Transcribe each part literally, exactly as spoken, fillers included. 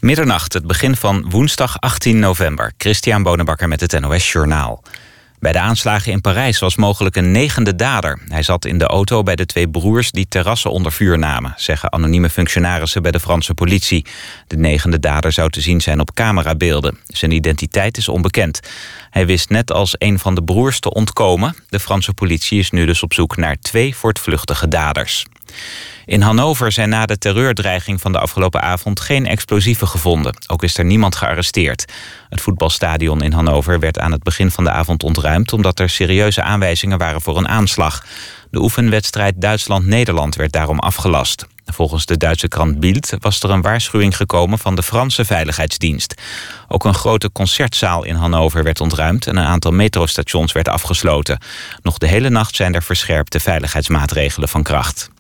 Middernacht, het begin van woensdag achttien november. Christian Bonenbakker met het N O S Journaal. Bij de aanslagen in Parijs was mogelijk een negende dader. Hij zat in de auto bij de twee broers die terrassen onder vuur namen, zeggen anonieme functionarissen bij de Franse politie. De negende dader zou te zien zijn op camerabeelden. Zijn identiteit is onbekend. Hij wist net als een van de broers te ontkomen. De Franse politie is nu dus op zoek naar twee voortvluchtige daders. In Hannover zijn na de terreurdreiging van de afgelopen avond geen explosieven gevonden. Ook is er niemand gearresteerd. Het voetbalstadion in Hannover werd aan het begin van de avond ontruimd omdat er serieuze aanwijzingen waren voor een aanslag. De oefenwedstrijd Duitsland-Nederland werd daarom afgelast. Volgens de Duitse krant Bild was er een waarschuwing gekomen van de Franse veiligheidsdienst. Ook een grote concertzaal in Hannover werd ontruimd en een aantal metrostations werd afgesloten. Nog de hele nacht zijn er verscherpte veiligheidsmaatregelen van kracht.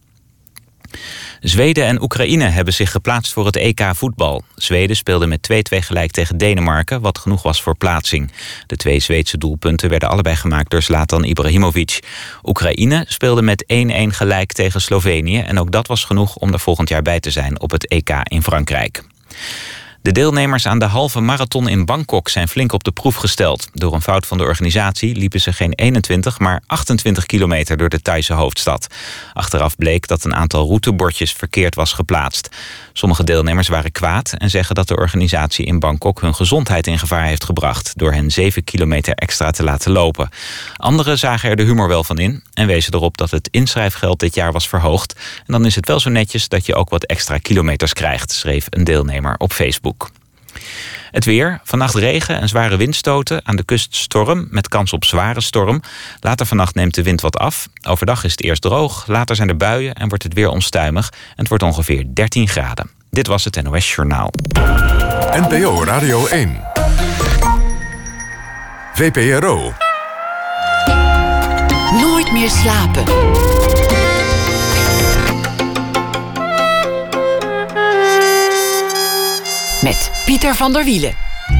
Zweden en Oekraïne hebben zich geplaatst voor het E K voetbal. Zweden speelde met twee-twee gelijk tegen Denemarken, wat genoeg was voor plaatsing. De twee Zweedse doelpunten werden allebei gemaakt door Zlatan Ibrahimovic. Oekraïne speelde met één-één gelijk tegen Slovenië en ook dat was genoeg om er volgend jaar bij te zijn op het E K in Frankrijk. De deelnemers aan de halve marathon in Bangkok zijn flink op de proef gesteld. Door een fout van de organisatie liepen ze geen eenentwintig, maar achtentwintig kilometer door de Thaise hoofdstad. Achteraf bleek dat een aantal routebordjes verkeerd was geplaatst. Sommige deelnemers waren kwaad en zeggen dat de organisatie in Bangkok hun gezondheid in gevaar heeft gebracht door hen zeven kilometer extra te laten lopen. Anderen zagen er de humor wel van in en wezen erop dat het inschrijfgeld dit jaar was verhoogd. En dan is het wel zo netjes dat je ook wat extra kilometers krijgt, schreef een deelnemer op Facebook. Het weer, vannacht regen en zware windstoten, aan de kust storm met kans op zware storm. Later vannacht neemt de wind wat af. Overdag is het eerst droog, later zijn er buien en wordt het weer onstuimig. En het wordt ongeveer dertien graden. Dit was het N O S Journaal. N P O Radio één. V P R O. Nooit meer slapen. Met Pieter van der Wielen.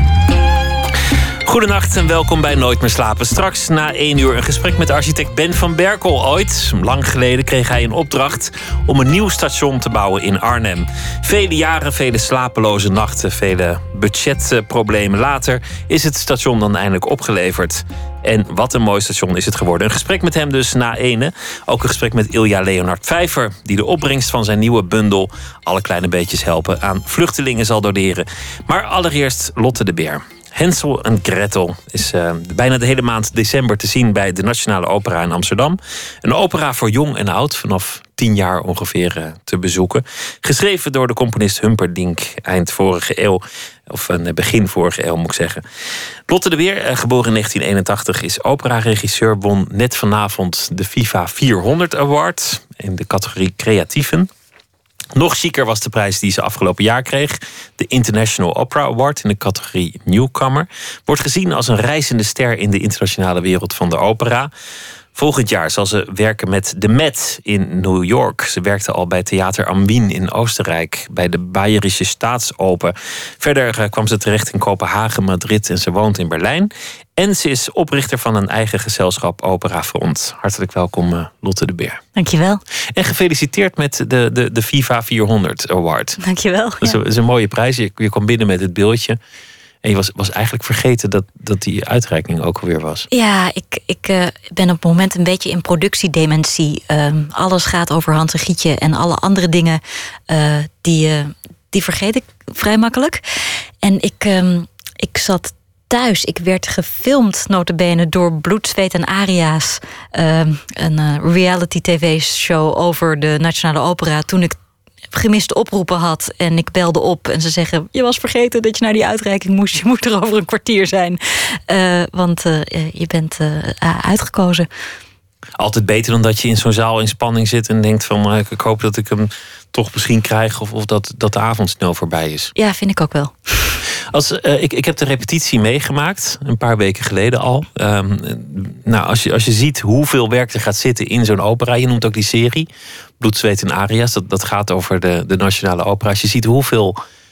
Goedenacht en welkom bij Nooit meer slapen. Straks na één uur een gesprek met architect Ben van Berkel. Ooit, lang geleden, kreeg hij een opdracht om een nieuw station te bouwen in Arnhem. Vele jaren, vele slapeloze nachten, vele budgetproblemen later is het station dan eindelijk opgeleverd. En wat een mooi station is het geworden. Een gesprek met hem dus na ene. Ook een gesprek met Ilja Leonard Vijver, die de opbrengst van zijn nieuwe bundel Alle kleine beetjes helpen aan vluchtelingen zal doneren. Maar allereerst Lotte de Beer. Hansel en Gretel is uh, bijna de hele maand december te zien bij de Nationale Opera in Amsterdam. Een opera voor jong en oud, vanaf tien jaar ongeveer uh, te bezoeken. Geschreven door de componist Humperdinck eind vorige eeuw. Of uh, begin vorige eeuw moet ik zeggen. Lotte de Beer, uh, geboren in negentien eenentachtig, is operaregisseur. Won net vanavond de FIFA vierhonderd Award in de categorie creatieven. Nog chiquer was de prijs die ze afgelopen jaar kreeg. De International Opera Award in de categorie Newcomer. Wordt gezien als een reizende ster in de internationale wereld van de opera. Volgend jaar zal ze werken met de Met in New York. Ze werkte al bij Theater am Wien in Oostenrijk, bij de Bayerische Staatsoper. Verder kwam ze terecht in Kopenhagen, Madrid en ze woont in Berlijn. En ze is oprichter van een eigen gezelschap Opera Front. Hartelijk welkom, Lotte de Beer. Dankjewel. En gefeliciteerd met de, de, de FIFA vierhonderd Award. Dankjewel. Dat is, ja. een, is een mooie prijs. Je, je kwam binnen met het beeldje. En je was, was eigenlijk vergeten dat, dat die uitreiking ook alweer was. Ja, ik, ik uh, ben op het moment een beetje in productiedementie. Um, alles gaat over Hans en Gietje en alle andere dingen, uh, die, uh, die vergeet ik vrij makkelijk. En ik, um, ik zat thuis. Ik werd gefilmd, nota bene, door Bloed, Zweet en Aria's. Uh, een uh, reality tv-show over de Nationale Opera. Toen ik gemiste oproepen had en ik belde op en ze zeggen, je was vergeten dat je naar die uitreiking moest, je moet er over een kwartier zijn, uh, want uh, je bent uh, uitgekozen. Altijd beter dan dat je in zo'n zaal in spanning zit en denkt van, uh, ik hoop dat ik hem toch misschien krijg of, of dat, dat de avond snel voorbij is. Ja, vind ik ook wel. Als, uh, ik, ik heb de repetitie meegemaakt, een paar weken geleden al. Um, nou, als je, als je ziet hoeveel werk er gaat zitten in zo'n opera, je noemt ook die serie Bloed, Zweet en Aria's, dat, dat gaat over de, de Nationale Opera. Als je ziet hoeveel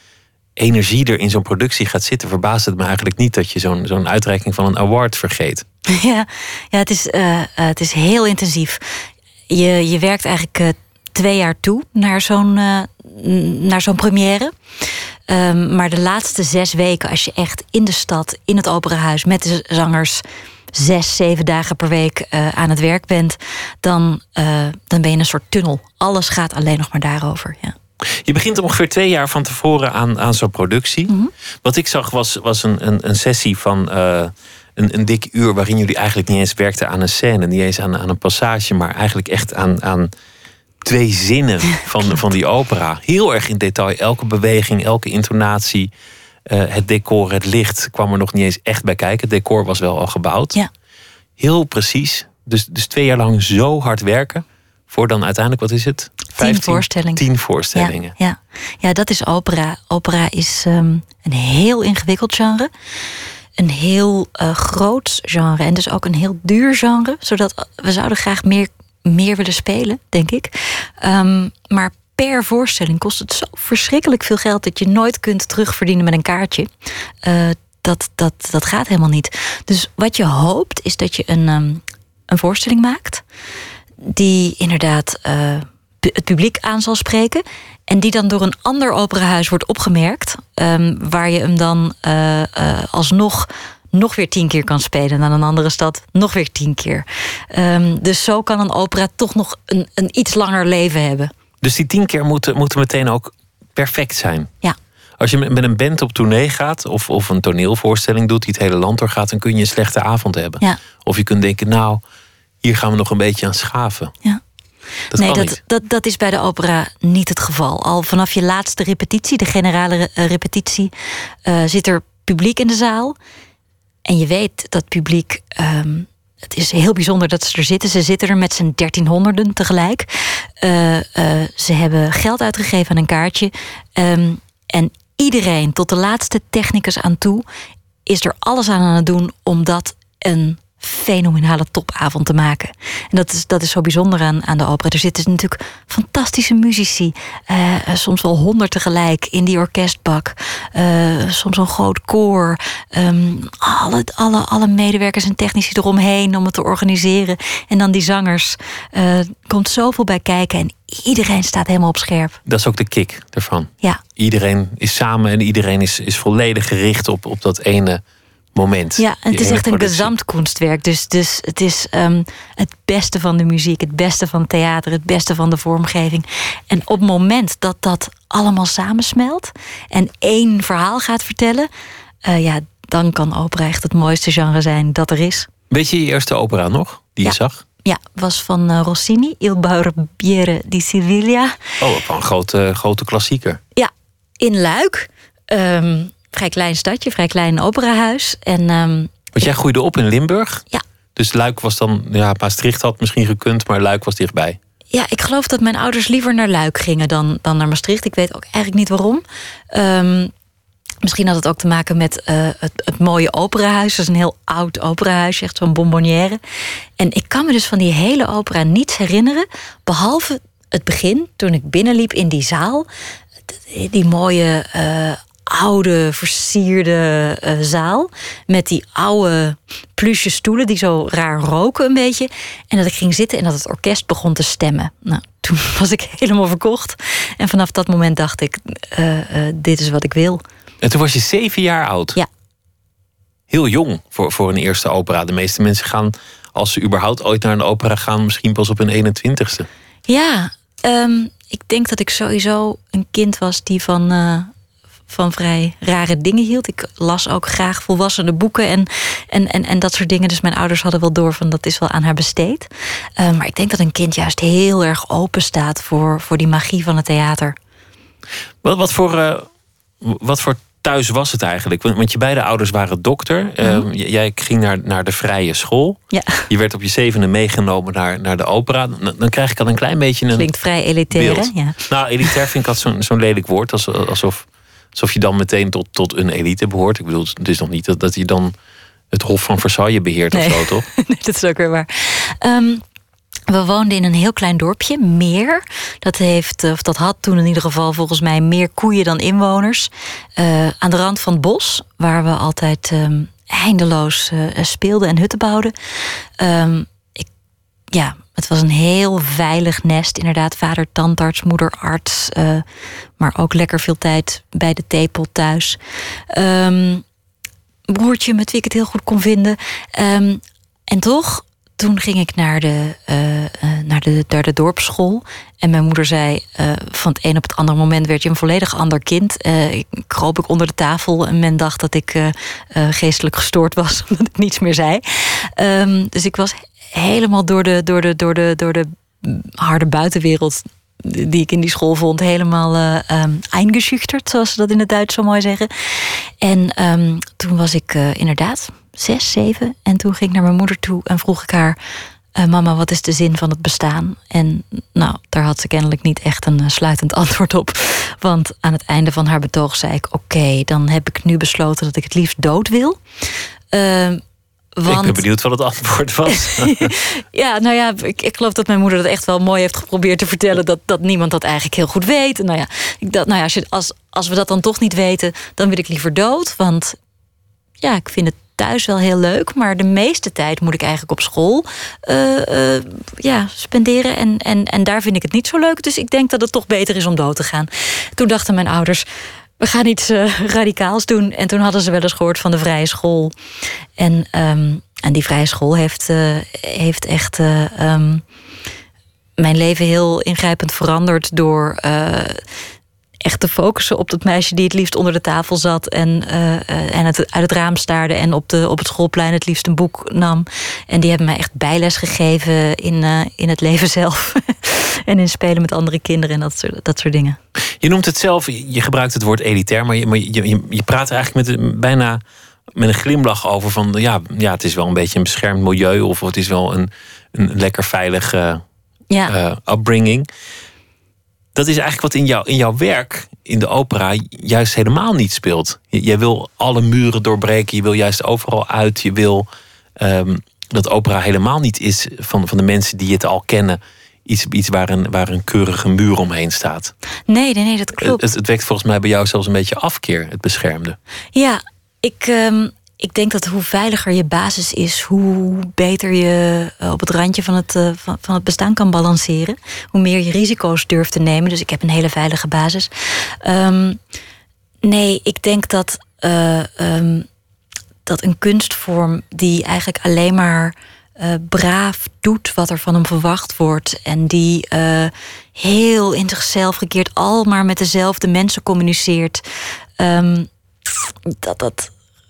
energie er in zo'n productie gaat zitten, verbaast het me eigenlijk niet dat je zo'n, zo'n uitreiking van een award vergeet. Ja, ja het, is, uh, uh, het is heel intensief. Je, je werkt eigenlijk uh, twee jaar toe naar zo'n, uh, naar zo'n première. Um, maar de laatste zes weken, als je echt in de stad, in het operahuis, met de zangers zes, zeven dagen per week uh, aan het werk bent, dan, uh, dan ben je in een soort tunnel. Alles gaat alleen nog maar daarover. Ja. Je begint ongeveer twee jaar van tevoren aan, aan zo'n productie. Mm-hmm. Wat ik zag was, was een, een, een sessie van uh, een, een dik uur, waarin jullie eigenlijk niet eens werkten aan een scène, niet eens aan, aan een passage, maar eigenlijk echt aan, aan twee zinnen van, van die opera. Heel erg in detail. Elke beweging, elke intonatie, uh, het decor, het licht kwam er nog niet eens echt bij kijken. Het decor was wel al gebouwd. Ja. Heel precies. Dus, dus twee jaar lang zo hard werken voor dan uiteindelijk, wat is het? Tien voorstellingen. Tien voorstellingen. Ja, ja. ja, dat is opera. Opera is um, een heel ingewikkeld genre. Een heel uh, groot genre. En dus ook een heel duur genre. Zodat we zouden graag meer, meer willen spelen, denk ik. Um, maar per voorstelling kost het zo verschrikkelijk veel geld dat je nooit kunt terugverdienen met een kaartje. Uh, dat, dat, dat gaat helemaal niet. Dus wat je hoopt is dat je een, um, een voorstelling maakt die inderdaad uh, het publiek aan zal spreken. En die dan door een ander operahuis wordt opgemerkt. Um, waar je hem dan uh, uh, alsnog nog weer tien keer kan spelen. Naar een andere stad nog weer tien keer. Um, dus zo kan een opera toch nog een, een iets langer leven hebben. Dus die tien keer moeten, moeten meteen ook perfect zijn? Ja. Als je met een band op tournee gaat, of, of een toneelvoorstelling doet die het hele land doorgaat, dan kun je een slechte avond hebben. Ja. Of je kunt denken, nou, hier gaan we nog een beetje aan schaven. Ja. Dat nee, kan dat, niet. dat, dat is bij de opera niet het geval. Al vanaf je laatste repetitie, de generale repetitie, uh, zit er publiek in de zaal. En je weet dat publiek, um, het is heel bijzonder dat ze er zitten. Ze zitten er met z'n dertienhonderden tegelijk. Uh, uh, ze hebben geld uitgegeven aan een kaartje. Um, en iedereen, tot de laatste technicus aan toe, is er alles aan aan het doen om dat een fenomenale topavond te maken. En dat is, dat is zo bijzonder aan, aan de opera. Er zitten natuurlijk fantastische muzici. Uh, soms wel honderd tegelijk in die orkestbak. Uh, soms een groot koor. Um, alle, alle, alle medewerkers en technici eromheen om het te organiseren. En dan die zangers. Uh, komt zoveel bij kijken en iedereen staat helemaal op scherp. Dat is ook de kick ervan. Ja. Iedereen is samen en iedereen is, is volledig gericht op, op dat ene moment. Ja, en het is echt een productie. gezamtkunstwerk. Dus, dus het is um, het beste van de muziek, het beste van het theater, het beste van de vormgeving. En op het moment dat dat allemaal samensmelt en één verhaal gaat vertellen, uh, ja, dan kan opera echt het mooiste genre zijn dat er is. Weet je je eerste opera nog, die ja. je zag? Ja, was van uh, Rossini, Il Barbiere di Siviglia. Oh, van een grote, grote klassieker. Ja, in Luik. Um, vrij klein stadje, vrij klein operahuis. En, um, Want jij groeide op in Limburg? Ja. Dus Luik was dan, ja, Maastricht had misschien gekund, maar Luik was dichtbij. Ja, ik geloof dat mijn ouders liever naar Luik gingen dan, dan naar Maastricht. Ik weet ook eigenlijk niet waarom. Um, misschien had het ook te maken met uh, het, het mooie operahuis. Dat is een heel oud operahuis, echt zo'n bonbonnière. En ik kan me dus van die hele opera niets herinneren, behalve het begin, toen ik binnenliep in die zaal. Die, die mooie Uh, oude, versierde uh, zaal. Met die oude pluche stoelen die zo raar roken een beetje. En dat ik ging zitten en dat het orkest begon te stemmen. Nou, toen was ik helemaal verkocht. En vanaf dat moment dacht ik, uh, uh, dit is wat ik wil. En toen was je zeven jaar oud? Ja. Heel jong voor, voor een eerste opera. De meeste mensen gaan, als ze überhaupt ooit naar een opera gaan, misschien pas op hun eenentwintigste. Ja, um, ik denk dat ik sowieso een kind was die van Uh, van vrij rare dingen hield. Ik las ook graag volwassene boeken en, en, en, en dat soort dingen. Dus mijn ouders hadden wel door van dat is wel aan haar besteed. Uh, maar ik denk dat een kind juist heel erg open staat voor, voor die magie van het theater. Wat, wat, voor, uh, wat voor thuis was het eigenlijk? Want, want je beide ouders waren dokter. Mm-hmm. Uh, jij ging naar, naar de vrije school. Ja. Je werd op je zevende meegenomen naar, naar de opera. Dan, dan krijg ik al een klein beetje een Klinkt vrij elitair, beeld. hè? Ja. Nou, elitair vind ik dat zo'n, zo'n lelijk woord. Alsof Alsof je dan meteen tot, tot een elite behoort. Ik bedoel, het is nog niet dat, dat je dan het Hof van Versailles beheert nee. of zo, toch? Nee, dat is ook weer waar. Um, we woonden in een heel klein dorpje, Meer. Dat heeft, of dat had toen in ieder geval volgens mij meer koeien dan inwoners. Uh, aan de rand van het bos, waar we altijd um, eindeloos uh, speelden en hutten bouwden. Um, ik, ja, het was een heel veilig nest. Inderdaad, vader, tandarts, moeder, arts. Uh, maar ook lekker veel tijd bij de tepel thuis. Um, broertje met wie ik het heel goed kon vinden. Um, en toch, toen ging ik naar de, uh, uh, naar de, naar de dorpsschool. En mijn moeder zei, uh, van het een op het andere moment werd je een volledig ander kind. Uh, ik kroop ik onder de tafel en men dacht dat ik uh, uh, geestelijk gestoord was, omdat ik niets meer zei. Um, dus ik was helemaal door de, door de, door de, door de harde buitenwereld die ik in die school vond, helemaal uh, um, eingeschüchterd, zoals ze dat in het Duits zo mooi zeggen. En um, toen was ik uh, inderdaad zes, zeven. En toen ging ik naar mijn moeder toe en vroeg ik haar, Uh, mama, wat is de zin van het bestaan? En nou, daar had ze kennelijk niet echt een uh, sluitend antwoord op. Want aan het einde van haar betoog zei ik, oké, okay, dan heb ik nu besloten dat ik het liefst dood wil. Uh, Want... Ik ben benieuwd wat het antwoord was. Ja, nou ja, ik, ik geloof dat mijn moeder dat echt wel mooi heeft geprobeerd te vertellen. Dat, dat niemand dat eigenlijk heel goed weet. Nou ja, ik dacht, nou ja als, je, als, als we dat dan toch niet weten, dan wil ik liever dood. Want ja, ik vind het thuis wel heel leuk. Maar de meeste tijd moet ik eigenlijk op school uh, uh, ja, spenderen. En, en, en daar vind ik het niet zo leuk. Dus ik denk dat het toch beter is om dood te gaan. Toen dachten mijn ouders, we gaan iets uh, radicaals doen. En toen hadden ze wel eens gehoord van de vrije school. En, um, en die vrije school heeft, uh, heeft echt uh, um, mijn leven heel ingrijpend veranderd door uh, echt te focussen op dat meisje die het liefst onder de tafel zat en, uh, uh, en het uit het raam staarde en op, de, op het schoolplein het liefst een boek nam. En die hebben mij echt bijles gegeven in, uh, in het leven zelf. En in spelen met andere kinderen en dat soort, dat soort dingen. Je noemt het zelf, je gebruikt het woord elitair, maar je, maar je, je, je praat er eigenlijk met een, bijna met een glimlach over van ja, ja, het is wel een beetje een beschermd milieu of het is wel een, een lekker veilige ja. uh, upbringing. Dat is eigenlijk wat in, jou, in jouw werk in de opera juist helemaal niet speelt. Je, jij wil alle muren doorbreken, je wil juist overal uit, je wil um, dat opera helemaal niet is van, van de mensen die het al kennen. Iets, iets waar, een, waar een keurige muur omheen staat. Nee, nee, nee, dat klopt. Het, het wekt volgens mij bij jou zelfs een beetje afkeer, het beschermde. Ja, ik, um, ik denk dat hoe veiliger je basis is, hoe beter je op het randje van het, uh, van, van het bestaan kan balanceren. Hoe meer je risico's durft te nemen. Dus ik heb een hele veilige basis. Um, nee, ik denk dat, uh, um, dat een kunstvorm die eigenlijk alleen maar Uh, braaf doet wat er van hem verwacht wordt. En die uh, heel in zichzelf gekeerd al maar met dezelfde mensen communiceert. Um, dat dat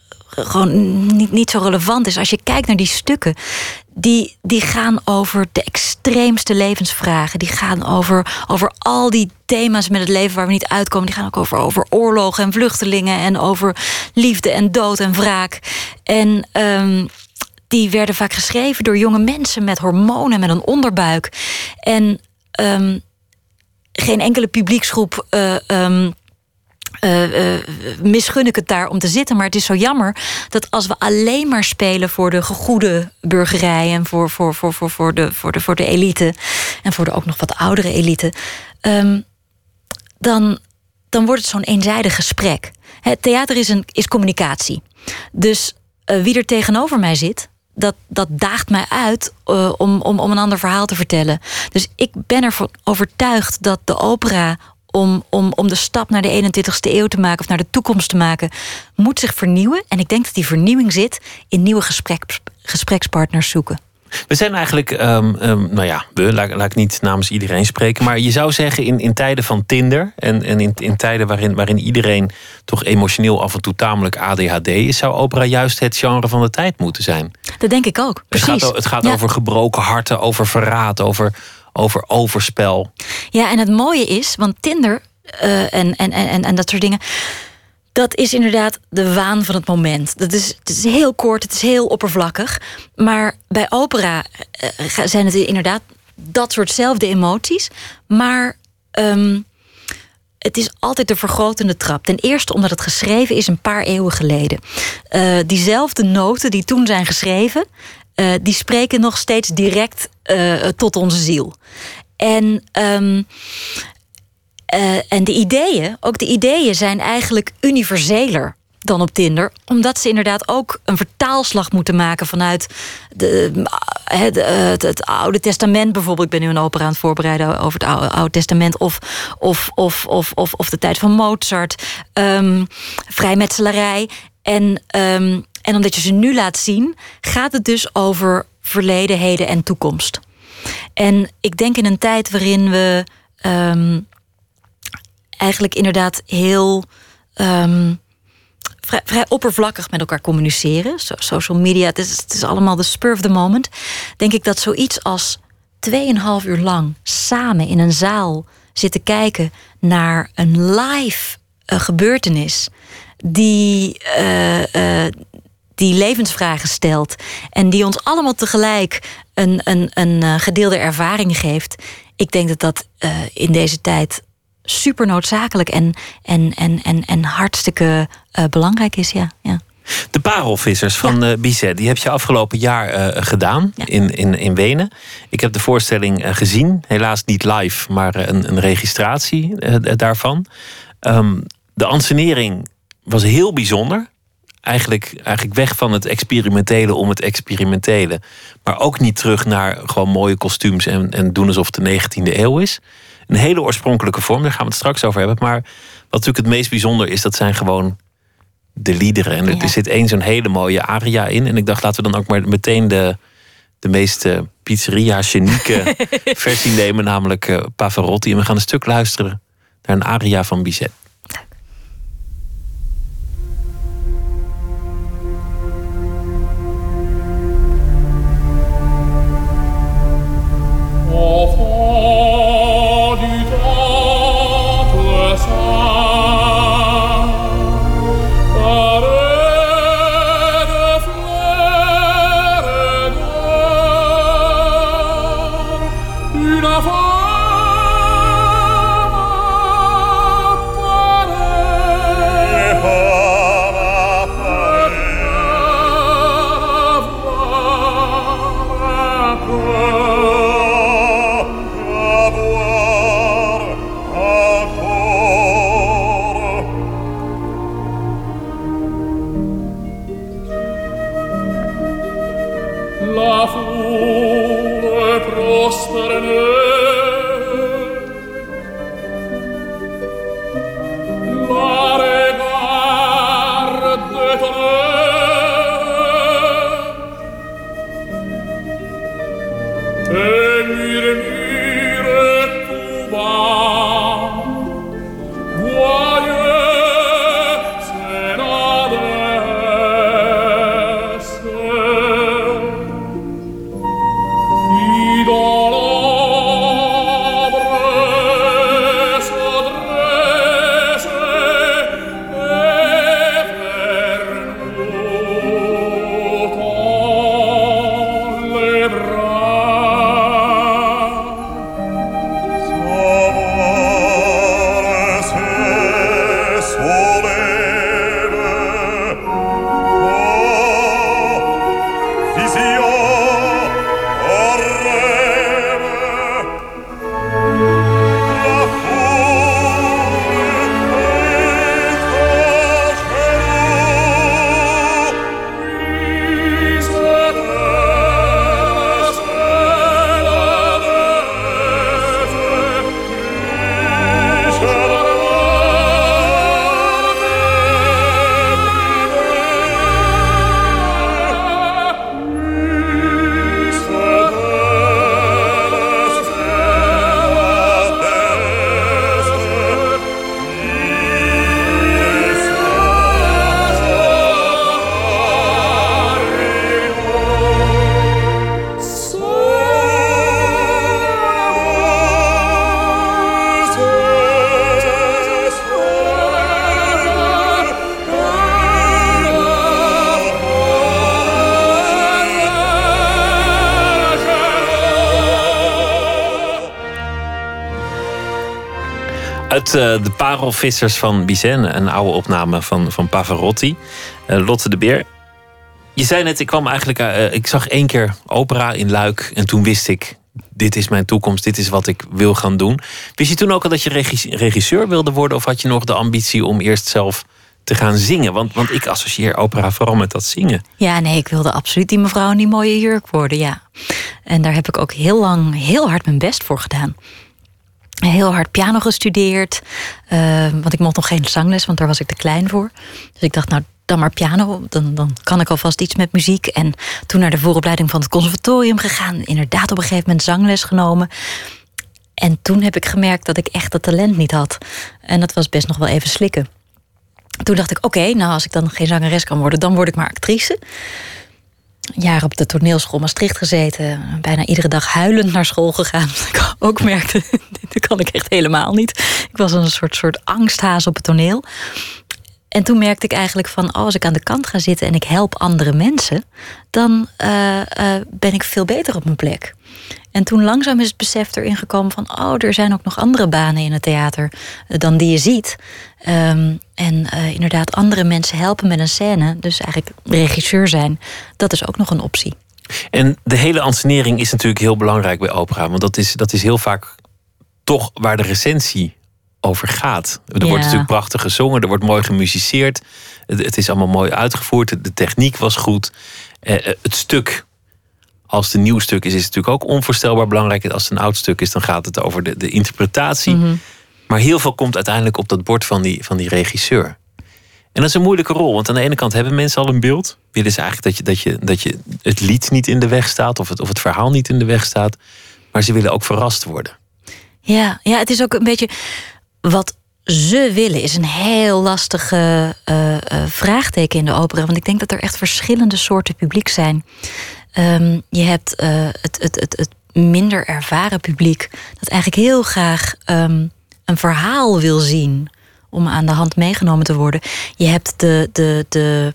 gewoon niet, niet zo relevant is. Als je kijkt naar die stukken, die, die gaan over de extreemste levensvragen. Die gaan over, over al die thema's met het leven waar we niet uitkomen. Die gaan ook over, over oorlogen en vluchtelingen en over liefde en dood en wraak. En Um, die werden vaak geschreven door jonge mensen met hormonen, met een onderbuik. En um, geen enkele publieksgroep uh, um, uh, uh, misgun ik het daar om te zitten. Maar het is zo jammer dat als we alleen maar spelen voor de gegoede burgerij en voor, voor, voor, voor, voor, de, voor, de, voor de elite en voor de ook nog wat oudere elite, um, dan, dan wordt het zo'n eenzijdig gesprek. Het theater is, een, is communicatie. Dus uh, wie er tegenover mij zit, Dat, dat daagt mij uit uh, om, om, om een ander verhaal te vertellen. Dus ik ben ervan overtuigd dat de opera, om, om, om de stap naar de eenentwintigste eeuw te maken of naar de toekomst te maken, moet zich vernieuwen. En ik denk dat die vernieuwing zit in nieuwe gesprek, gesprekspartners zoeken. We zijn eigenlijk, um, um, nou ja, we, laat, laat ik niet namens iedereen spreken, maar je zou zeggen in, in tijden van Tinder en, en in, in tijden waarin, waarin iedereen toch emotioneel af en toe tamelijk A D H D is, zou opera juist het genre van de tijd moeten zijn. Dat denk ik ook, precies. Het gaat, het gaat ja. over gebroken harten, over verraad, over, over overspel. Ja, en het mooie is, want Tinder uh, en, en, en, en dat soort dingen, dat is inderdaad de waan van het moment. Dat is, het is heel kort, het is heel oppervlakkig. Maar bij opera uh, zijn het inderdaad dat soortzelfde emoties. Maar um, het is altijd de vergrotende trap. Ten eerste omdat het geschreven is een paar eeuwen geleden. Uh, diezelfde noten die toen zijn geschreven, uh, die spreken nog steeds direct uh, tot onze ziel. En Um, Uh, en de ideeën, ook de ideeën zijn eigenlijk universeler dan op Tinder. Omdat ze inderdaad ook een vertaalslag moeten maken vanuit de, het, het, het Oude Testament bijvoorbeeld. Ik ben nu een opera aan het voorbereiden over het Oude, Oude Testament. Of, of, of, of, of, of de tijd van Mozart. Um, vrijmetselarij. En, um, en omdat je ze nu laat zien, gaat het dus over verleden, heden en toekomst. En ik denk in een tijd waarin we um, eigenlijk inderdaad heel um, vrij, vrij oppervlakkig met elkaar communiceren. So, social media, het is, het is allemaal de spur of the moment. Denk ik dat zoiets als tweeënhalf uur lang samen in een zaal zitten kijken naar een live uh, gebeurtenis die, uh, uh, die levensvragen stelt en die ons allemaal tegelijk een, een, een uh, gedeelde ervaring geeft. Ik denk dat dat uh, in deze tijd super noodzakelijk en, en, en, en, en hartstikke uh, belangrijk is. Ja, ja. De Parelvissers van ja. uh, Bizet, die heb je afgelopen jaar uh, gedaan ja. in, in, in Wenen. Ik heb de voorstelling uh, gezien, helaas niet live, maar uh, een, een registratie uh, daarvan. Um, de ansenering was heel bijzonder. Eigenlijk, eigenlijk weg van het experimentele om het experimentele. Maar ook niet terug naar gewoon mooie kostuums en, en doen alsof het de negentiende eeuw is. Een hele oorspronkelijke vorm, daar gaan we het straks over hebben. Maar wat natuurlijk het meest bijzonder is, dat zijn gewoon de liederen. En ja. er zit één zo'n hele mooie aria in. En ik dacht, laten we dan ook maar meteen de, de meest uh, pizzeria-genieke versie nemen. Namelijk uh, Pavarotti. En we gaan een stuk luisteren naar een aria van Bizet. Uit uh, de Parelvissers van Bizet, een oude opname van, van Pavarotti. Uh, Lotte de Beer. Je zei net, ik kwam eigenlijk, uh, ik zag één keer opera in Luik en toen wist ik, dit is mijn toekomst, dit is wat ik wil gaan doen. Wist je toen ook al dat je regisseur wilde worden of had je nog de ambitie om eerst zelf te gaan zingen? Want, want ik associeer opera vooral met dat zingen. Ja, nee, ik wilde absoluut die mevrouw in die mooie jurk worden, ja. En daar heb ik ook heel lang heel hard mijn best voor gedaan. Heel hard piano gestudeerd. Uh, want ik mocht nog geen zangles, want daar was ik te klein voor. Dus ik dacht, nou, dan maar piano. Dan, dan kan ik alvast iets met muziek. En toen naar de vooropleiding van het conservatorium gegaan. Inderdaad op een gegeven moment zangles genomen. En toen heb ik gemerkt dat ik echt dat talent niet had. En dat was best nog wel even slikken. Toen dacht ik, oké, okay, nou als ik dan geen zangeres kan worden, dan word ik maar actrice. Jaren op de toneelschool Maastricht gezeten. Bijna iedere dag huilend naar school gegaan. Ik ook merkte, dit kan ik echt helemaal niet. Ik was een soort, soort angsthaas op het toneel. En toen merkte ik eigenlijk van, oh, als ik aan de kant ga zitten en ik help andere mensen, dan uh, uh, ben ik veel beter op mijn plek. En toen langzaam is het besef erin gekomen van, oh, er zijn ook nog andere banen in het theater dan die je ziet. Um, en uh, inderdaad andere mensen helpen met een scène, dus eigenlijk regisseur zijn, dat is ook nog een optie. En de hele ansenering is natuurlijk heel belangrijk bij opera, want dat is, dat is heel vaak toch waar de recensie over gaat. Er ja. wordt natuurlijk prachtig gezongen, er wordt mooi gemusiceerd, het, het is allemaal mooi uitgevoerd, de techniek was goed, uh, het stuk, als het een nieuw stuk is, is het natuurlijk ook onvoorstelbaar belangrijk. Als het een oud stuk is, dan gaat het over de, de interpretatie. Mm-hmm. Maar heel veel komt uiteindelijk op dat bord van die, van die regisseur. En dat is een moeilijke rol, want aan de ene kant hebben mensen al een beeld. Willen ze eigenlijk dat je, dat je, dat je het lied niet in de weg staat, of het, of het verhaal niet in de weg staat. Maar ze willen ook verrast worden. Ja, ja, het is ook een beetje wat ze willen, is een heel lastige uh, uh, vraagteken in de opera. Want ik denk dat er echt verschillende soorten publiek zijn. Um, je hebt uh, het, het, het, het minder ervaren publiek dat eigenlijk heel graag um, een verhaal wil zien om aan de hand meegenomen te worden. Je hebt de, de, de,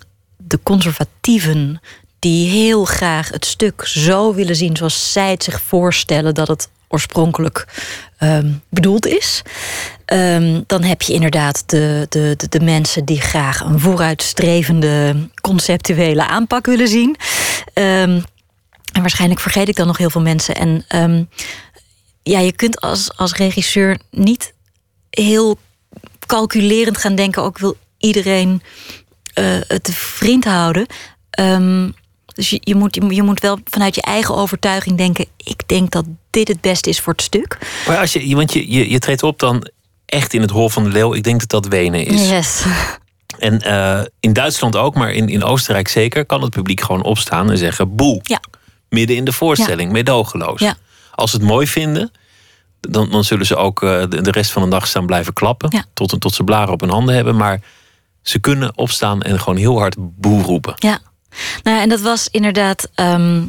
de conservatieven die heel graag het stuk zo willen zien zoals zij het zich voorstellen dat het oorspronkelijk um, bedoeld is. Um, dan heb je inderdaad de, de, de, de mensen die graag een vooruitstrevende conceptuele aanpak willen zien. Um, en waarschijnlijk vergeet ik dan nog heel veel mensen. En um, ja, je kunt als, als regisseur niet heel calculerend gaan denken, ook wil iedereen uh, het vriend houden. Um, dus je, je, moet, je moet wel vanuit je eigen overtuiging denken, ik denk dat dit het beste is voor het stuk. Maar als je, want je, je, je treedt op dan echt in het Hol van de Leeuw. Ik denk dat dat Wenen is. Yes. En uh, in Duitsland ook, maar in, in Oostenrijk zeker, kan het publiek gewoon opstaan en zeggen boe. Ja. Midden in de voorstelling, ja. Meedogenloos. Ja. Als ze het mooi vinden, dan, dan zullen ze ook uh, de, de rest van de dag staan blijven klappen. Ja. Tot, tot ze blaren op hun handen hebben. Maar ze kunnen opstaan en gewoon heel hard boe roepen. Ja, nou ja, en dat was inderdaad. Um,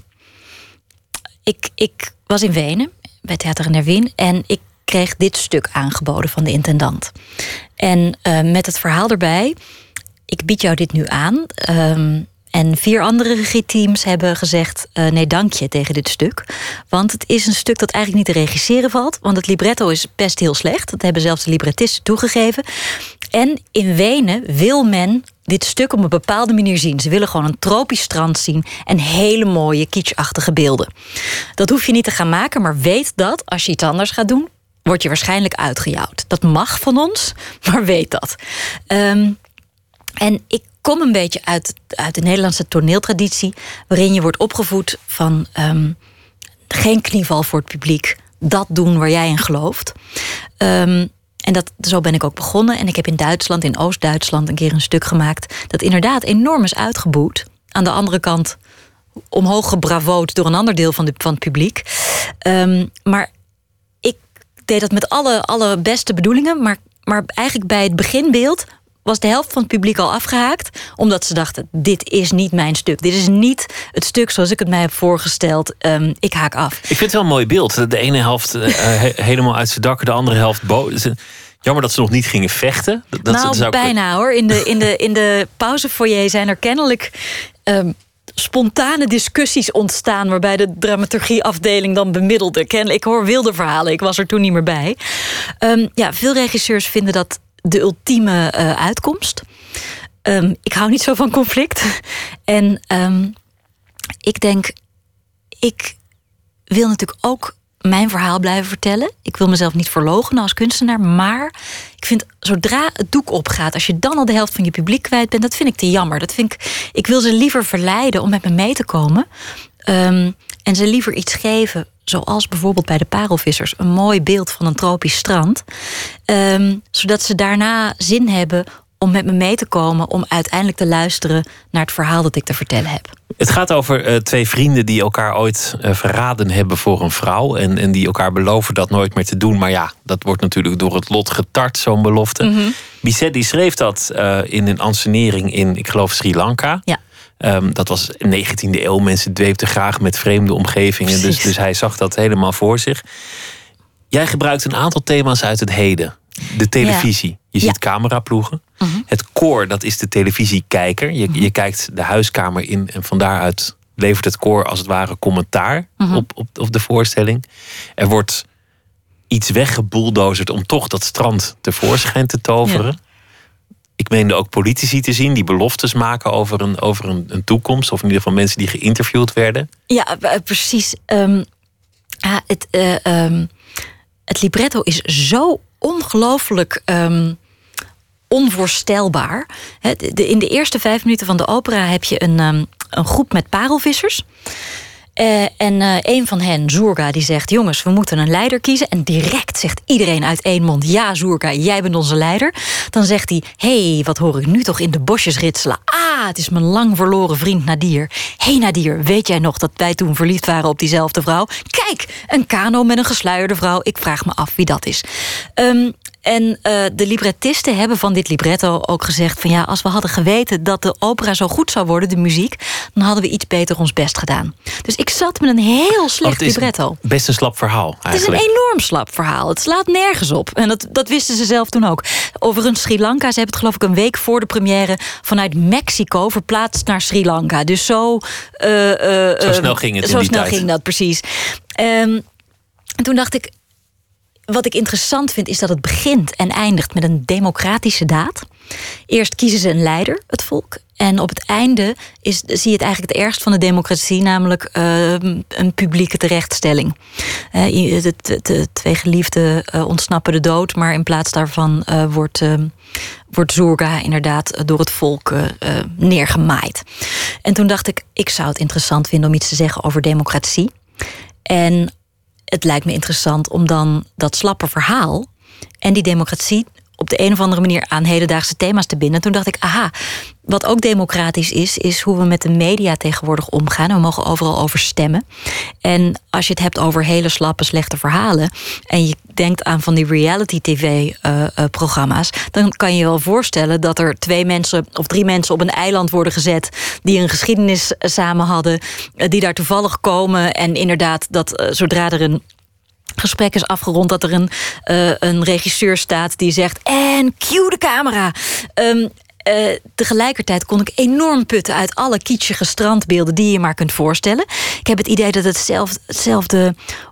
ik, ik was in Wenen, bij Theater Nerwin, en ik kreeg dit stuk aangeboden van de intendant. En uh, met het verhaal erbij, ik bied jou dit nu aan. Um, en vier andere regieteams hebben gezegd, uh, nee dank je tegen dit stuk. Want het is een stuk dat eigenlijk niet te regisseren valt. Want het libretto is best heel slecht. Dat hebben zelfs de librettisten toegegeven. En in Wenen wil men dit stuk op een bepaalde manier zien. Ze willen gewoon een tropisch strand zien en hele mooie kitschachtige beelden. Dat hoef je niet te gaan maken, maar weet dat als je iets anders gaat doen, word je waarschijnlijk uitgejouwd. Dat mag van ons, maar weet dat. Um, en ik kom een beetje uit, uit de Nederlandse toneeltraditie, waarin je wordt opgevoed van um, geen knieval voor het publiek, dat doen waar jij in gelooft. Um, En dat, zo ben ik ook begonnen. En ik heb in Duitsland, in Oost-Duitsland, een keer een stuk gemaakt dat inderdaad enorm is uitgeboet. Aan de andere kant omhoog gebravood door een ander deel van, de, van het publiek. Um, maar ik deed dat met alle, alle beste bedoelingen. Maar, maar eigenlijk bij het beginbeeld was de helft van het publiek al afgehaakt, omdat ze dachten, dit is niet mijn stuk. Dit is niet het stuk zoals ik het mij heb voorgesteld. Um, ik haak af. Ik vind het wel een mooi beeld. De ene helft uh, he- helemaal uit zijn dak, de andere helft boven. Jammer dat ze nog niet gingen vechten. Dat, nou, dat zou bijna ik... hoor. In de, in de, in de pauzefoyer zijn er kennelijk um, spontane discussies ontstaan, waarbij de dramaturgieafdeling dan bemiddelde. Ik hoor wilde verhalen, ik was er toen niet meer bij. Um, ja, veel regisseurs vinden dat de ultieme uh, uitkomst. Um, ik hou niet zo van conflict. En um, ik denk, ik wil natuurlijk ook mijn verhaal blijven vertellen. Ik wil mezelf niet verloochenen als kunstenaar. Maar ik vind, zodra het doek opgaat, als je dan al de helft van je publiek kwijt bent, dat vind ik te jammer. Dat vind ik, ik wil ze liever verleiden om met me mee te komen. Um, en ze liever iets geven, zoals bijvoorbeeld bij de parelvissers, een mooi beeld van een tropisch strand. Um, zodat ze daarna zin hebben om met me mee te komen, om uiteindelijk te luisteren naar het verhaal dat ik te vertellen heb. Het gaat over uh, twee vrienden die elkaar ooit uh, verraden hebben voor een vrouw. En, en die elkaar beloven dat nooit meer te doen. Maar ja, dat wordt natuurlijk door het lot getart, zo'n belofte. Mm-hmm. Bizet die schreef dat uh, in een ansenering in, ik geloof, Sri Lanka. Ja. Um, dat was negentiende eeuw. Mensen dweepten graag met vreemde omgevingen. Dus, dus hij zag dat helemaal voor zich. Jij gebruikt een aantal thema's uit het heden. De televisie. Ja. Je ziet ja. cameraploegen. Uh-huh. Het koor, dat is de televisiekijker. Je, uh-huh. je kijkt de huiskamer in en van daaruit levert het koor als het ware commentaar uh-huh. op, op, op de voorstelling. Er wordt iets weggebulldozerd om toch dat strand tevoorschijn te toveren. Ja. Ik meende ook politici te zien die beloftes maken over een, over een, een toekomst. Of in ieder geval mensen die geïnterviewd werden. Ja, precies. Um, ah, het, uh, um, het libretto is zo ongelooflijk um, onvoorstelbaar. He, de, in de eerste vijf minuten van de opera heb je een, um, een groep met parelvissers. Uh, en uh, een van hen, Zoerga, die zegt: jongens, we moeten een leider kiezen. En direct zegt iedereen uit één mond: ja, Zoerga, jij bent onze leider. Dan zegt hij: hé, hey, wat hoor ik nu toch in de bosjes ritselen? Ah, het is mijn lang verloren vriend Nadir. Hé hey, Nadir, weet jij nog dat wij toen verliefd waren op diezelfde vrouw? Kijk, een kano met een gesluierde vrouw. Ik vraag me af wie dat is. Um, En uh, de librettisten hebben van dit libretto ook gezegd van ja, als we hadden geweten dat de opera zo goed zou worden, de muziek, dan hadden we iets beter ons best gedaan. Dus ik zat met een heel slecht oh, het is libretto. Best een slap verhaal eigenlijk. Het is een enorm slap verhaal. Het slaat nergens op. En dat, dat wisten ze zelf toen ook. Overigens, Sri Lanka, ze hebben het geloof ik een week voor de première vanuit Mexico verplaatst naar Sri Lanka. Dus zo... Uh, uh, zo snel ging het in Zo die snel tijd. ging dat, precies. Um, en toen dacht ik, wat ik interessant vind is dat het begint en eindigt met een democratische daad. Eerst kiezen ze een leider, het volk. En op het einde is, zie je het eigenlijk het ergst van de democratie, namelijk uh, een publieke terechtstelling. Uh, de, de, de twee geliefden uh, ontsnappen de dood, maar in plaats daarvan uh, wordt, uh, wordt Zoerga inderdaad door het volk uh, uh, neergemaaid. En toen dacht ik, ik zou het interessant vinden om iets te zeggen over democratie. En het lijkt me interessant om dan dat slappe verhaal en die democratie op de een of andere manier aan hedendaagse thema's te binden. Toen dacht ik, aha, wat ook democratisch is, is hoe we met de media tegenwoordig omgaan. We mogen overal over stemmen. En als je het hebt over hele slappe, slechte verhalen en je denkt aan van die reality-tv-programma's... Uh, uh, dan kan je je wel voorstellen dat er twee mensen of drie mensen op een eiland worden gezet die een geschiedenis samen hadden, uh, die daar toevallig komen en inderdaad dat uh, zodra er een gesprek is afgerond, dat er een, uh, een regisseur staat die zegt en cue de camera. Um, uh, tegelijkertijd kon ik enorm putten uit alle kitschige strandbeelden die je maar kunt voorstellen. Ik heb het idee dat hetzelfde, hetzelfde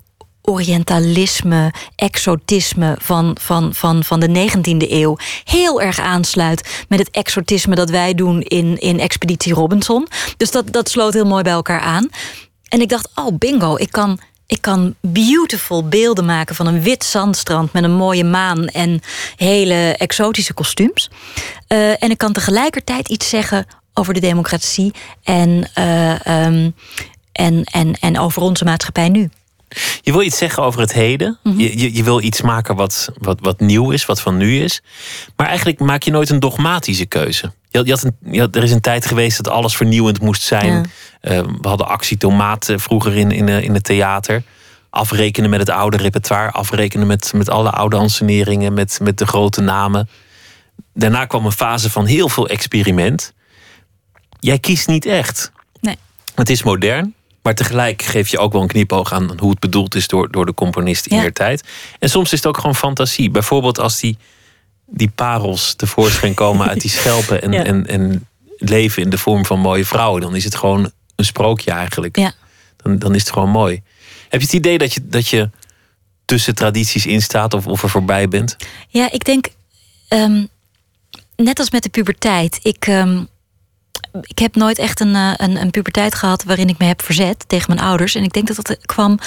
orientalisme, exotisme van, van, van, van de negentiende eeuw heel erg aansluit met het exotisme dat wij doen in, in Expeditie Robinson. Dus dat, dat sloot heel mooi bij elkaar aan. En ik dacht, oh bingo, ik kan Ik kan beautiful beelden maken van een wit zandstrand met een mooie maan en hele exotische kostuums. Uh, en ik kan tegelijkertijd iets zeggen over de democratie en, uh, um, en, en, en over onze maatschappij nu. Je wil iets zeggen over het heden. Mm-hmm. Je, je, je wil iets maken wat, wat, wat nieuw is, wat van nu is. Maar eigenlijk maak je nooit een dogmatische keuze. Je had, je had een, je had, er is een tijd geweest dat alles vernieuwend moest zijn. Ja. Uh, we hadden Actie Tomaat vroeger in, in, in het theater. Afrekenen met het oude repertoire. Afrekenen met, met alle oude anseneringen. Met, met de grote namen. Daarna kwam een fase van heel veel experiment. Jij kiest niet echt. Nee. Het is modern. Maar tegelijk geef je ook wel een knipoog aan hoe het bedoeld is door, door de componist in ja. der tijd. En soms is het ook gewoon fantasie. Bijvoorbeeld als die, die parels tevoorschijn komen uit die schelpen en, ja. en, en leven in de vorm van mooie vrouwen. Dan is het gewoon een sprookje eigenlijk. Ja. Dan, dan is het gewoon mooi. Heb je het idee dat je, dat je tussen tradities instaat of, of er voorbij bent? Ja, ik denk, um, net als met de puberteit. Ik, um, ik heb nooit echt een, een, een puberteit gehad waarin ik me heb verzet tegen mijn ouders. En ik denk dat dat kwam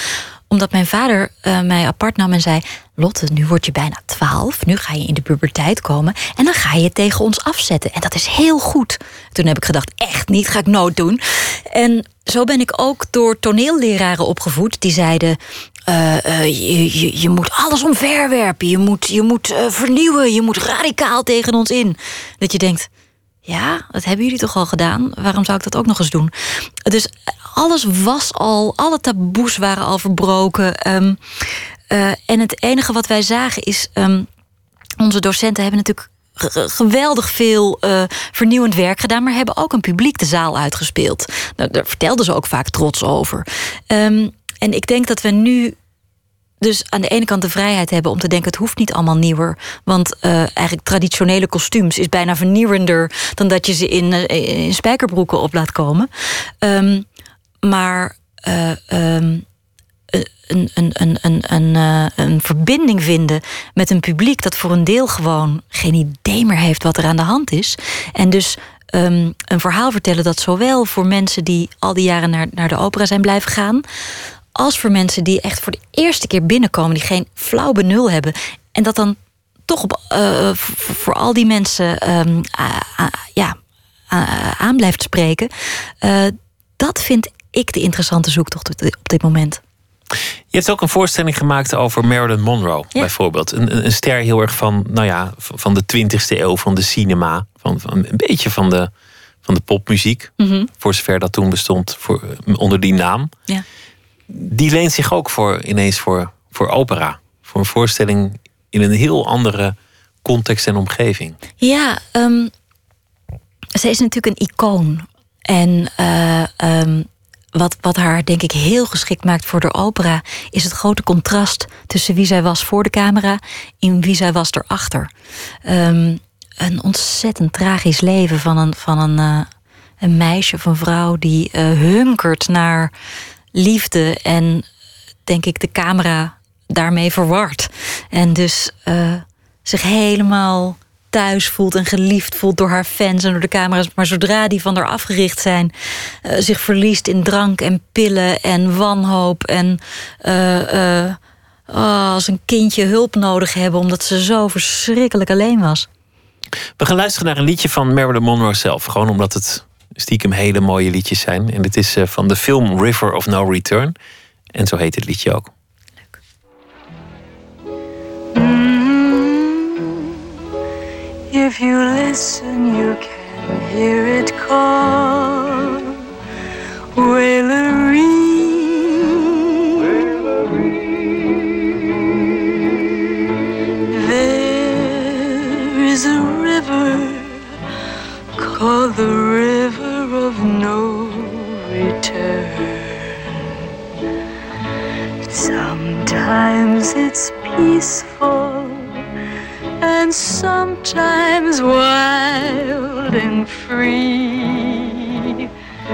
omdat mijn vader uh, mij apart nam en zei... Lotte, nu word je bijna twaalf, nu ga je in de puberteit komen... en dan ga je tegen ons afzetten. En dat is heel goed. Toen heb ik gedacht, echt niet, ga ik nooit doen. En zo ben ik ook door toneelleraren opgevoed... die zeiden, uh, uh, je, je, je moet alles omverwerpen... je moet, je moet uh, vernieuwen, je moet radicaal tegen ons in. Dat je denkt... Ja, dat hebben jullie toch al gedaan? Waarom zou ik dat ook nog eens doen? Dus alles was al, alle taboes waren al verbroken. Um, uh, en het enige wat wij zagen is... Um, onze docenten hebben natuurlijk g- geweldig veel uh, vernieuwend werk gedaan... maar hebben ook een publiek de zaal uitgespeeld. Daar, daar vertelden ze ook vaak trots over. Um, en ik denk dat we nu... Dus aan de ene kant de vrijheid hebben om te denken... het hoeft niet allemaal nieuwer. Want uh, eigenlijk traditionele kostuums is bijna vernieuwender... dan dat je ze in, uh, in spijkerbroeken op laat komen. Um, maar uh, um, een, een, een, een, een, uh, een verbinding vinden met een publiek... dat voor een deel gewoon geen idee meer heeft wat er aan de hand is. En dus... Um, een verhaal vertellen dat zowel voor mensen... die al die jaren naar, naar de opera zijn blijven gaan... als voor mensen die echt voor de eerste keer binnenkomen... die geen flauw benul hebben. En dat dan toch op, uh, voor, voor al die mensen um, uh, uh, ja, uh, aan blijft spreken. Uh, dat vind ik de interessante zoektocht op dit moment. Je hebt ook een voorstelling gemaakt over Marilyn Monroe, ja. bijvoorbeeld. Een, een ster heel erg van, nou ja, van de twintigste eeuw, van de cinema. Van, van een beetje van de, van de popmuziek. Mm-hmm. Voor zover dat toen bestond, voor, onder die naam. Ja. Die leent zich ook voor, ineens voor, voor opera. Voor een voorstelling in een heel andere context en omgeving. Ja, um, ze is natuurlijk een icoon. En uh, um, wat, wat haar denk ik heel geschikt maakt voor de opera... is het grote contrast tussen wie zij was voor de camera... en wie zij was erachter. Um, een ontzettend tragisch leven van een, van een, uh, een meisje of een vrouw... die uh, hunkert naar... liefde en, denk ik, de camera daarmee verward. En dus uh, zich helemaal thuis voelt en geliefd voelt door haar fans en door de camera's. Maar zodra die van haar afgericht zijn, uh, zich verliest in drank en pillen en wanhoop. En uh, uh, oh, als een kindje hulp nodig hebben omdat ze zo verschrikkelijk alleen was. We gaan luisteren naar een liedje van Marilyn Monroe zelf. Gewoon omdat het stiekem hele mooie liedjes zijn. En dit is uh, van de film River of No Return. En zo heet het liedje ook. Leuk. Mm-hmm. If you listen, you can hear it call. Wailerine. There is a river called the river of no return. Sometimes it's peaceful and sometimes wild and free.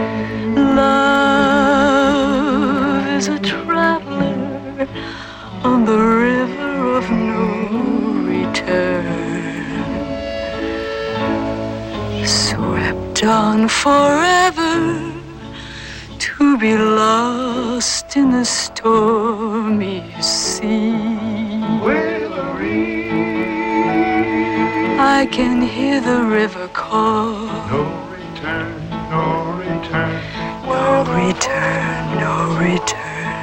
Love is a traveler on the river of no return. Swept on forever to be lost in the stormy sea. I can hear the river call. No return, no return. No return, no return.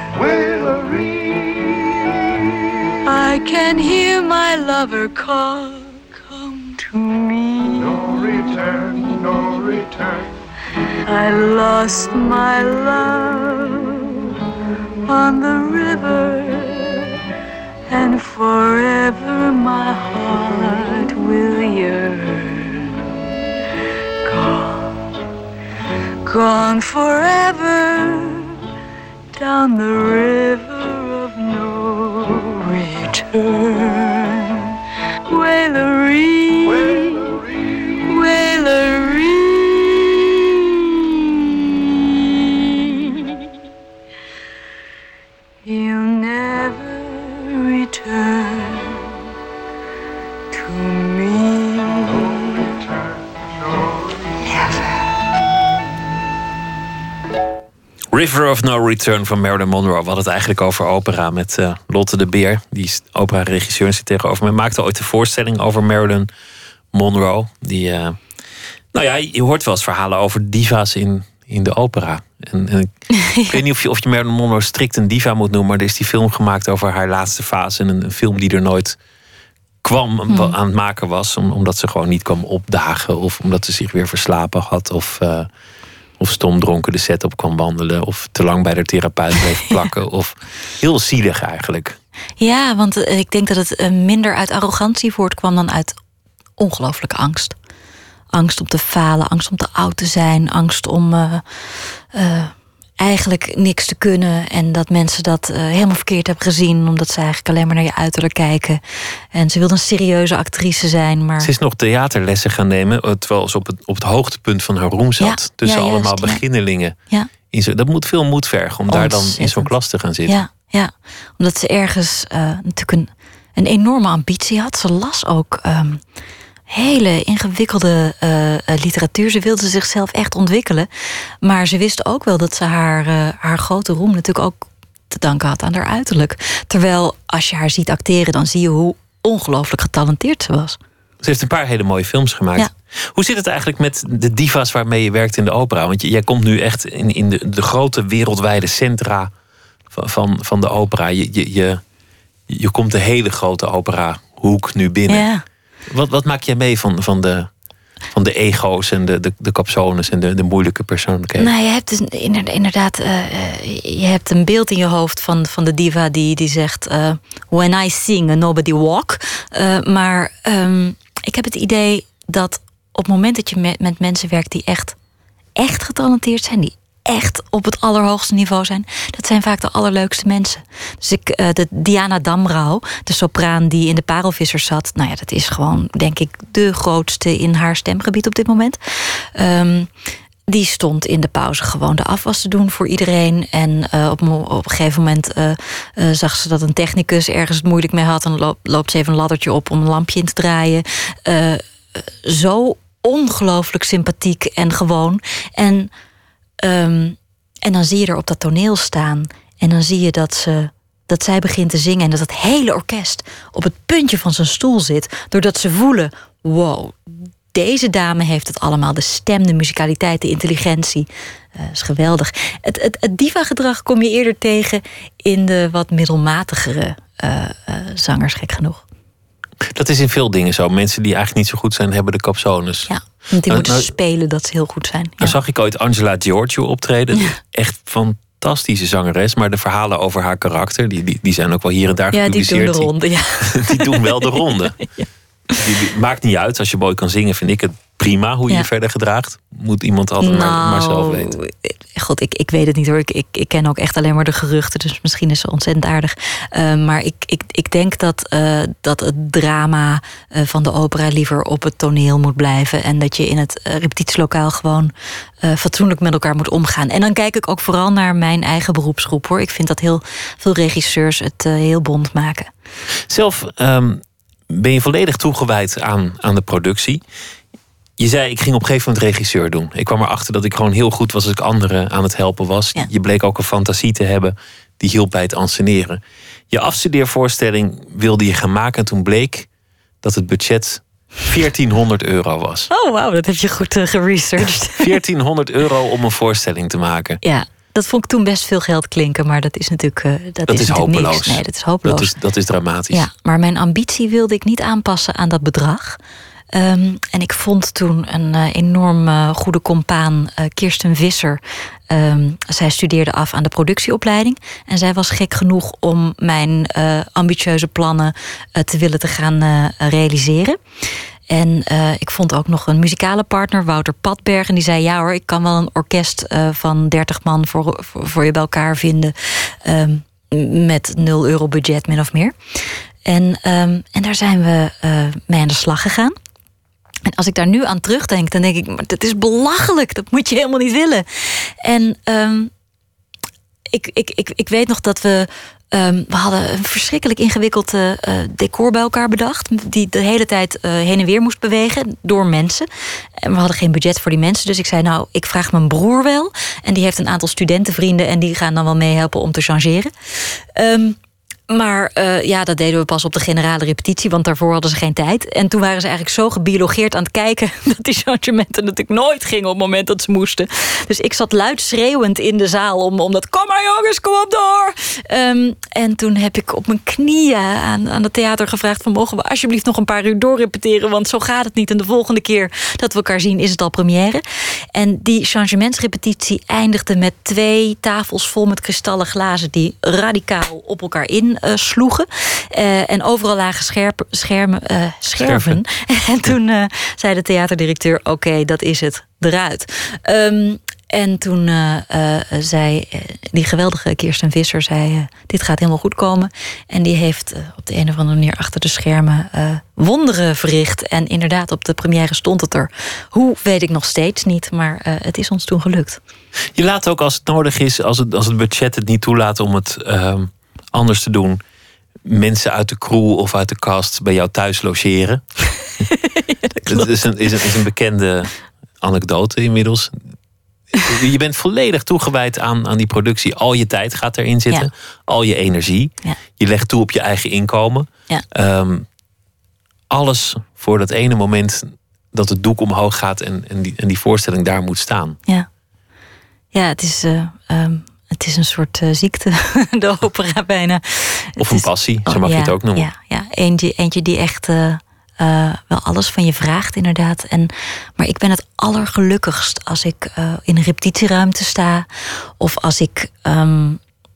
I can hear my lover call. Come to me. No return, no return. I lost my love on the river, and forever my heart will yearn. Gone, gone forever down the river of no return. Wailerine, Wailerine, Wailerine. You'll never return to me. No return, no return. Never. River of No Return van Marilyn Monroe. We hadden het eigenlijk over opera met uh, Lotte de Beer. Die is opera-regisseur en zit tegenover mij. Maakte ooit een voorstelling over Marilyn Monroe. Die, uh, nou ja, je hoort wel eens verhalen over diva's in, in de opera. En, en ik ja. weet niet of je, of je Marilyn Monroe strikt een diva moet noemen. Maar er is die film gemaakt over haar laatste fase. En een, een film die er nooit kwam, hmm. aan het maken was. Om, omdat ze gewoon niet kwam opdagen. Of omdat ze zich weer verslapen had. Of... Uh, Of stomdronken de set op kwam wandelen. Of te lang bij de therapeut bleef plakken. Of heel zielig eigenlijk. Ja, want ik denk dat het minder uit arrogantie voortkwam dan uit ongelooflijke angst. Angst om te falen, angst om te oud te zijn. Angst om uh, uh, eigenlijk niks te kunnen. En dat mensen dat uh, helemaal verkeerd hebben gezien. Omdat ze eigenlijk alleen maar naar je uiterlijk kijken. En ze wilde een serieuze actrice zijn. Maar... Ze is nog theaterlessen gaan nemen. Terwijl ze op het, op het hoogtepunt van haar roem zat. Ja, tussen ja, allemaal juist, beginnelingen. Ja. In zo, dat moet veel moed vergen om Ontzettend. daar dan in zo'n klas te gaan zitten. Ja, ja. Omdat ze ergens uh, natuurlijk een, een enorme ambitie had. Ze las ook... Um, hele ingewikkelde uh, literatuur. Ze wilde zichzelf echt ontwikkelen. Maar ze wist ook wel dat ze haar, uh, haar grote roem natuurlijk ook te danken had aan haar uiterlijk. Terwijl als je haar ziet acteren, dan zie je hoe ongelooflijk getalenteerd ze was. Ze heeft een paar hele mooie films gemaakt. Ja. Hoe zit het eigenlijk met de diva's waarmee je werkt in de opera? Want jij komt nu echt in, in de, de grote wereldwijde centra van, van, van de opera. Je, je, je, je komt de hele grote operahoek nu binnen. Ja. Wat, wat maak jij mee van, van, de, van de ego's en de, de, de capsones en de, de moeilijke persoonlijkheden? Nou, je hebt dus inderdaad uh, je hebt een beeld in je hoofd van, van de diva die, die zegt... Uh, when I sing, nobody walk. Uh, maar um, ik heb het idee dat op het moment dat je met, met mensen werkt... die echt, echt getalenteerd zijn, die echt op het allerhoogste niveau zijn... dat zijn vaak de allerleukste mensen. Dus ik, uh, de Diana Damrau, de sopraan die in de Parelvissers zat... nou ja, dat is gewoon, denk ik, de grootste in haar stemgebied op dit moment. Um, die stond in de pauze gewoon de afwas te doen voor iedereen. En uh, op, op een gegeven moment uh, uh, zag ze dat een technicus ergens het moeilijk mee had... en loop, loopt ze even een laddertje op om een lampje in te draaien. Uh, zo ongelooflijk sympathiek en gewoon... En Um, en dan zie je er op dat toneel staan. En dan zie je dat, ze, dat zij begint te zingen. En dat het hele orkest op het puntje van zijn stoel zit. Doordat ze voelen, wow, deze dame heeft het allemaal. De stem, de muzikaliteit, de intelligentie. Dat uh, is geweldig. Het, het, het diva-gedrag kom je eerder tegen in de wat middelmatigere uh, uh, zangers, gek genoeg. Dat is in veel dingen zo. Mensen die eigenlijk niet zo goed zijn, hebben de capsones. Ja, want die moeten nou, spelen dat ze heel goed zijn. Ja. Dan zag ik ooit Angela Giorgio optreden. Ja. Echt fantastische zangeres. Maar de verhalen over haar karakter, die, die, die zijn ook wel hier en daar gepubliceerd. Ja, die doen de ronde. Ja. Die doen wel de ronde. Ja. Die, die, maakt niet uit. Als je mooi kan zingen, vind ik het prima hoe je ja. je verder gedraagt. Moet iemand altijd nou, maar, maar zelf weten. God, ik, ik weet het niet hoor. Ik, ik, ik ken ook echt alleen maar de geruchten. Dus misschien is ze ontzettend aardig. Uh, maar ik, ik, ik denk dat, uh, dat het drama uh, van de opera liever op het toneel moet blijven. En dat je in het uh, repetitielokaal gewoon uh, fatsoenlijk met elkaar moet omgaan. En dan kijk ik ook vooral naar mijn eigen beroepsgroep hoor. Ik vind dat heel veel regisseurs het uh, heel bond maken. Zelf um, ben je volledig toegewijd aan, aan de productie. Je zei, ik ging op een gegeven moment regisseur doen. Ik kwam erachter dat ik gewoon heel goed was als ik anderen aan het helpen was. Ja. Je bleek ook een fantasie te hebben die hielp bij het anseneren. Je afstudeervoorstelling wilde je gaan maken en toen bleek dat het budget veertienhonderd euro was. Oh wauw, dat heb je goed uh, geresearched. veertienhonderd euro om een voorstelling te maken. Ja, dat vond ik toen best veel geld klinken, maar dat is natuurlijk, uh, dat dat is is natuurlijk hopeloos. Niks. Nee, dat is hopeloos. Dat is, dat is dramatisch. Ja, maar mijn ambitie wilde ik niet aanpassen aan dat bedrag. Um, en ik vond toen een uh, enorm uh, goede compaan, uh, Kirsten Visser. Um, zij studeerde af aan de productieopleiding. En zij was gek genoeg om mijn uh, ambitieuze plannen uh, te willen te gaan uh, realiseren. En uh, ik vond ook nog een muzikale partner, Wouter Padberg. En die zei, ja hoor, ik kan wel een orkest uh, van dertig man voor, voor, voor je bij elkaar vinden. Um, met nul euro budget, min of meer. En, um, en daar zijn we uh, mee aan de slag gegaan. En als ik daar nu aan terugdenk, dan denk ik, maar dat is belachelijk. Dat moet je helemaal niet willen. En um, ik, ik, ik, ik weet nog dat we... Um, we hadden een verschrikkelijk ingewikkeld uh, decor bij elkaar bedacht. Die de hele tijd uh, heen en weer moest bewegen door mensen. En we hadden geen budget voor die mensen. Dus ik zei, nou, ik vraag mijn broer wel. En die heeft een aantal studentenvrienden. En die gaan dan wel meehelpen om te changeren. Um, Maar uh, ja, dat deden we pas op de generale repetitie, want daarvoor hadden ze geen tijd. En toen waren ze eigenlijk zo gebiologeerd aan het kijken dat die changementen natuurlijk nooit gingen op het moment dat ze moesten. Dus ik zat luid schreeuwend in de zaal om, om dat, kom maar jongens, kom op door. Um, en toen heb ik op mijn knieën aan, aan het theater gevraagd van, mogen we alsjeblieft nog een paar uur doorrepeteren, want zo gaat het niet. En de volgende keer dat we elkaar zien is het al première. En die changementsrepetitie eindigde met twee tafels vol met kristallen glazen die radicaal op elkaar in Uh, sloegen. Uh, en overal lagen scherp, schermen, uh, scherven. En toen uh, zei de theaterdirecteur, oké, okay, dat is het, eruit. Um, en toen uh, uh, zei uh, die geweldige Kirsten Visser, zei, uh, dit gaat helemaal goed komen. En die heeft uh, op de een of andere manier achter de schermen uh, wonderen verricht. En inderdaad, op de première stond het er. Hoe, weet ik nog steeds niet, maar uh, het is ons toen gelukt. Je laat ook, als het nodig is, als het, als het budget het niet toelaat om het Uh... anders te doen, mensen uit de crew of uit de cast bij jou thuis logeren. Ja, dat, dat is, een, is, een, is een bekende anekdote inmiddels. Je bent volledig toegewijd aan, aan die productie. Al je tijd gaat erin zitten. Ja. Al je energie. Ja. Je legt toe op je eigen inkomen. Ja. Um, alles voor dat ene moment dat het doek omhoog gaat en, en, die, en die voorstelling daar moet staan. Ja, ja het is... Uh, um... Het is een soort uh, ziekte, de opera bijna. Of een passie, zo mag oh, je ja, het ook noemen. Ja, ja. Eentje, eentje die echt uh, uh, wel alles van je vraagt, inderdaad. En, maar ik ben het allergelukkigst als ik uh, in een repetitieruimte sta. Of als ik um,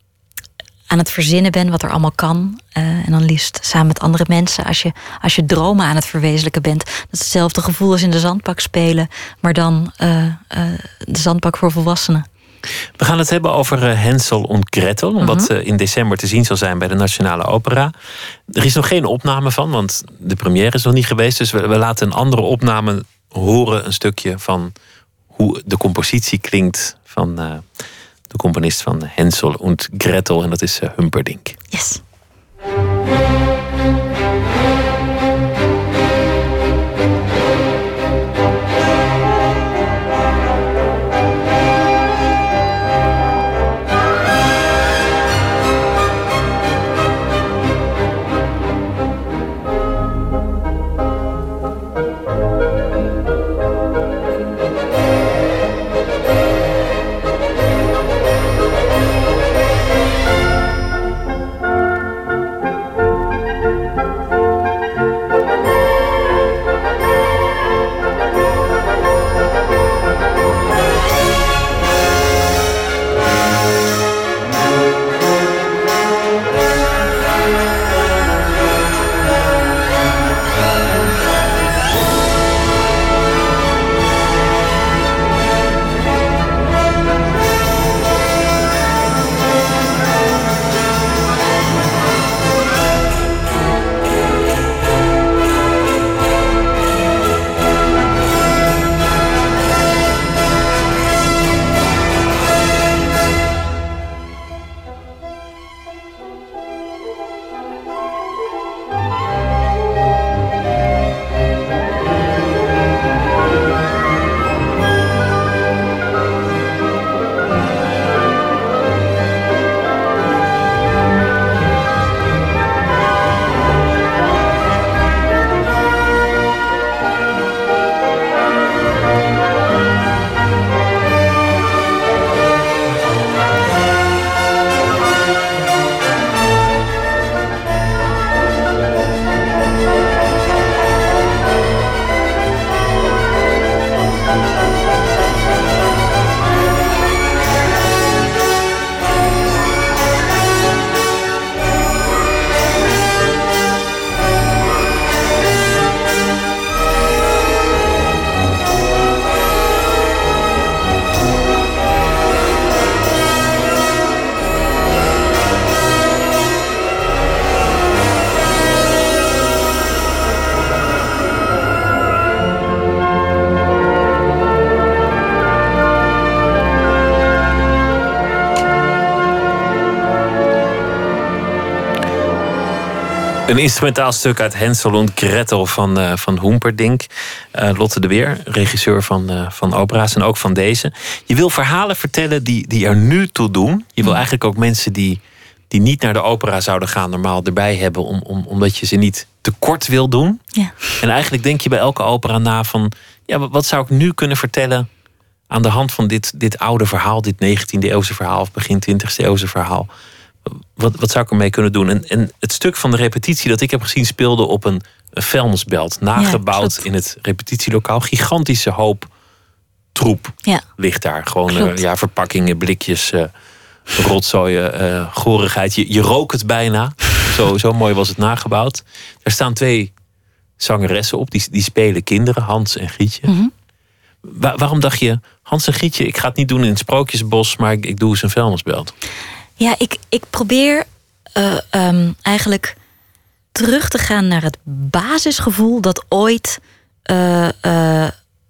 aan het verzinnen ben wat er allemaal kan. Uh, en dan liefst samen met andere mensen. Als je, als je dromen aan het verwezenlijken bent. Dat is hetzelfde gevoel als in de zandbak spelen. Maar dan uh, uh, de zandbak voor volwassenen. We gaan het hebben over Hänsel en Gretel. Mm-hmm. Wat in december te zien zal zijn bij de Nationale Opera. Er is nog geen opname van, want de première is nog niet geweest. Dus we, we laten een andere opname horen. Een stukje van hoe de compositie klinkt van uh, de componist van Hänsel en Gretel. En dat is uh, Humperdinck. Yes. Een instrumentaal stuk uit Hansel und Gretel van, uh, van Humperdinck. Uh, Lotte de Beer, regisseur van, uh, van opera's en ook van deze. Je wil verhalen vertellen die, die er nu toe doen. Je wil eigenlijk ook mensen die, die niet naar de opera zouden gaan normaal erbij hebben. Om, om, omdat je ze niet tekort wil doen. Ja. En eigenlijk denk je bij elke opera na van... ja, wat zou ik nu kunnen vertellen aan de hand van dit, dit oude verhaal. Dit negentiende eeuwse verhaal of begin twintigste eeuwse verhaal. Wat, wat zou ik ermee kunnen doen? En, en het stuk van de repetitie dat ik heb gezien speelde op een, een vuilnisbelt. Nagebouwd ja, in het repetitielokaal. Gigantische hoop troep ja. ligt daar. Gewoon uh, ja, verpakkingen, blikjes, uh, rotzooien, uh, gorigheid. Je, je rook het bijna. Zo, zo mooi was het nagebouwd. Er staan twee zangeressen op. Die, die spelen kinderen, Hans en Grietje. Mm-hmm. Wa- waarom dacht je, Hans en Grietje, ik ga het niet doen in het Sprookjesbos, maar ik, ik doe eens een vuilnisbelt? Ja, ik, ik probeer uh, um, eigenlijk terug te gaan naar het basisgevoel dat ooit, uh, uh,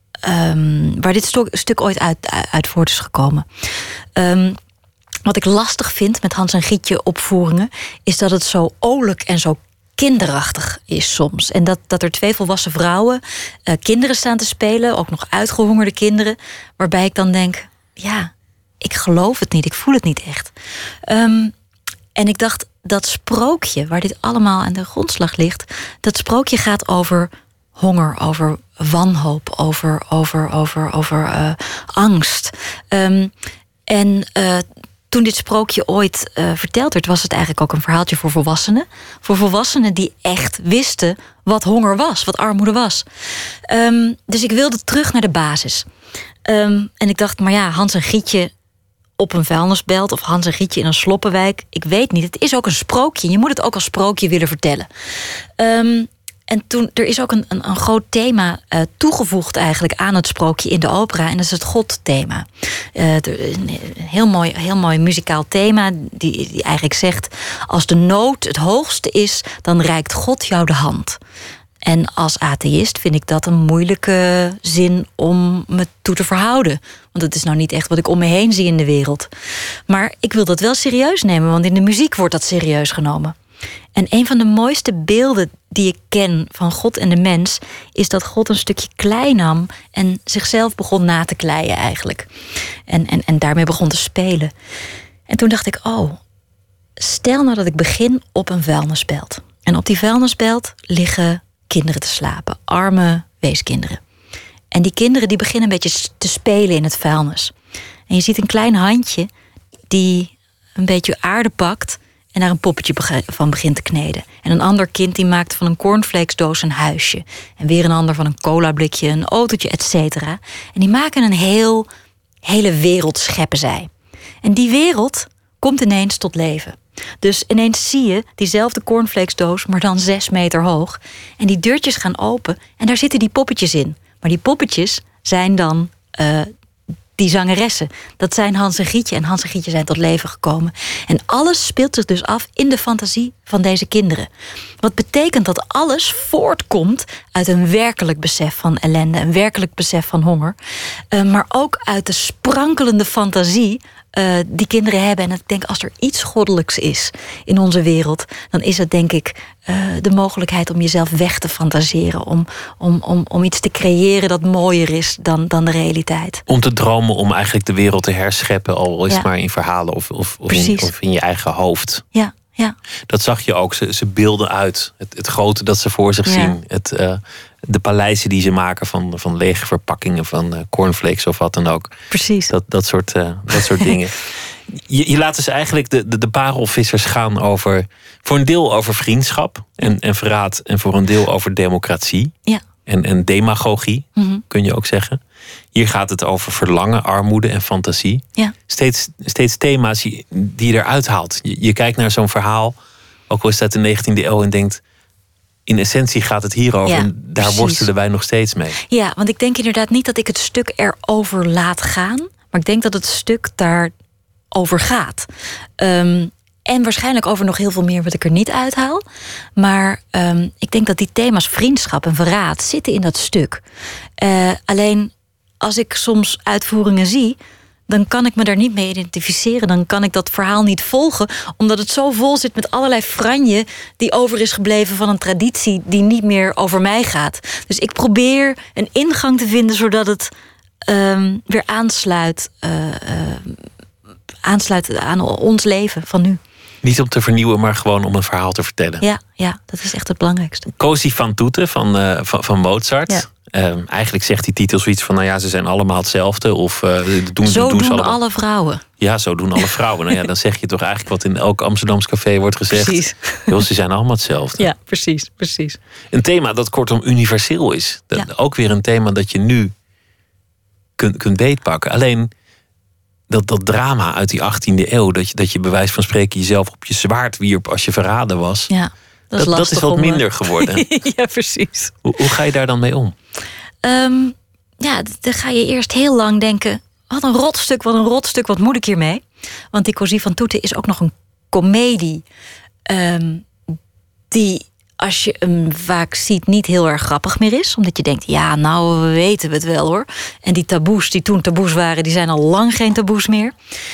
um, waar dit stuk, stuk ooit uit, uit voort is gekomen. Um, wat ik lastig vind met Hans en Grietje opvoeringen, is dat het zo olijk en zo kinderachtig is soms. En dat, dat er twee volwassen vrouwen uh, kinderen staan te spelen, ook nog uitgehongerde kinderen, waarbij ik dan denk, ja, ik geloof het niet, ik voel het niet echt. Um, en ik dacht, dat sprookje, waar dit allemaal aan de grondslag ligt, dat sprookje gaat over honger, over wanhoop, over, over, over, over uh, angst. Um, en uh, toen dit sprookje ooit uh, verteld werd, was het eigenlijk ook een verhaaltje voor volwassenen. Voor volwassenen die echt wisten wat honger was, wat armoede was. Um, dus ik wilde terug naar de basis. Um, en ik dacht, maar ja, Hans en Grietje op een vuilnisbelt of Hans en Grietje in een sloppenwijk, ik weet niet. Het is ook een sprookje. Je moet het ook als sprookje willen vertellen. Um, en toen, er is ook een, een, een groot thema uh, toegevoegd eigenlijk aan het sprookje in de opera. En dat is het Godthema. Uh, een heel mooi, heel mooi muzikaal thema die, die eigenlijk zegt, als de nood het hoogste is, dan reikt God jou de hand. En als atheïst vind ik dat een moeilijke zin om me toe te verhouden. Want het is nou niet echt wat ik om me heen zie in de wereld. Maar ik wil dat wel serieus nemen, want in de muziek wordt dat serieus genomen. En een van de mooiste beelden die ik ken van God en de mens is dat God een stukje klei nam en zichzelf begon na te kleien eigenlijk. En, en, en daarmee begon te spelen. En toen dacht ik, oh, stel nou dat ik begin op een vuilnisbelt. En op die vuilnisbelt liggen kinderen te slapen, arme weeskinderen. En die kinderen die beginnen een beetje te spelen in het vuilnis. En je ziet een klein handje die een beetje aarde pakt en daar een poppetje van begint te kneden. En een ander kind die maakt van een cornflakesdoos een huisje. En weer een ander van een colablikje, een autootje, et cetera. En die maken een heel, hele wereld, scheppen zij. En die wereld komt ineens tot leven. Dus ineens zie je diezelfde cornflakesdoos, maar dan zes meter hoog. En die deurtjes gaan open en daar zitten die poppetjes in. Maar die poppetjes zijn dan uh, die zangeressen. Dat zijn Hans en Grietje. En Hans en Grietje zijn tot leven gekomen. En alles speelt zich dus af in de fantasie van deze kinderen. Wat betekent dat alles voortkomt uit een werkelijk besef van ellende. Een werkelijk besef van honger. Uh, maar ook uit de sprankelende fantasie Uh, die kinderen hebben. En ik denk, als er iets goddelijks is in onze wereld, dan is het denk ik uh, de mogelijkheid om jezelf weg te fantaseren. Om, om, om, om iets te creëren dat mooier is dan, dan de realiteit. Om te dromen om eigenlijk de wereld te herscheppen, al is het ja. maar in verhalen of, of, of, in, of in je eigen hoofd. Ja, ja. Dat zag je ook. Ze, ze beelden uit. Het, het grote dat ze voor zich ja. zien. Het, uh, de paleizen die ze maken van, van lege verpakkingen van uh, cornflakes of wat dan ook. Precies. Dat, dat soort, uh, dat soort dingen. Je, je laat dus eigenlijk de, de, de parelvissers gaan over, voor een deel over vriendschap en, en verraad. En voor een deel over democratie. Ja. En, en demagogie, mm-hmm. kun je ook zeggen. Hier gaat het over verlangen, armoede en fantasie. Ja. Steeds, steeds thema's die je eruit haalt. Je, je kijkt naar zo'n verhaal, ook al is dat de negentiende eeuw, en denkt, in essentie gaat het hierover. Ja, en daar precies. worstelen wij nog steeds mee. Ja, want ik denk inderdaad niet dat ik het stuk erover laat gaan. Maar ik denk dat het stuk daarover gaat. Um, en waarschijnlijk over nog heel veel meer wat ik er niet uithaal. Maar um, ik denk dat die thema's vriendschap en verraad zitten in dat stuk. Uh, alleen als ik soms uitvoeringen zie, dan kan ik me daar niet mee identificeren. Dan kan ik dat verhaal niet volgen, omdat het zo vol zit met allerlei franje die over is gebleven van een traditie die niet meer over mij gaat. Dus ik probeer een ingang te vinden zodat het um, weer aansluit, uh, uh, aansluit aan ons leven van nu. Niet om te vernieuwen, maar gewoon om een verhaal te vertellen. Ja, ja, dat is echt het belangrijkste. Cosi fan tutte van, uh, van, van Mozart. Ja. Um, eigenlijk zegt die titel zoiets van, nou ja, ze zijn allemaal hetzelfde. Of uh, doen, zo doen, doen, ze allemaal... alle vrouwen. Ja, zo doen alle vrouwen. Nou ja, dan zeg je toch eigenlijk wat in elk Amsterdams café wordt gezegd. Precies. Joh, ze zijn allemaal hetzelfde. Ja, precies, precies. Een thema dat kortom universeel is. Dat, Ja. Ook weer een thema dat je nu kunt, kunt beetpakken. Alleen dat, dat drama uit die achttiende eeuw, dat je, dat je bij wijze van spreken jezelf op je zwaard wierp als je verraden was. Ja, dat is, dat, dat is wat om, uh, minder geworden. Ja, precies. Hoe, hoe ga je daar dan mee om? Um, ja, d- dan ga je eerst heel lang denken, wat een rotstuk, wat een rotstuk, wat moet ik hiermee? Want die Cosi fan tutte is ook nog een komedie um, die, als je hem vaak ziet, niet heel erg grappig meer is. Omdat je denkt, ja, nou, we weten we het wel hoor. En die taboes die toen taboes waren, die zijn al lang geen taboes meer.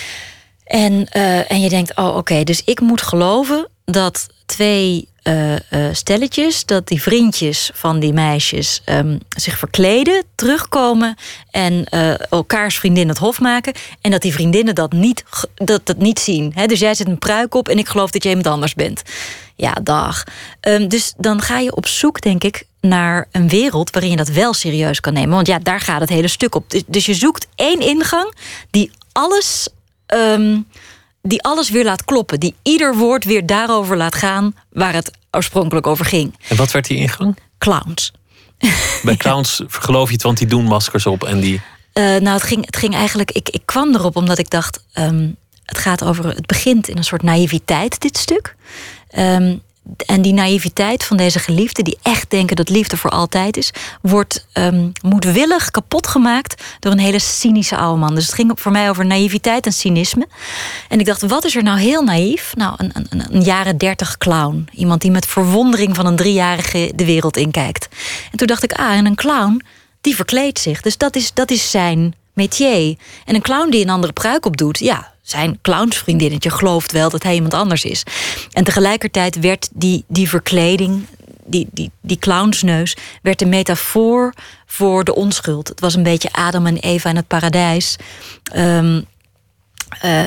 En, uh, en je denkt, oh oké, okay, dus ik moet geloven dat twee uh, uh, stelletjes, dat die vriendjes van die meisjes um, zich verkleden, terugkomen en uh, elkaars vriendin het hof maken. En dat die vriendinnen dat niet, dat, dat niet zien. He, dus jij zet een pruik op en ik geloof dat je iemand anders bent. Ja, dag. Um, dus dan ga je op zoek, denk ik, naar een wereld waarin je dat wel serieus kan nemen. Want ja, daar gaat het hele stuk op. Dus, dus je zoekt één ingang die alles... Um, die alles weer laat kloppen. Die ieder woord weer daarover laat gaan waar het oorspronkelijk over ging. En wat werd die ingang? Clowns. Bij clowns geloof je het, want die doen maskers op en die... Uh, nou, het ging, het ging eigenlijk... Ik, ik kwam erop omdat ik dacht... Um, het gaat over... Het begint in een soort naïviteit, dit stuk. Um, en die naïviteit van deze geliefden, die echt denken dat liefde voor altijd is, wordt um, moedwillig kapot gemaakt door een hele cynische oude man. Dus het ging voor mij over naïviteit en cynisme. En ik dacht, wat is er nou heel naïef? Nou, een, een, een jaren dertig clown. Iemand die met verwondering van een driejarige de wereld inkijkt. En toen dacht ik, ah, en een clown, die verkleedt zich. Dus dat is, dat is zijn métier. En een clown die een andere pruik opdoet, ja, zijn clownsvriendinnetje gelooft wel dat hij iemand anders is. En tegelijkertijd werd die, die verkleding, die, die, die clownsneus, werd een metafoor voor de onschuld. Het was een beetje Adam en Eva in het paradijs. Um, uh,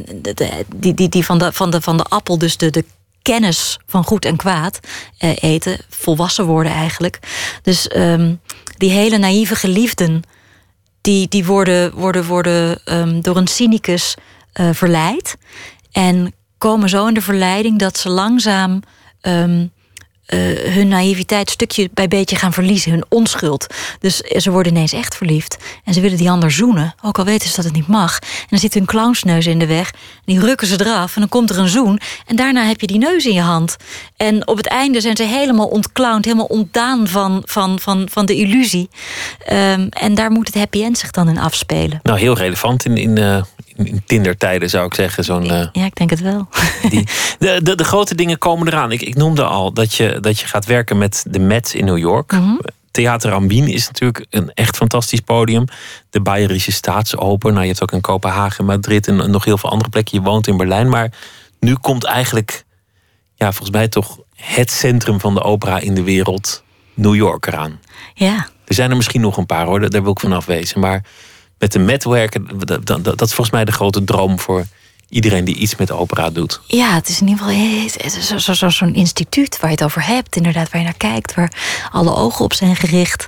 die die, die van, de, van, de, van de appel, dus de, de kennis van goed en kwaad uh, eten, volwassen worden eigenlijk. Dus um, die hele naïeve geliefden, die, die worden, worden, worden um, door een cynicus Uh, verleid. En komen zo in de verleiding dat ze langzaam um, uh, hun naïviteit stukje bij beetje gaan verliezen. Hun onschuld. Dus ze worden ineens echt verliefd. En ze willen die ander zoenen. Ook al weten ze dat het niet mag. En dan zit hun clownsneus in de weg. Die rukken ze eraf. En dan komt er een zoen. En daarna heb je die neus in je hand. En op het einde zijn ze helemaal ontclowned. Helemaal ontdaan van, van, van, van de illusie. Um, en daar moet het happy end zich dan in afspelen. Nou, heel relevant in... in uh... in Tinder-tijden zou ik zeggen. Zo'n, uh, ja, ik denk het wel. Die, de, de, de grote dingen komen eraan. Ik, ik noemde al dat je, dat je gaat werken met de Met in New York. Mm-hmm. Theater Rambin is natuurlijk een echt fantastisch podium. De Bayerische Staatsoper. Nou, je hebt ook in Kopenhagen, Madrid en nog heel veel andere plekken. Je woont in Berlijn. Maar nu komt eigenlijk, ja, volgens mij toch het centrum van de opera in de wereld, New York, eraan. Ja. Er zijn er misschien nog een paar, hoor. Daar wil ik vanaf wezen. Maar met de Met werken, dat, dat, dat is volgens mij de grote droom voor iedereen die iets met opera doet. Ja, het is in ieder geval zo, zo, zo, zo'n instituut waar je het over hebt, inderdaad, waar je naar kijkt, waar alle ogen op zijn gericht.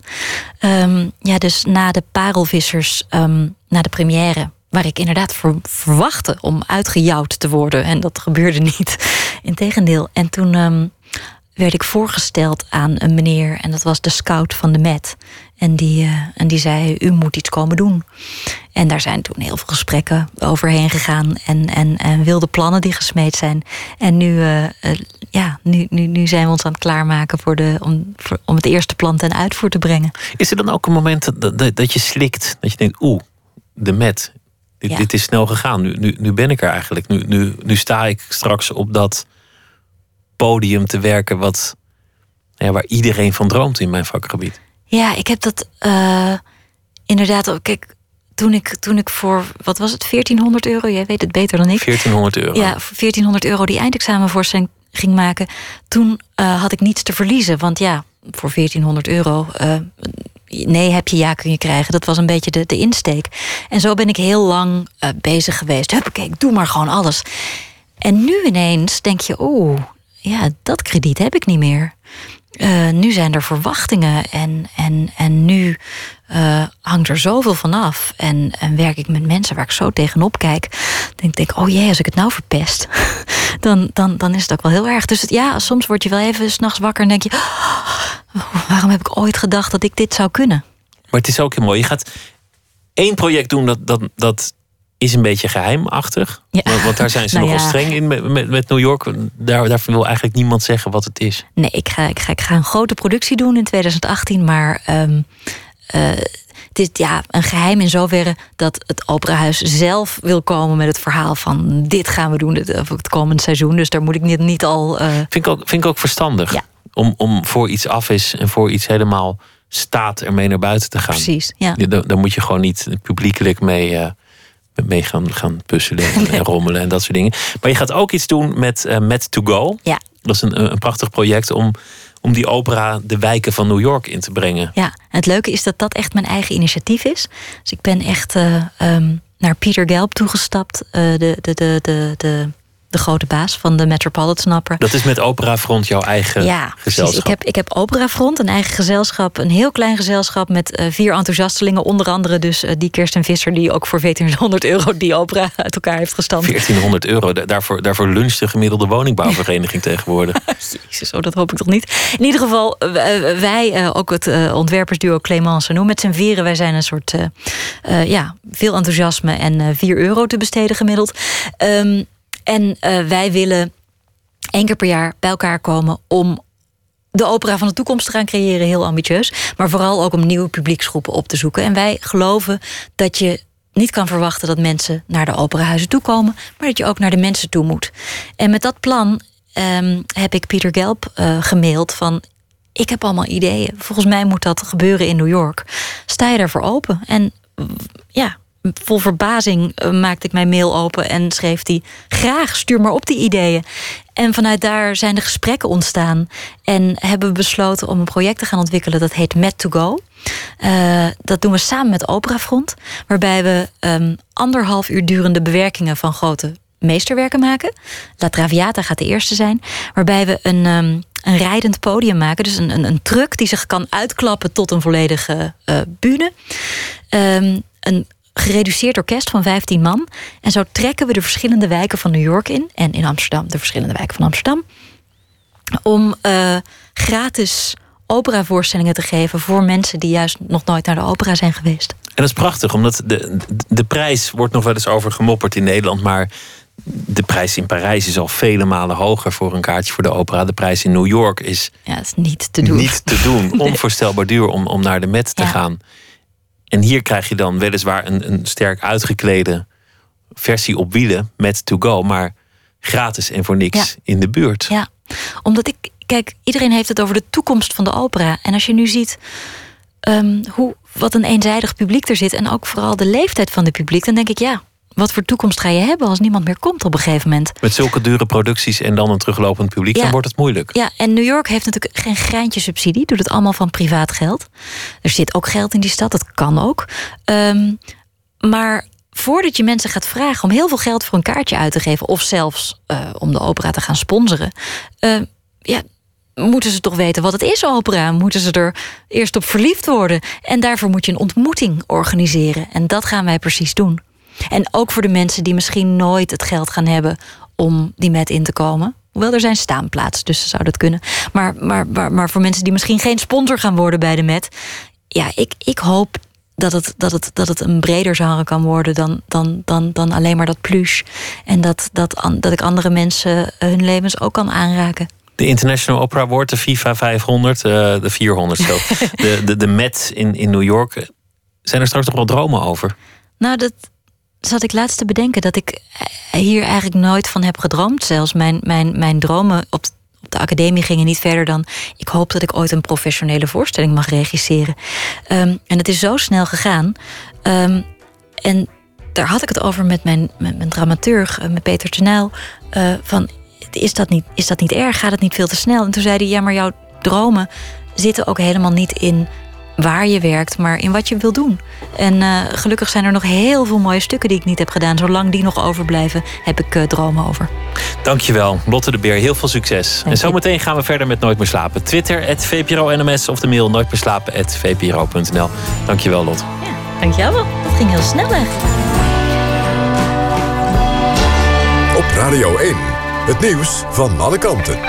Um, ja, dus na de Parelvissers, um, na de première, waar ik inderdaad ver, verwachtte om uitgejouwd te worden. En dat gebeurde niet. Integendeel. En toen um, werd ik voorgesteld aan een meneer, en dat was de scout van de Met. En die, uh, en die zei, u moet iets komen doen. En daar zijn toen heel veel gesprekken overheen gegaan. En, en, en wilde plannen die gesmeed zijn. En nu, uh, uh, ja, nu, nu, nu zijn we ons aan het klaarmaken voor de, om, voor, om het eerste plan ten uitvoer te brengen. Is er dan ook een moment dat, dat, dat je slikt? Dat je denkt, oeh, de Met. Dit, ja. dit is snel gegaan. Nu, nu, nu ben ik er eigenlijk. Nu, nu, nu sta ik straks op dat podium te werken wat, ja, waar iedereen van droomt in mijn vakgebied. Ja, ik heb dat uh, inderdaad. Kijk, toen ik, toen ik voor, wat was het, veertienhonderd euro? Jij weet het beter dan ik. veertienhonderd euro. Ja, voor veertienhonderd euro die eindexamenvoorstelling ging maken. Toen uh, had ik niets te verliezen. Want ja, voor veertienhonderd euro... Uh, nee heb je, ja kun je krijgen. Dat was een beetje de, de insteek. En zo ben ik heel lang uh, bezig geweest. Huppakee, ik doe maar gewoon alles. En nu ineens denk je, oeh, ja, dat krediet heb ik niet meer. Uh, nu zijn er verwachtingen en, en, en nu uh, hangt er zoveel van af. En, en werk ik met mensen waar ik zo tegenop kijk. Dan denk ik, oh jee, als ik het nou verpest, dan, dan, dan is het ook wel heel erg. Dus het, ja, soms word je wel even 's nachts wakker en denk je, oh, waarom heb ik ooit gedacht dat ik dit zou kunnen? Maar het is ook heel mooi. Je gaat één project doen dat, dat, dat is een beetje geheimachtig. Ja. Want, want daar zijn ze nou nogal ja. streng in met, met, met New York. Daar, daarvan wil eigenlijk niemand zeggen wat het is. Nee, ik ga, ik ga, ik ga een grote productie doen in twintig achttien. Maar um, uh, het is ja, een geheim in zoverre dat het Operahuis zelf wil komen met het verhaal van dit gaan we doen dit, het komend seizoen. Dus daar moet ik niet, niet al... Uh... Vind ik ook, vind ik ook verstandig. Ja. Om, om voor iets af is en voor iets helemaal staat ermee naar buiten te gaan. Precies, ja. Daar, daar moet je gewoon niet publiekelijk mee... Uh, mee gaan, gaan puzzelen en, en rommelen en dat soort dingen. Maar je gaat ook iets doen met uh, Met to Go. Ja. Dat is een, een prachtig project om, om die opera de wijken van New York in te brengen. Ja, en het leuke is dat dat echt mijn eigen initiatief is. Dus ik ben echt uh, um, naar Peter Gelb toegestapt. Uh, de, de, de, de, de, de grote baas van de Metropolitan Opera. Dat is met Operafront jouw eigen ja, gezelschap? Ja, ik heb, ik heb Operafront, een eigen gezelschap. Een heel klein gezelschap met uh, vier enthousiastelingen. Onder andere dus uh, die Kirsten Visser... die ook voor veertienhonderd euro die opera uit elkaar heeft gestampt. veertienhonderd euro, daarvoor, daarvoor luncht de gemiddelde woningbouwvereniging tegenwoordig. Jezus, oh, dat hoop ik toch niet. In ieder geval, wij, uh, ook het uh, ontwerpersduo Clémence en Nous... met z'n vieren, wij zijn een soort... Uh, uh, ja, veel enthousiasme en uh, vier euro te besteden gemiddeld. Um, En uh, wij willen één keer per jaar bij elkaar komen om de opera van de toekomst te gaan creëren. Heel ambitieus. Maar vooral ook om nieuwe publieksgroepen op te zoeken. En wij geloven dat je niet kan verwachten dat mensen naar de operahuizen toe komen, maar dat je ook naar de mensen toe moet. En met dat plan um, heb ik Peter Gelb uh, gemaild van... ik heb allemaal ideeën. Volgens mij moet dat gebeuren in New York. Sta je daarvoor open? En ja... vol verbazing maakte ik mijn mail open en schreef die... graag, stuur maar op die ideeën. En vanuit daar zijn de gesprekken ontstaan. En hebben we besloten om een project te gaan ontwikkelen... dat heet Met to Go. Uh, dat doen we samen met Operafront. Waarbij we um, anderhalf uur durende bewerkingen... van grote meesterwerken maken. La Traviata gaat de eerste zijn. Waarbij we een, um, een rijdend podium maken. Dus een, een, een truck die zich kan uitklappen... tot een volledige uh, bühne. Um, een gereduceerd orkest van vijftien man. En zo trekken we de verschillende wijken van New York in. En in Amsterdam, de verschillende wijken van Amsterdam. Om uh, gratis operavoorstellingen te geven... voor mensen die juist nog nooit naar de opera zijn geweest. En dat is prachtig, omdat de, de prijs wordt nog wel eens over gemopperd in Nederland... maar de prijs in Parijs is al vele malen hoger voor een kaartje voor de opera. De prijs in New York is, ja, is niet te doen. Niet te doen. Nee. Onvoorstelbaar duur om, om naar de Met te ja. gaan. En hier krijg je dan weliswaar een, een sterk uitgeklede versie op wielen met to go, maar gratis en voor niks ja. in de buurt. Ja, omdat ik, kijk, iedereen heeft het over de toekomst van de opera. En als je nu ziet um, hoe, wat een eenzijdig publiek er zit, en ook vooral de leeftijd van het publiek, dan denk ik, ja, wat voor toekomst ga je hebben als niemand meer komt op een gegeven moment? Met zulke dure producties en dan een teruglopend publiek, ja. dan wordt het moeilijk. Ja, en New York heeft natuurlijk geen greintje subsidie. Doet het allemaal van privaat geld. Er zit ook geld in die stad, dat kan ook. Um, maar voordat je mensen gaat vragen om heel veel geld voor een kaartje uit te geven, of zelfs uh, om de opera te gaan sponsoren, uh, ja, moeten ze toch weten wat het is, opera. Moeten ze er eerst op verliefd worden. En daarvoor moet je een ontmoeting organiseren. En dat gaan wij precies doen. En ook voor de mensen die misschien nooit het geld gaan hebben om die Met in te komen. Hoewel, er zijn staanplaatsen, dus zou dat kunnen. Maar, maar, maar, maar voor mensen die misschien geen sponsor gaan worden bij de Met. Ja, ik, ik hoop dat het, dat, het, dat het een breder genre kan worden dan, dan, dan, dan alleen maar dat pluche. En dat, dat, dat ik andere mensen hun levens ook kan aanraken. De International Opera Award, de FIFA vijfhonderd, uh, de vierhonderd zo. de, de, de Met in, in New York. Zijn er straks nog wel dromen over? Nou, dat zat ik laatst te bedenken, dat ik hier eigenlijk nooit van heb gedroomd. Zelfs mijn, mijn, mijn dromen op de, op de academie gingen niet verder dan, ik hoop dat ik ooit een professionele voorstelling mag regisseren. Um, en het is zo snel gegaan. Um, En daar had ik het over met mijn, met mijn dramaturg, met Peter Tenuil. Uh, van, is dat, niet, is dat niet erg? Gaat het niet veel te snel? En toen zei hij, ja, maar jouw dromen zitten ook helemaal niet in waar je werkt, maar in wat je wil doen. En uh, gelukkig zijn er nog heel veel mooie stukken die ik niet heb gedaan. Zolang die nog overblijven, heb ik uh, dromen over. Dankjewel, Lotte de Beer. Heel veel succes. Dank en zometeen gaan we verder met Nooit meer slapen. Twitter, at V P R O N M S of de mail nooit meer slapen at v p r o punt n l. Dankjewel, Lotte. Ja, dankjewel. Dat ging heel snel eigenlijk. Op Radio één, het nieuws van alle kanten.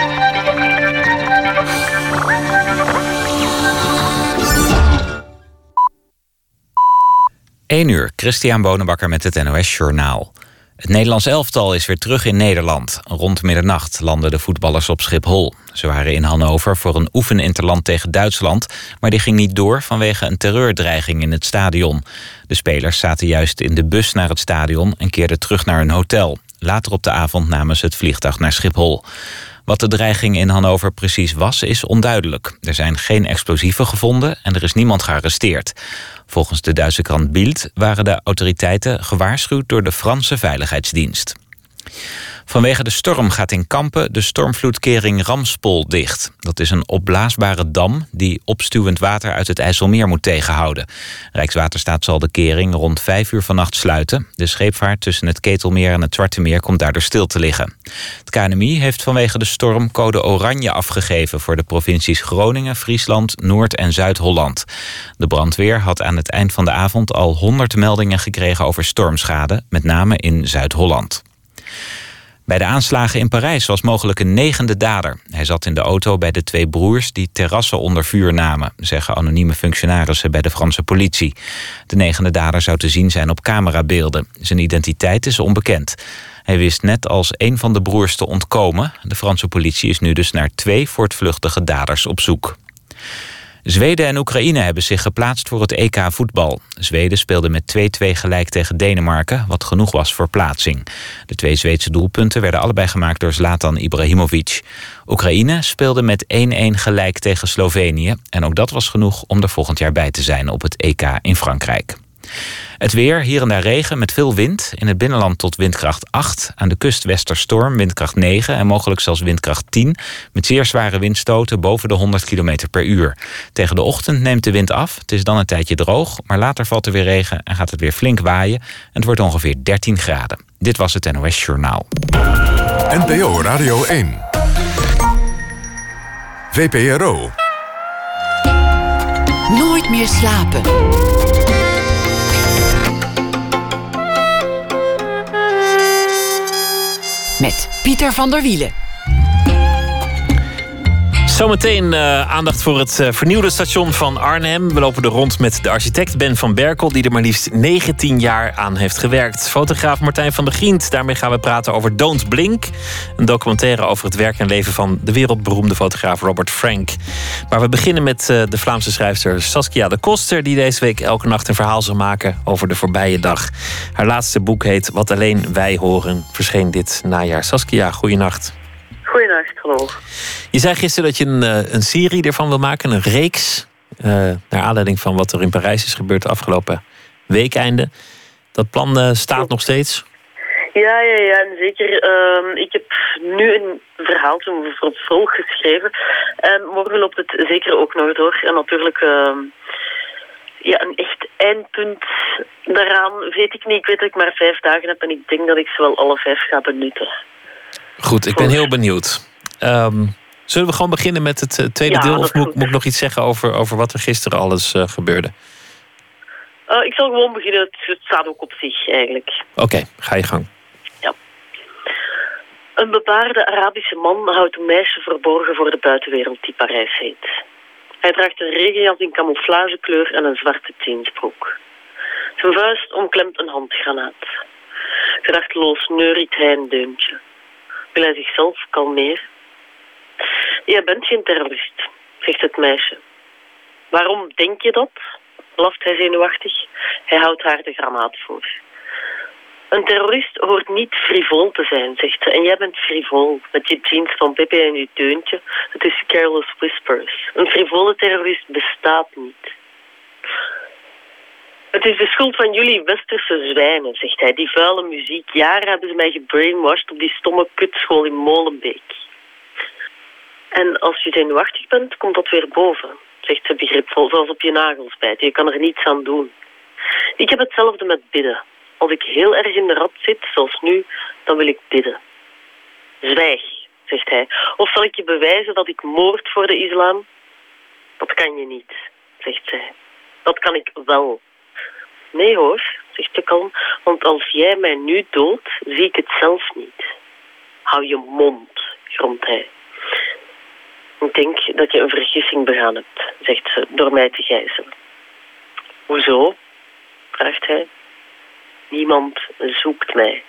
één uur, Christian Bonenbakker met het N O S Journaal. Het Nederlands elftal is weer terug in Nederland. Rond middernacht landden de voetballers op Schiphol. Ze waren in Hannover voor een oefeninterland tegen Duitsland, maar die ging niet door vanwege een terreurdreiging in het stadion. De spelers zaten juist in de bus naar het stadion en keerden terug naar hun hotel. Later op de avond namen ze het vliegtuig naar Schiphol. Wat de dreiging in Hannover precies was, is onduidelijk. Er zijn geen explosieven gevonden en er is niemand gearresteerd. Volgens de Duitse krant Bild waren de autoriteiten gewaarschuwd door de Franse Veiligheidsdienst. Vanwege de storm gaat in Kampen de stormvloedkering Ramspol dicht. Dat is een opblaasbare dam die opstuwend water uit het IJsselmeer moet tegenhouden. Rijkswaterstaat zal de kering rond vijf uur vannacht sluiten. De scheepvaart tussen het Ketelmeer en het Zwarte Meer komt daardoor stil te liggen. Het K N M I heeft vanwege de storm code oranje afgegeven voor de provincies Groningen, Friesland, Noord- en Zuid-Holland. De brandweer had aan het eind van de avond al honderd meldingen gekregen over stormschade, met name in Zuid-Holland. Bij de aanslagen in Parijs was mogelijk een negende dader. Hij zat in de auto bij de twee broers die terrassen onder vuur namen, zeggen anonieme functionarissen bij de Franse politie. De negende dader zou te zien zijn op camerabeelden. Zijn identiteit is onbekend. Hij wist net als een van de broers te ontkomen. De Franse politie is nu dus naar twee voortvluchtige daders op zoek. Zweden en Oekraïne hebben zich geplaatst voor het E K voetbal. Zweden speelde met twee-twee gelijk tegen Denemarken, wat genoeg was voor plaatsing. De twee Zweedse doelpunten werden allebei gemaakt door Zlatan Ibrahimovic. Oekraïne speelde met één-één gelijk tegen Slovenië. En ook dat was genoeg om er volgend jaar bij te zijn op het E K in Frankrijk. Het weer, hier en daar regen met veel wind. In het binnenland tot windkracht acht. Aan de kust westerstorm, windkracht negen en mogelijk zelfs windkracht tien. Met zeer zware windstoten boven de honderd kilometer per uur. Tegen de ochtend neemt de wind af. Het is dan een tijdje droog, maar later valt er weer regen en gaat het weer flink waaien. En het wordt ongeveer dertien graden. Dit was het N O S Journaal. N P O Radio één. V P R O. Nooit meer slapen. Met Pieter van der Wielen. Zometeen uh, aandacht voor het uh, vernieuwde station van Arnhem. We lopen er rond met de architect Ben van Berkel, die er maar liefst negentien jaar aan heeft gewerkt. Fotograaf Martijn van der Grient. Daarmee gaan we praten over Don't Blink. Een documentaire over het werk en leven van de wereldberoemde fotograaf Robert Frank. Maar we beginnen met uh, de Vlaamse schrijfster Saskia de Koster, die deze week elke nacht een verhaal zal maken over de voorbije dag. Haar laatste boek heet Wat alleen wij horen. Verscheen dit najaar. Saskia, goeienacht. Goeienacht, hallo. Je zei gisteren dat je een, een serie ervan wil maken, een reeks. Uh, naar aanleiding van wat er in Parijs is gebeurd de afgelopen weekeinde. Dat plan uh, staat nog steeds? Ja, ja, ja, en zeker. Uh, ik heb nu een verhaaltje over vervolg geschreven. En morgen loopt het zeker ook nog door. En natuurlijk, uh, ja, een echt eindpunt daaraan weet ik niet. Ik weet dat ik maar vijf dagen heb en ik denk dat ik ze wel alle vijf ga benutten. Goed, ik ben heel benieuwd. Um, zullen we gewoon beginnen met het uh, tweede ja, deel? Of moet, moet ik nog iets zeggen over, over wat er gisteren alles uh, gebeurde? Uh, ik zal gewoon beginnen. Het, het staat ook op zich, eigenlijk. Oké, okay, ga je gang. Ja. Een bebaarde Arabische man houdt een meisje verborgen voor de buitenwereld die Parijs heet. Hij draagt een regenjas in camouflagekleur en een zwarte jeansbroek. Zijn vuist omklemt een handgranaat. Gedachteloos neuriet hij een deuntje. Wil hij zichzelf kalmeren? Je bent geen terrorist, zegt het meisje. Waarom denk je dat? Blaft hij zenuwachtig. Hij houdt haar de granaat voor. Een terrorist hoort niet frivool te zijn, zegt ze. En jij bent frivol, met je jeans van Pepe en je deuntje. Het is careless whispers. Een frivole terrorist bestaat niet. Het is de schuld van jullie westerse zwijnen, zegt hij. Die vuile muziek. Jaren hebben ze mij gebrainwashed op die stomme kutschool in Molenbeek. En als je zenuwachtig bent, komt dat weer boven, zegt ze begripvol, zoals op je nagels bijten. Je kan er niets aan doen. Ik heb hetzelfde met bidden. Als ik heel erg in de rat zit, zoals nu, dan wil ik bidden. Zwijg, zegt hij. Of zal ik je bewijzen dat ik moord voor de islam? Dat kan je niet, zegt zij. Dat kan ik wel. Nee hoor, zegt ze kalm, want als jij mij nu doodt, zie ik het zelf niet. Hou je mond, gromt hij. Ik denk dat je een vergissing begaan hebt, zegt ze, door mij te gijzelen. Hoezo? Vraagt hij. Niemand zoekt mij.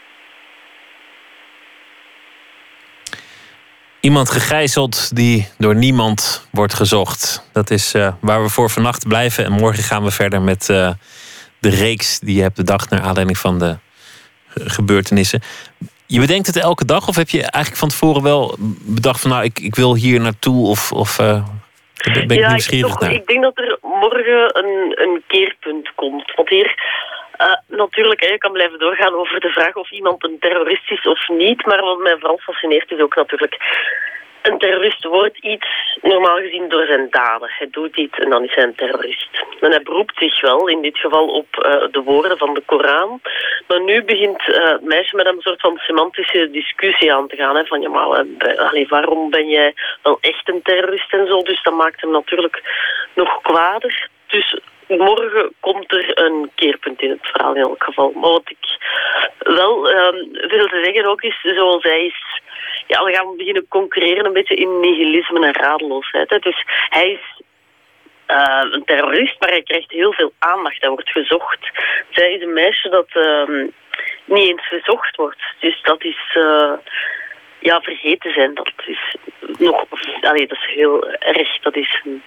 Iemand gegijzeld die door niemand wordt gezocht. Dat is uh, waar we voor vannacht blijven. En morgen gaan we verder met uh, de reeks die je hebt bedacht naar aanleiding van de gebeurtenissen. Je bedenkt het elke dag of heb je eigenlijk van tevoren wel bedacht van nou, ik, ik wil hier naartoe of, of uh, ben ik ja, nieuwsgierig ik, naar? ik denk dat er morgen een, een keerpunt komt. Want hier, uh, natuurlijk, je kan blijven doorgaan over de vraag of iemand een terrorist is of niet. Maar wat mij vooral fascineert is ook natuurlijk, een terrorist wordt iets normaal gezien door zijn daden. Hij doet iets en dan is hij een terrorist. En hij beroept zich wel, in dit geval, op uh, de woorden van de Koran. Maar nu begint uh, het meisje met een soort van semantische discussie aan te gaan. Hè, van, ja, maar uh, allee, waarom ben jij wel echt een terrorist en zo? Dus dat maakt hem natuurlijk nog kwader. Dus morgen komt er een keerpunt in het verhaal in elk geval. Maar wat ik wel uh, wil zeggen ook is, zoals hij is... Ja, we gaan beginnen concurreren een beetje in nihilisme en radeloosheid. Hè. Dus hij is uh, een terrorist, maar hij krijgt heel veel aandacht. Hij wordt gezocht. Zij is een meisje dat uh, niet eens gezocht wordt. Dus dat is... Uh, ja, vergeten zijn. Dat is nog... Allee, dat is heel erg. Dat is... Een,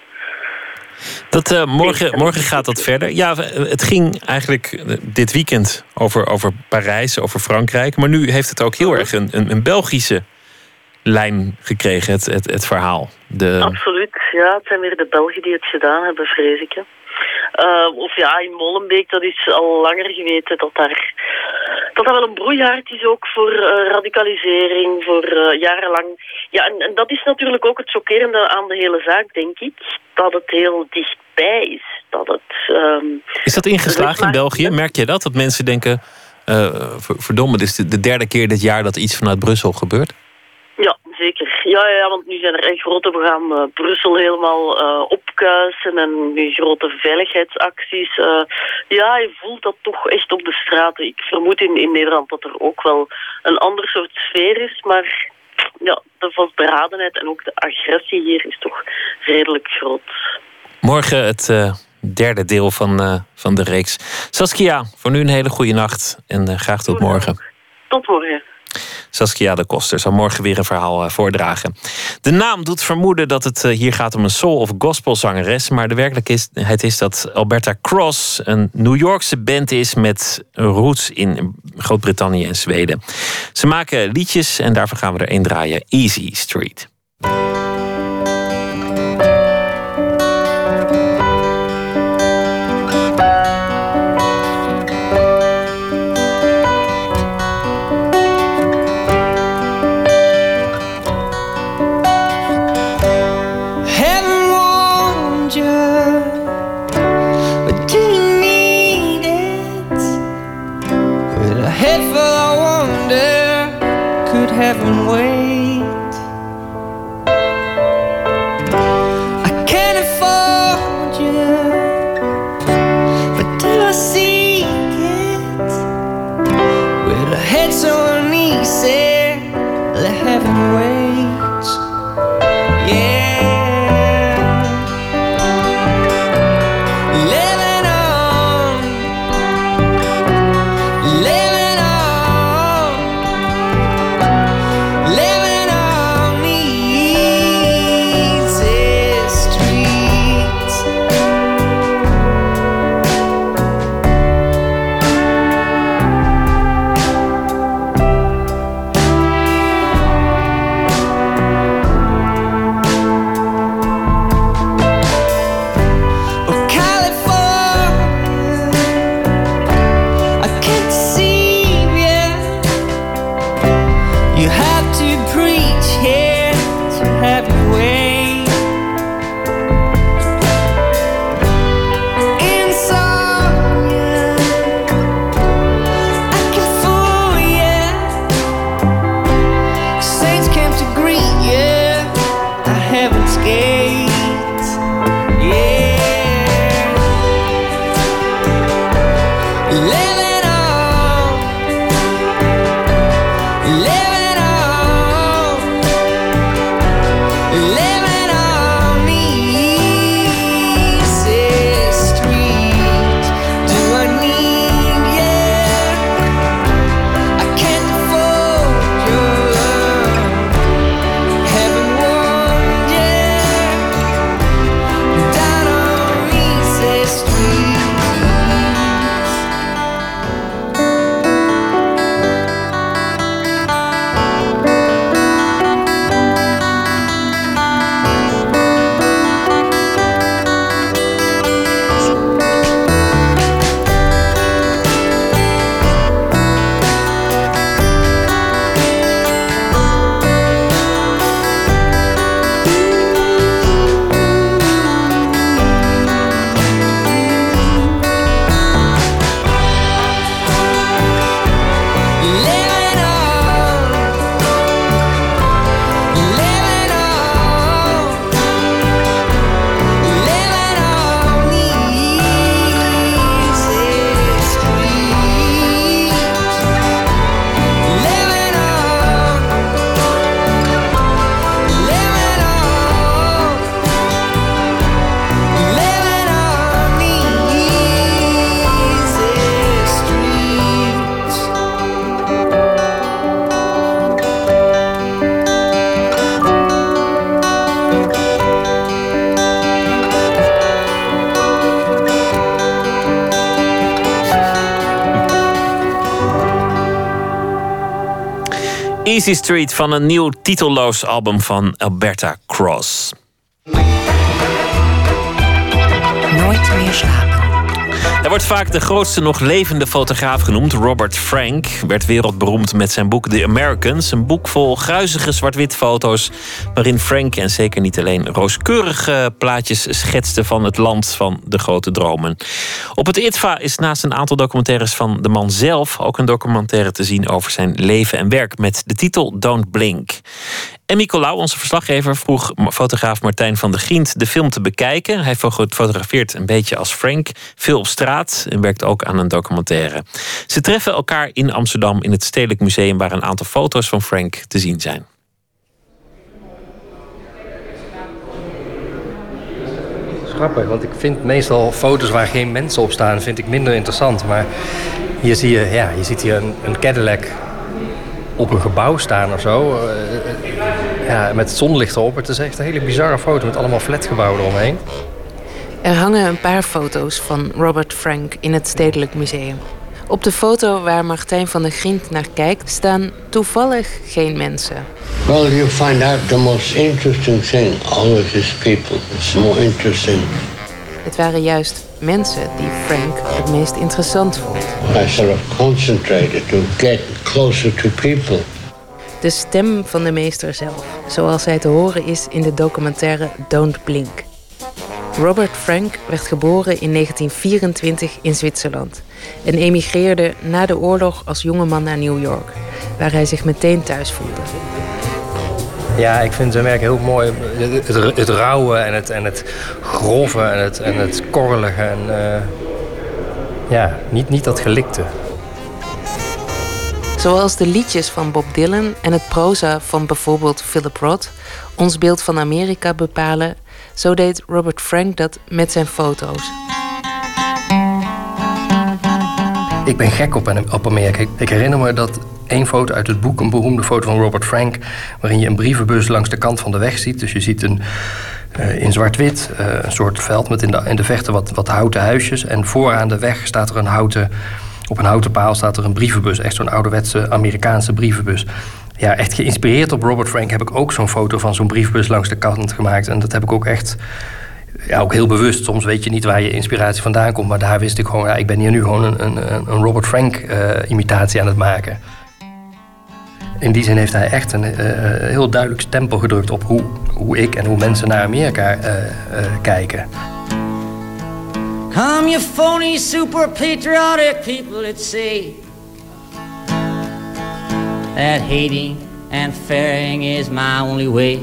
Dat, uh, morgen, morgen gaat dat verder. Ja, het ging eigenlijk dit weekend over, over Parijs, over Frankrijk. Maar nu heeft het ook heel erg een, een, een Belgische lijn gekregen, het, het, het verhaal. De... Absoluut, ja. Het zijn weer de Belgen die het gedaan hebben, vrees ik. Hè. Uh, of ja, in Molenbeek, dat is al langer geweten dat daar... dat dat wel een broeihaard is ook voor uh, radicalisering, voor uh, jarenlang. Ja, en, en dat is natuurlijk ook het chockerende aan de hele zaak, denk ik. Dat het heel dichtbij is. Dat het, um, is dat ingeslagen in België? Merk je dat? Dat mensen denken, uh, verdomme, dit is de, de derde keer dit jaar dat iets vanuit Brussel gebeurt? Ja, zeker. Ja, ja, want nu zijn er echt grote... We gaan uh, Brussel helemaal uh, opkuisen en nu grote veiligheidsacties. Uh, ja, je voelt dat toch echt op de straten. Ik vermoed in, in Nederland dat er ook wel een ander soort sfeer is, maar ja, de vastberadenheid en ook de agressie hier is toch redelijk groot. Morgen het uh, derde deel van, uh, van de reeks. Saskia, voor nu een hele goede nacht en uh, graag tot morgen. Tot morgen. Saskia de Koster zal morgen weer een verhaal voordragen. De naam doet vermoeden dat het hier gaat om een soul- of gospelzangeres, maar de werkelijkheid is dat Alberta Cross een New Yorkse band is met roots in Groot-Brittannië en Zweden. Ze maken liedjes en daarvoor gaan we er één draaien. Easy Street. Heaven wait. I can't afford you, but do I seek it? With a head so uneasy, let heaven wait. Yeah. Living on, living on. Let living on, living on, living on these streets. Do I need you? I can't afford your love. Haven't warned you. Down on these streets. Living on, living on, living on these streets. Living on, living on, living on these streets. Easy Street van een nieuw titelloos album van Alberta Cross. Nooit meer slapen. Hij wordt vaak de grootste nog levende fotograaf genoemd. Robert Frank werd wereldberoemd met zijn boek The Americans. Een boek vol gruizige zwart-wit foto's, waarin Frank, en zeker niet alleen, rooskeurige plaatjes schetste van het land van de grote dromen. Op het I T F A is naast een aantal documentaires van de man zelf ook een documentaire te zien over zijn leven en werk met de titel Don't Blink. Emmy Colau, onze verslaggever, vroeg fotograaf Martijn van der Grient de film te bekijken. Hij fotografeert een beetje als Frank, veel op straat en werkt ook aan een documentaire. Ze treffen elkaar in Amsterdam in het Stedelijk Museum, waar een aantal foto's van Frank te zien zijn. Dat is grappig, want ik vind meestal foto's waar geen mensen op staan, vind ik minder interessant. Maar hier zie je, ja, je ziet hier een, een Cadillac op een gebouw staan of zo. Uh, ja, met zonlicht erop. Het is echt een hele bizarre foto met allemaal flatgebouwen eromheen. Er hangen een paar foto's van Robert Frank in het Stedelijk Museum. Op de foto waar Martijn van der Grient naar kijkt staan toevallig geen mensen. Well, you find out the most interesting thing always is people. It's more interesting. Het waren juist mensen die Frank het meest interessant vond. I sort of concentrated to get closer to people. De stem van de meester zelf, zoals hij te horen is in de documentaire Don't Blink. Robert Frank werd geboren in negentien vierentwintig in Zwitserland en emigreerde na de oorlog als jongeman naar New York, waar hij zich meteen thuis voelde. Ja, ik vind zijn werk heel mooi. Het, het, het rauwe en het, en het grove en het, en het korrelige. En, uh, ja, niet, niet dat gelikte. Zoals de liedjes van Bob Dylan en het proza van bijvoorbeeld Philip Roth ons beeld van Amerika bepalen, zo deed Robert Frank dat met zijn foto's. Ik ben gek op, op Amerika. Ik herinner me dat één foto uit het boek, een beroemde foto van Robert Frank, waarin je een brievenbus langs de kant van de weg ziet. Dus je ziet een, uh, in zwart-wit uh, een soort veld met in de, in de verte wat, wat houten huisjes. En vooraan de weg staat er een houten, op een houten paal staat er een brievenbus. Echt zo'n ouderwetse Amerikaanse brievenbus. Ja, echt geïnspireerd op Robert Frank heb ik ook zo'n foto van zo'n brievenbus langs de kant gemaakt. En dat heb ik ook echt, ja, ook heel bewust. Soms weet je niet waar je inspiratie vandaan komt. Maar daar wist ik gewoon, ja, ik ben hier nu gewoon een, een, een Robert Frank uh, imitatie aan het maken. In die zin heeft hij echt een uh, heel duidelijk stempel gedrukt op hoe, hoe ik en hoe mensen naar Amerika uh, uh, kijken. Come, you phony, super patriotic people that say that hating and fearing is my only way.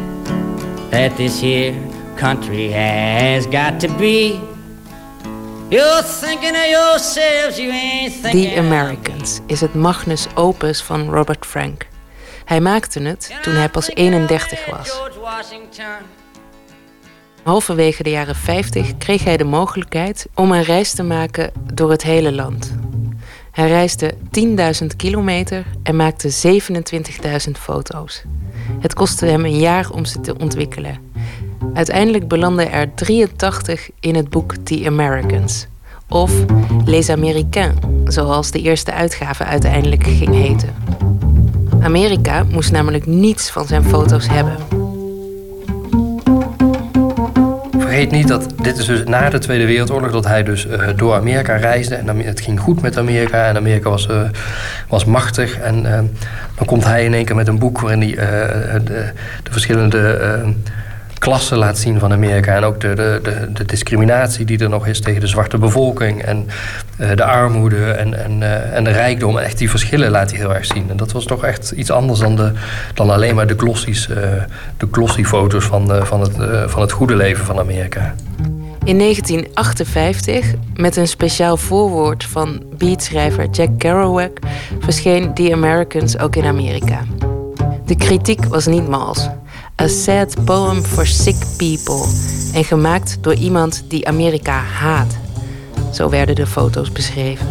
That this here country has got to be You're thinking of yourselves, you ain't thinking. The Americans is het magnus opus van Robert Frank. Hij maakte het toen hij pas eenendertig was. Halverwege de jaren vijftig kreeg hij de mogelijkheid om een reis te maken door het hele land. Hij reisde tienduizend kilometer en maakte zevenentwintigduizend foto's. Het kostte hem een jaar om ze te ontwikkelen. Uiteindelijk belanden er drieëntachtig in het boek The Americans. Of Les Américains, zoals de eerste uitgave uiteindelijk ging heten. Amerika moest namelijk niets van zijn foto's hebben. Vergeet niet dat dit is dus na de Tweede Wereldoorlog dat hij dus uh, door Amerika reisde. En het ging goed met Amerika en Amerika was, uh, was machtig. En uh, dan komt hij in één keer met een boek waarin hij uh, de, de verschillende uh, klassen laat zien van Amerika. En ook de, de, de, de discriminatie die er nog is tegen de zwarte bevolking. En uh, de armoede en, en, uh, en de rijkdom. Echt die verschillen laat hij heel erg zien. En dat was toch echt iets anders dan, de, dan alleen maar de glossies, uh, de glossy foto's van, uh, van, het, uh, van het goede leven van Amerika. In negentien achtenvijftig, met een speciaal voorwoord van beatschrijver Jack Kerouac, verscheen The Americans ook in Amerika. De kritiek was niet mals. A sad poem for sick people. En gemaakt door iemand die Amerika haat. Zo werden de foto's beschreven.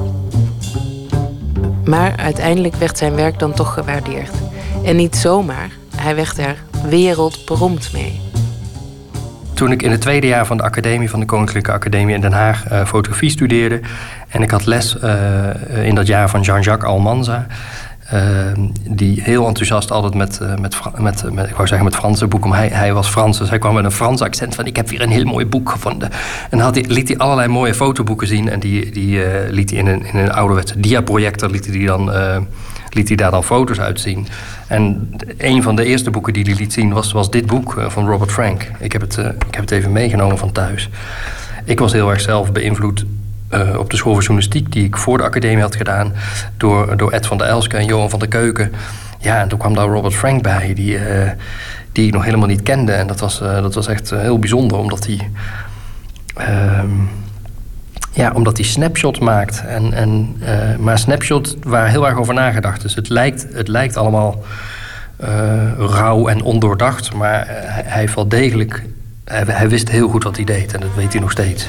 Maar uiteindelijk werd zijn werk dan toch gewaardeerd. En niet zomaar, hij werd er wereldberoemd mee. Toen ik in het tweede jaar van de academie, van de Koninklijke Academie in Den Haag, uh, fotografie studeerde. En ik had les uh, in dat jaar van Jean-Jacques Almanza. Uh, die heel enthousiast altijd met, uh, met, met, met, ik wou zeggen met Franse boeken, maar hij, hij was Frans, dus hij kwam met een Frans accent van ik heb hier een heel mooi boek gevonden. En had hij, liet hij allerlei mooie fotoboeken zien en die, die uh, liet hij in een, in een ouderwetse diaprojector liet hij, dan, uh, liet hij daar dan foto's uitzien. En een van de eerste boeken die hij liet zien was, was dit boek uh, van Robert Frank. Ik heb, het, uh, ik heb het even meegenomen van thuis. Ik was heel erg zelf beïnvloed Uh, op de school van journalistiek die ik voor de academie had gedaan door, door Ed van der Elske en Johan van der Keuken. Ja, en toen kwam daar Robert Frank bij, die, uh, die ik nog helemaal niet kende. En dat was, uh, dat was echt uh, heel bijzonder, omdat hij uh, ja, omdat hij snapshots maakt. En, en, uh, maar snapshots waar heel erg over nagedacht. Dus het lijkt, het lijkt allemaal uh, rauw en ondoordacht, maar uh, hij, hij heeft wel degelijk, hij, hij wist heel goed wat hij deed en dat weet hij nog steeds.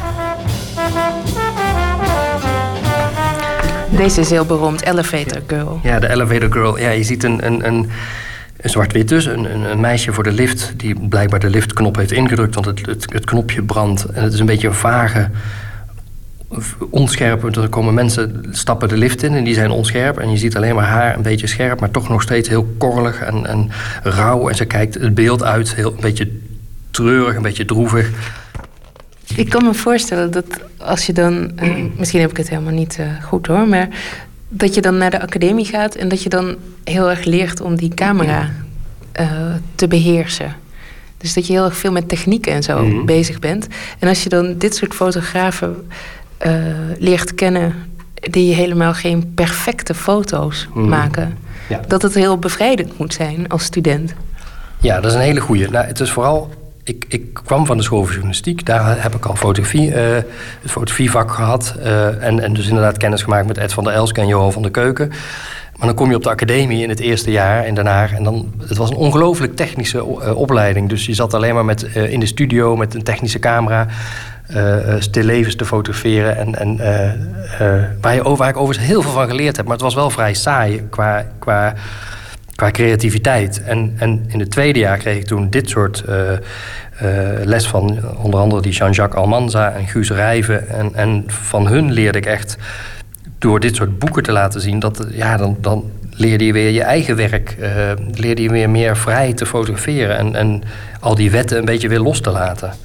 Deze is heel beroemd, Elevator Girl. Ja, de Elevator Girl. Ja, je ziet een, een, een, een zwart-wit dus, een, een, een meisje voor de lift die blijkbaar de liftknop heeft ingedrukt, want het, het, het knopje brandt. En het is een beetje een vage, onscherp. Er komen mensen, stappen de lift in en die zijn onscherp. En je ziet alleen maar haar een beetje scherp, maar toch nog steeds heel korrelig en, en rauw. En ze kijkt het beeld uit, heel, een beetje treurig, een beetje droevig. Ik kan me voorstellen dat als je dan, uh, misschien heb ik het helemaal niet uh, goed hoor, maar dat je dan naar de academie gaat en dat je dan heel erg leert om die camera uh, te beheersen. Dus dat je heel erg veel met technieken en zo mm-hmm. bezig bent. En als je dan dit soort fotografen uh, leert kennen die helemaal geen perfecte foto's mm-hmm. maken, ja. dat het heel bevrijdend moet zijn als student. Ja, dat is een hele goeie. Nou, het is vooral... Ik, ik kwam van de school van journalistiek. Daar heb ik al fotografie, uh, het fotografievak gehad. Uh, en, en dus inderdaad kennis gemaakt met Ed van der Elske en Johan van der Keuken. Maar dan kom je op de academie in het eerste jaar in Den Haag. En dan, het was een ongelooflijk technische uh, opleiding. Dus je zat alleen maar met, uh, in de studio met een technische camera. Uh, stillevens te fotograferen. En, en, uh, uh, waar, je over, waar ik overigens heel veel van geleerd heb. Maar het was wel vrij saai qua... qua Qua creativiteit. En, en in het tweede jaar kreeg ik toen dit soort uh, uh, les van onder andere die Jean-Jacques Almanza en Guus Rijven. En, en van hun leerde ik echt door dit soort boeken te laten zien dat ja, dan, dan leerde je weer je eigen werk, uh, leerde je weer meer vrij te fotograferen en, en al die wetten een beetje weer los te laten.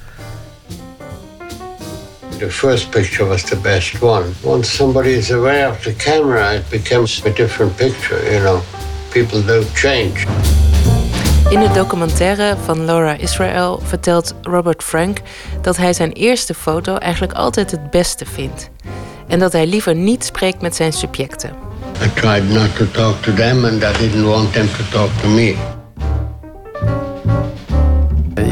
The first picture was the best one. Once somebody is aware of the camera, it becomes a different picture, you know. People don't change. In de documentaire van Laura Israel vertelt Robert Frank dat hij zijn eerste foto eigenlijk altijd het beste vindt. En dat hij liever niet spreekt met zijn subjecten. I tried not to talk to them and I didn't want them to talk to me. Je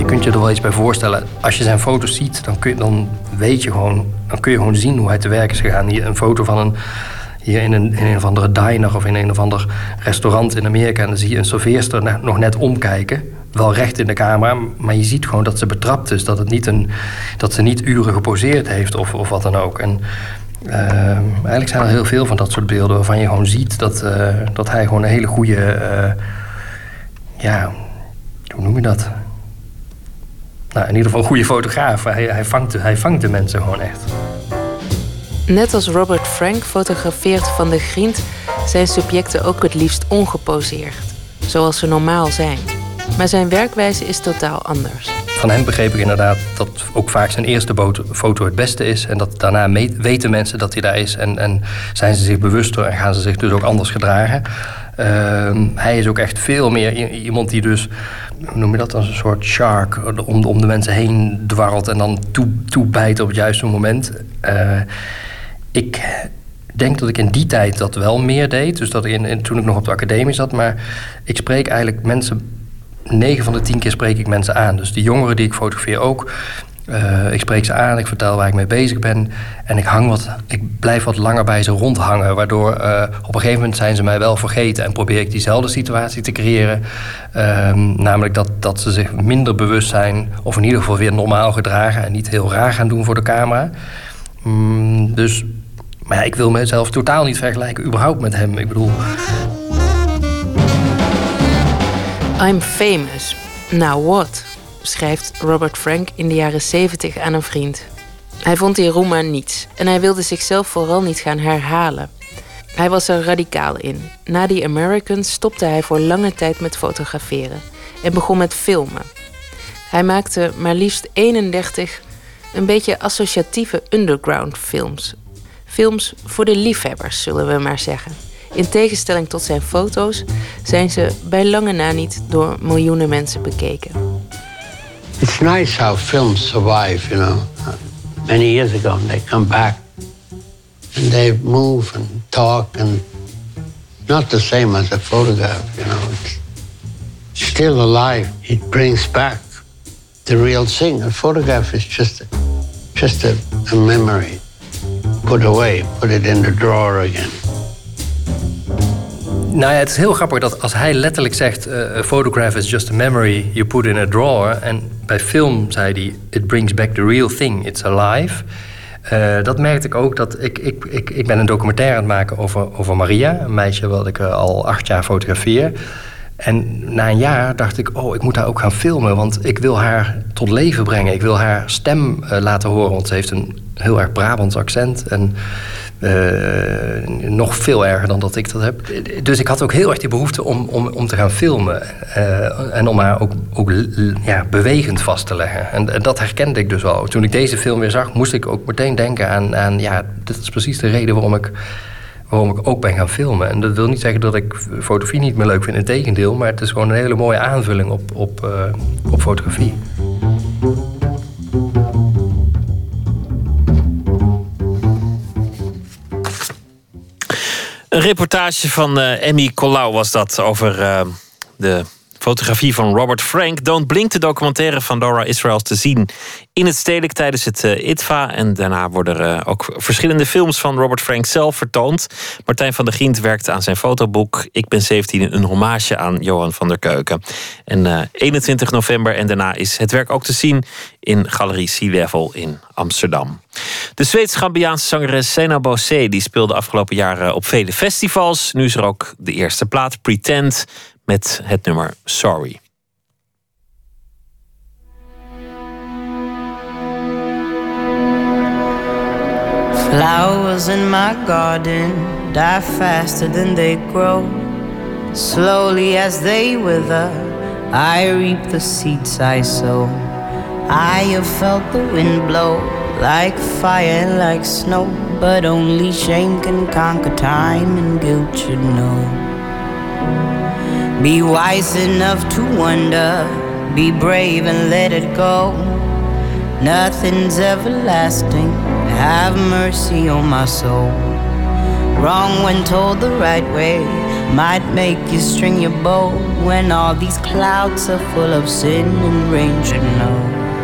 kunt je er wel iets bij voorstellen. Als je zijn foto's ziet, dan, kun je, dan weet je gewoon, dan kun je gewoon zien hoe hij te werk is gegaan. Hier een foto van een, hier in een, in een of andere diner of in een of ander restaurant in Amerika. En dan zie je een serveerster nog net omkijken. Wel recht in de camera, maar je ziet gewoon dat ze betrapt is. Dat, het niet een, dat ze niet uren geposeerd heeft of, of wat dan ook. En uh, eigenlijk zijn er heel veel van dat soort beelden waarvan je gewoon ziet dat, uh, dat hij gewoon een hele goede... Uh, ja, hoe noem je dat? Nou, in ieder geval een goede fotograaf. Hij, hij, vangt, hij vangt de mensen gewoon echt. Net als Robert Frank fotografeert Van der Griend zijn subjecten ook het liefst ongeposeerd, zoals ze normaal zijn. Maar zijn werkwijze is totaal anders. Van hem begreep ik inderdaad dat ook vaak zijn eerste foto het beste is. En dat daarna weten mensen dat hij daar is. En, en zijn ze zich bewuster en gaan ze zich dus ook anders gedragen. Uh, hij is ook echt veel meer iemand die dus, hoe noem je dat, als een soort shark om, om de mensen heen dwarrelt en dan toe, toebijt op het juiste moment. Uh, ik denk dat ik in die tijd dat wel meer deed. Dus dat ik in, in, toen ik nog op de academie zat. Maar ik spreek eigenlijk mensen... negen van de tien keer spreek ik mensen aan. Dus de jongeren die ik fotografeer ook. Uh, ik spreek ze aan, ik vertel waar ik mee bezig ben. En ik, hang wat, ik blijf wat langer bij ze rondhangen. Waardoor uh, op een gegeven moment zijn ze mij wel vergeten. En probeer ik diezelfde situatie te creëren. Uh, namelijk dat, dat ze zich minder bewust zijn. Of in ieder geval weer normaal gedragen. En niet heel raar gaan doen voor de camera. Um, dus, maar ja, ik wil mezelf totaal niet vergelijken. Überhaupt met hem. Ik bedoel... I'm famous. Now what? Schrijft Robert Frank in de jaren zeventig aan een vriend. Hij vond die roem maar niets en hij wilde zichzelf vooral niet gaan herhalen. Hij was er radicaal in. Na The Americans stopte hij voor lange tijd met fotograferen en begon met filmen. Hij maakte maar liefst eenendertig een beetje associatieve underground films. Films voor de liefhebbers, zullen we maar zeggen. In tegenstelling tot zijn foto's zijn ze bij lange na niet door miljoenen mensen bekeken. It's nice how films survive, you know. Many years ago, and they come back and they move and talk, and not the same as a photograph, you know. It's still alive. It brings back the real thing. A photograph is just a, just a, a memory. Put away, put it in the drawer again. Nou ja, het is heel grappig dat als hij letterlijk zegt... Uh, a photograph is just a memory you put in a drawer. En bij film zei hij... it brings back the real thing, it's alive. Uh, dat merkte ik ook. Dat ik, ik, ik, ik ben een documentaire aan het maken over, over Maria. Een meisje wat ik uh, al acht jaar fotografeer. En na een jaar dacht ik... oh, ik moet haar ook gaan filmen. Want ik wil haar tot leven brengen. Ik wil haar stem uh, laten horen. Want ze heeft een heel erg Brabants accent. En... Uh, nog veel erger dan dat ik dat heb. Dus ik had ook heel erg die behoefte om, om, om te gaan filmen. Uh, en om haar ook, ook ja, bewegend vast te leggen. En, en dat herkende ik dus wel. Toen ik deze film weer zag, moest ik ook meteen denken aan... aan ja, dit is precies de reden waarom ik, waarom ik ook ben gaan filmen. En dat wil niet zeggen dat ik fotografie niet meer leuk vind. Integendeel, maar het is gewoon een hele mooie aanvulling op, op, uh, op fotografie. Een reportage van uh, Emmy Colau was dat over uh, de fotografie van Robert Frank. Don't Blink, de documentaire van Laura Israels, te zien in het Stedelijk tijdens het uh, I T V A. En daarna worden er uh, ook verschillende films van Robert Frank zelf vertoond. Martijn van der Griend werkte aan zijn fotoboek Ik ben zeventien, een hommage aan Johan van der Keuken. En uh, eenentwintig november en daarna is het werk ook te zien in Galerie Sea Level in Amsterdam. De Zweeds-Gambiaanse zangeres Sena Bosé die speelde afgelopen jaren op vele festivals. Nu is er ook de eerste plaat, Pretend, met het nummer Sorry. Flowers in my garden die faster than they grow. Slowly as they wither, I reap the seeds I sow. I have felt the wind blow like fire, like snow, but only shame can conquer time and guilt should know. Be wise enough to wonder, be brave and let it go. Nothing's everlasting, have mercy on my soul. Wrong when told the right way, might make you string your bow when all these clouds are full of sin and rain should know.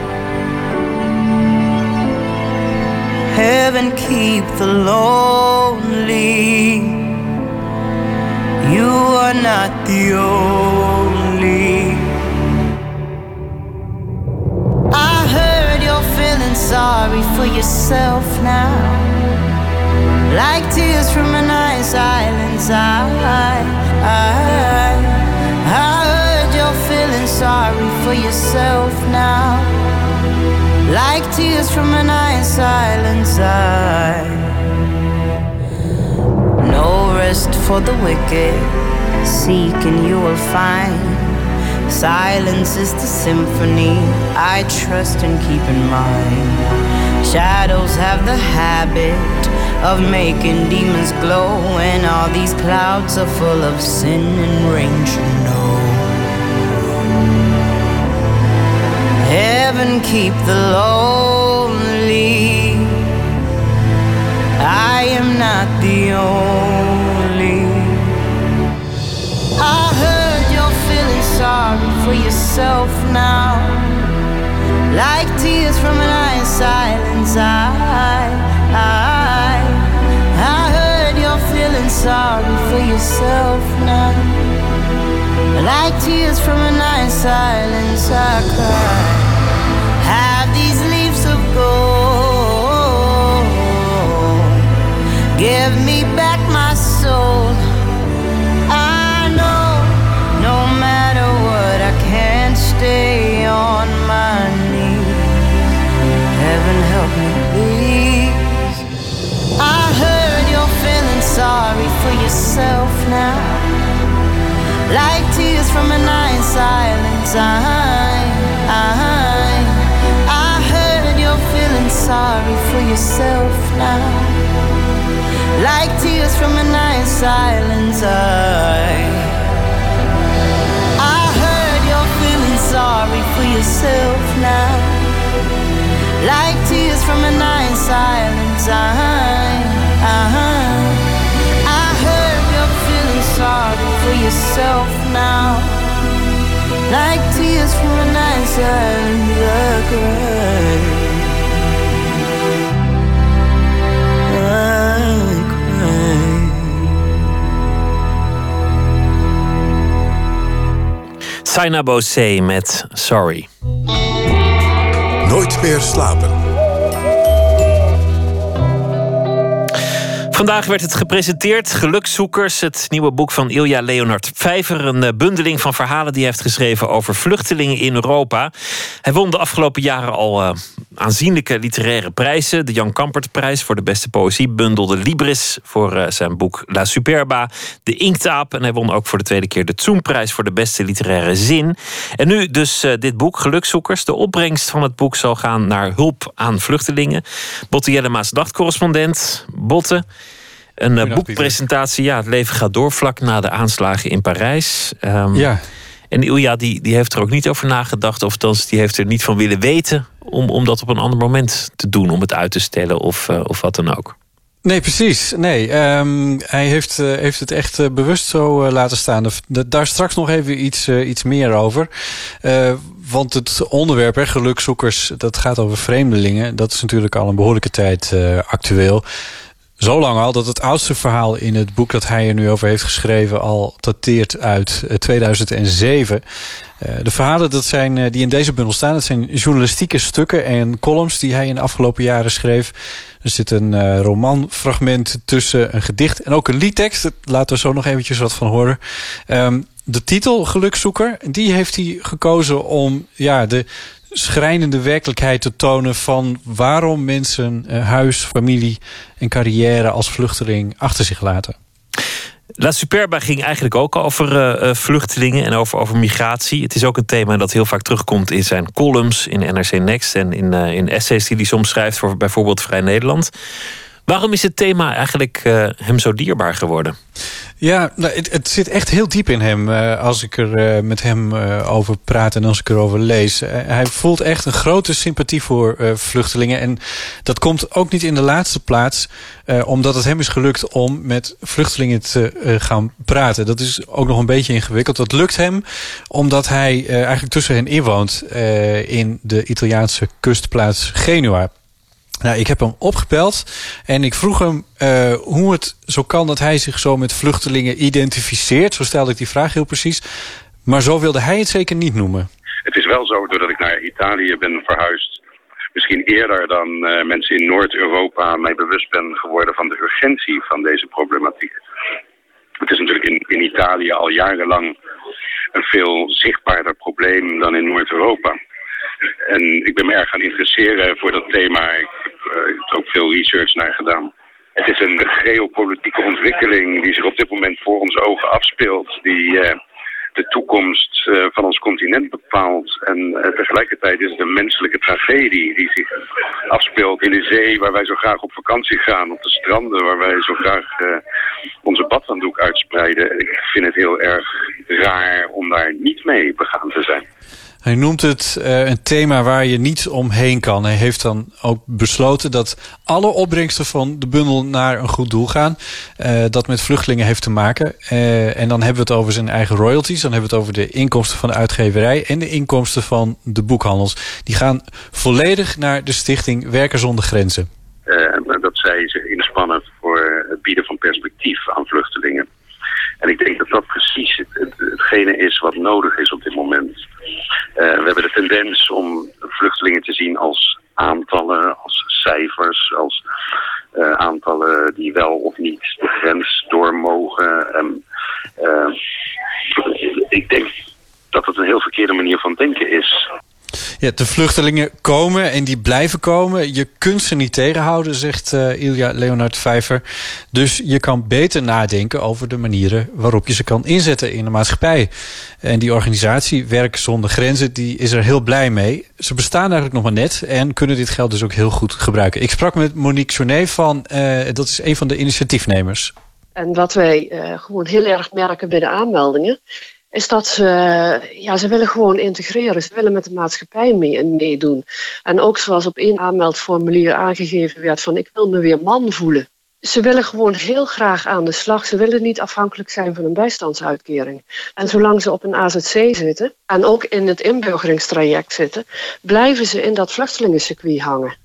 Heaven keep the lonely. You are not the only. I heard you're feeling sorry for yourself now, like tears from an ice island's eye. I, I heard you're feeling sorry for yourself now, like tears from an ice island's eye. No rest for the wicked, seek and you will find. Silence is the symphony I trust and keep in mind. Shadows have the habit of making demons glow, and all these clouds are full of sin and rain should know. Heaven keep the lonely. I am not the only. I heard you're feeling sorry for yourself now, like tears from an ice island's eye. I, I heard you're feeling sorry for yourself now, like tears from an ice island's eye. Cry. Have these leaves of gold, give me back my soul. I know, no matter what, I can't stay on my knees. Heaven help me, please. I heard you're feeling sorry for yourself now, like tears from an ice island's eye. I, I heard you're feeling sorry for yourself now, like tears from an ice island's eye. I heard you're feeling sorry for yourself now, like tears from an ice island's eye. I heard you're feeling sorry for yourself now, like tears from an ice island's eye. Saina Bosé met Sorry. Nooit meer slapen. Vandaag werd het gepresenteerd, Gelukzoekers, het nieuwe boek van Ilja Leonard Vijver. Een bundeling van verhalen die hij heeft geschreven over vluchtelingen in Europa. Hij won de afgelopen jaren al uh, aanzienlijke literaire prijzen. De Jan Kampertprijs voor de beste poëziebundel. De Libris voor uh, zijn boek La Superba. De Inktaap. En hij won ook voor de tweede keer de Zoenprijs voor de beste literaire zin. En nu dus uh, dit boek, Gelukzoekers. De opbrengst van het boek zal gaan naar hulp aan vluchtelingen. Botte Jellema's nachtcorrespondent. Botte. Een uh, boekpresentatie, ja, het leven gaat door vlak na de aanslagen in Parijs. Um, ja. En Ilja die, die heeft er ook niet over nagedacht, of althans die heeft er niet van willen weten om, om dat op een ander moment te doen, om het uit te stellen of, uh, of wat dan ook. Nee, precies. Nee, um, hij heeft, uh, heeft het echt uh, bewust zo uh, laten staan. De, daar straks nog even iets, uh, iets meer over. Uh, want het onderwerp, hè, gelukzoekers, dat gaat over vreemdelingen. Dat is natuurlijk al een behoorlijke tijd uh, actueel. Zo lang al dat het oudste verhaal in het boek dat hij er nu over heeft geschreven al dateert uit tweeduizend zeven. Uh, de verhalen dat zijn, uh, die in deze bundel staan, dat zijn journalistieke stukken en columns die hij in de afgelopen jaren schreef. Er zit een uh, romanfragment tussen, een gedicht en ook een liedtekst. Daar laten we zo nog eventjes wat van horen. Um, de titel Gelukzoeker, die heeft hij gekozen om ja, de schrijnende werkelijkheid te tonen van waarom mensen uh, huis, familie en carrière als vluchteling achter zich laten. La Superba ging eigenlijk ook over uh, vluchtelingen en over, over migratie. Het is ook een thema dat heel vaak terugkomt in zijn columns, in N R C Next en in, uh, in essays die hij soms schrijft voor bijvoorbeeld Vrij Nederland. Waarom is het thema eigenlijk uh, hem zo dierbaar geworden? Ja, nou, het, het zit echt heel diep in hem uh, als ik er uh, met hem uh, over praat en als ik erover lees. Uh, hij voelt echt een grote sympathie voor uh, vluchtelingen. En dat komt ook niet in de laatste plaats, uh, omdat het hem is gelukt om met vluchtelingen te uh, gaan praten. Dat is ook nog een beetje ingewikkeld. Dat lukt hem omdat hij uh, eigenlijk tussen hen inwoont uh, in de Italiaanse kustplaats Genua. Nou, ik heb hem opgebeld en ik vroeg hem uh, hoe het zo kan dat hij zich zo met vluchtelingen identificeert. Zo stelde ik die vraag heel precies. Maar zo wilde hij het zeker niet noemen. Het is wel zo, doordat ik naar Italië ben verhuisd, misschien eerder dan uh, mensen in Noord-Europa mij bewust ben geworden van de urgentie van deze problematiek. Het is natuurlijk in, in Italië al jarenlang een veel zichtbaarder probleem dan in Noord-Europa. En ik ben me erg gaan interesseren voor dat thema. Ik heb uh, ook veel research naar gedaan. Het is een geopolitieke ontwikkeling die zich op dit moment voor onze ogen afspeelt. Die uh, de toekomst uh, van ons continent bepaalt. En uh, tegelijkertijd is het een menselijke tragedie die zich afspeelt in de zee, waar wij zo graag op vakantie gaan. Op de stranden waar wij zo graag uh, onze badhanddoek uitspreiden. Ik vind het heel erg raar om daar niet mee begaan te zijn. Hij noemt het uh, een thema waar je niet omheen kan. Hij heeft dan ook besloten dat alle opbrengsten van de bundel naar een goed doel gaan. Uh, dat met vluchtelingen heeft te maken. Uh, en dan hebben we het over zijn eigen royalties. Dan hebben we het over de inkomsten van de uitgeverij en de inkomsten van de boekhandels. Die gaan volledig naar de stichting Werken zonder Grenzen. Uh, dat zij zich inspannen voor het bieden van perspectief aan vluchtelingen. En ik denk dat dat precies het, het, hetgene is wat nodig is op dit moment. Uh, we hebben de tendens om vluchtelingen te zien als aantallen, als cijfers, als uh, aantallen die wel of niet de grens door mogen. Um, uh, ik denk dat het een heel verkeerde manier van denken is. Ja, de vluchtelingen komen en die blijven komen. Je kunt ze niet tegenhouden, zegt uh, Ilja Leonard Vijver. Dus je kan beter nadenken over de manieren waarop je ze kan inzetten in de maatschappij. En die organisatie Werken zonder Grenzen, die is er heel blij mee. Ze bestaan eigenlijk nog maar net en kunnen dit geld dus ook heel goed gebruiken. Ik sprak met Monique Journet van, uh, dat is een van de initiatiefnemers. En wat wij uh, gewoon heel erg merken bij de aanmeldingen, is dat ze, ja, ze willen gewoon integreren. Ze willen met de maatschappij mee, meedoen. En ook zoals op één aanmeldformulier aangegeven werd van ik wil me weer man voelen. Ze willen gewoon heel graag aan de slag. Ze willen niet afhankelijk zijn van een bijstandsuitkering. En zolang ze op een A Z C zitten en ook in het inburgeringstraject zitten, blijven ze in dat vluchtelingencircuit hangen.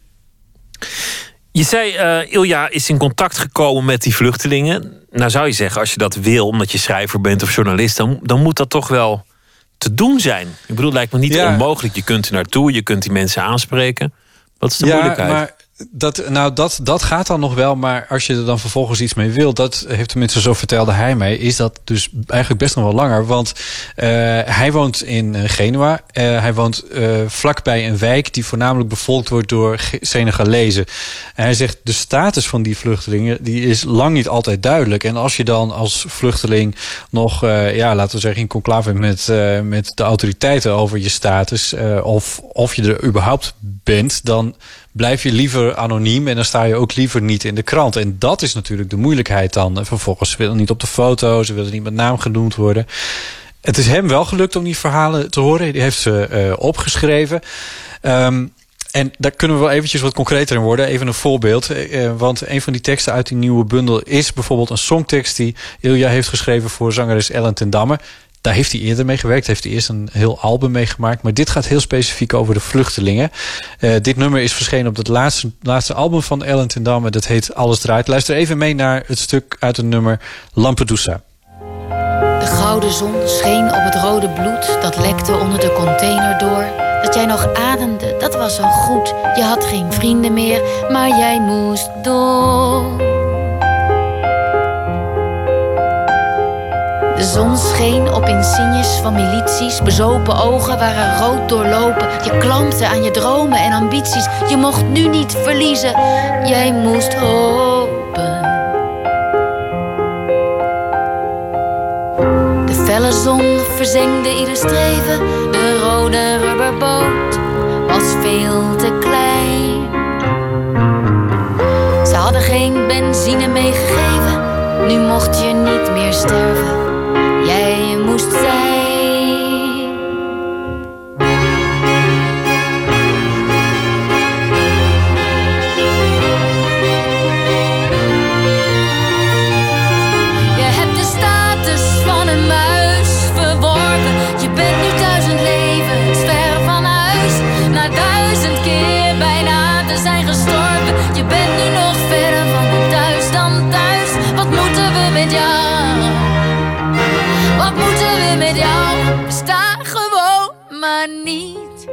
Je zei, uh, Ilja is in contact gekomen met die vluchtelingen. Nou zou je zeggen, als je dat wil, omdat je schrijver bent of journalist, dan, dan moet dat toch wel te doen zijn. Ik bedoel, het lijkt me niet ja. onmogelijk. Je kunt er naartoe, je kunt die mensen aanspreken. Wat is de ja, moeilijkheid? Maar dat, nou, dat, dat gaat dan nog wel, maar als je er dan vervolgens iets mee wil, dat heeft tenminste, zo vertelde hij mij, is dat dus eigenlijk best nog wel langer. Want uh, hij woont in Genua. Uh, hij woont uh, vlakbij een wijk die voornamelijk bevolkt wordt door Senegalezen. En hij zegt, de status van die vluchtelingen, die is lang niet altijd duidelijk. En als je dan als vluchteling nog, uh, ja, laten we zeggen, in conclave met, uh, met de autoriteiten over je status, uh, of, of je er überhaupt bent, dan blijf je liever anoniem en dan sta je ook liever niet in de krant. En dat is natuurlijk de moeilijkheid dan. Vervolgens, ze willen niet op de foto, ze willen niet met naam genoemd worden. Het is hem wel gelukt om die verhalen te horen. Die heeft ze uh, opgeschreven. Um, en daar kunnen we wel eventjes wat concreter in worden. Even een voorbeeld. Uh, want een van die teksten uit die nieuwe bundel is bijvoorbeeld een songtekst die Ilja heeft geschreven voor zangeres Ellen ten Damme. Daar heeft hij eerder mee gewerkt. Heeft hij eerst een heel album mee gemaakt. Maar dit gaat heel specifiek over de vluchtelingen. Uh, dit nummer is verschenen op het laatste, laatste album van Ellen ten Damme. Dat heet Alles Draait. Luister even mee naar het stuk uit het nummer Lampedusa. De gouden zon scheen op het rode bloed. Dat lekte onder de container door. Dat jij nog ademde, dat was zo goed. Je had geen vrienden meer, maar jij moest door. De zon scheen op insignes van milities. Bezopen ogen waren rood doorlopen. Je klampte aan je dromen en ambities. Je mocht nu niet verliezen. Jij moest hopen. De felle zon verzengde ieder streven. De rode rubberboot was veel te klein. Ze hadden geen benzine meegegeven. Nu mocht je niet meer sterven, jij moest zijn. Je hebt de status van een muis verworven. Je bent nu duizend levens ver van huis. Na duizend keer bijna te zijn gestorven. Je bent nu nog verder van het thuis dan thuis. Wat moeten we met jou? Wat moeten we met jou? We staan gewoon maar niet.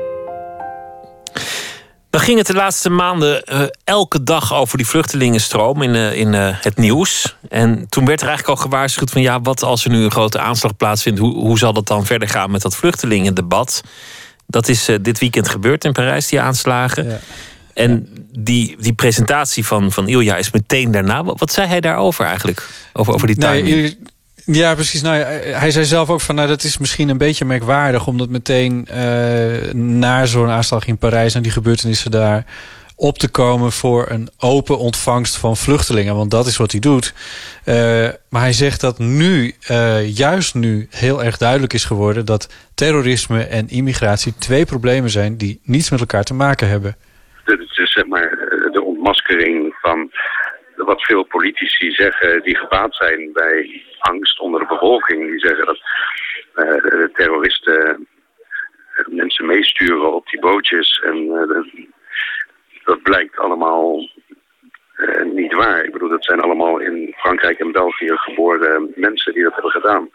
Dan ging het de laatste maanden uh, elke dag over die vluchtelingenstroom in, uh, in uh, het nieuws. En toen werd er eigenlijk al gewaarschuwd van ja, wat als er nu een grote aanslag plaatsvindt, hoe, hoe zal dat dan verder gaan met dat vluchtelingendebat? Dat is uh, dit weekend gebeurd in Parijs, die aanslagen. Ja. En die, die presentatie van, van Ilja is meteen daarna. Wat, wat zei hij daarover eigenlijk? Over, over die timing? Nee, ja, precies. Nou, hij zei zelf ook van, nou, dat is misschien een beetje merkwaardig, omdat meteen uh, na zo'n aanslag in Parijs en die gebeurtenissen daar op te komen voor een open ontvangst van vluchtelingen. Want dat is wat hij doet. Uh, maar hij zegt dat nu, uh, juist nu, heel erg duidelijk is geworden dat terrorisme en immigratie twee problemen zijn die niets met elkaar te maken hebben. Het is zeg maar de ontmaskering van wat veel politici zeggen die gebaat zijn bij angst onder de bevolking. Die zeggen dat uh, de terroristen mensen meesturen op die bootjes. En uh, de, dat blijkt allemaal uh, niet waar. Ik bedoel, dat zijn allemaal in Frankrijk en België geboren mensen die dat hebben gedaan.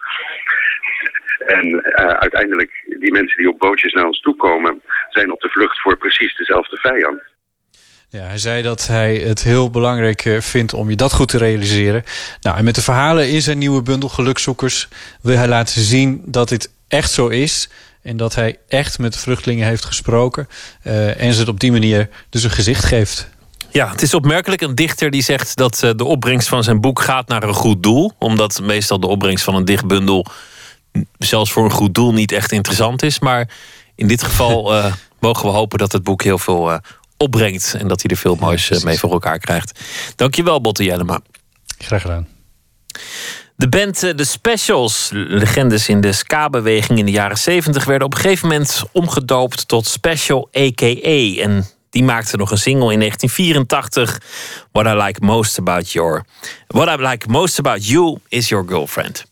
En uh, uiteindelijk, die mensen die op bootjes naar ons toe komen, zijn op de vlucht voor precies dezelfde vijand. Ja, hij zei dat hij het heel belangrijk vindt om je dat goed te realiseren. Nou, en met de verhalen in zijn nieuwe bundel Gelukzoekers wil hij laten zien dat dit echt zo is. En dat hij echt met vluchtelingen heeft gesproken. Uh, en ze het op die manier dus een gezicht geeft. Ja, het is opmerkelijk. Een dichter die zegt dat uh, de opbrengst van zijn boek gaat naar een goed doel. Omdat meestal de opbrengst van een dichtbundel zelfs voor een goed doel niet echt interessant is. Maar in dit geval uh, mogen we hopen dat het boek heel veel uh, opbrengt. En dat hij er veel moois uh, mee voor elkaar krijgt. Dankjewel, Botte Jellema. Graag gedaan. De band uh, The Specials, legendes in de ska-beweging in de jaren zeventig, werden op een gegeven moment omgedoopt tot Special A K A. En die maakte nog een single in negentien vierentachtig. What I like most about your... What I like most about you is your girlfriend.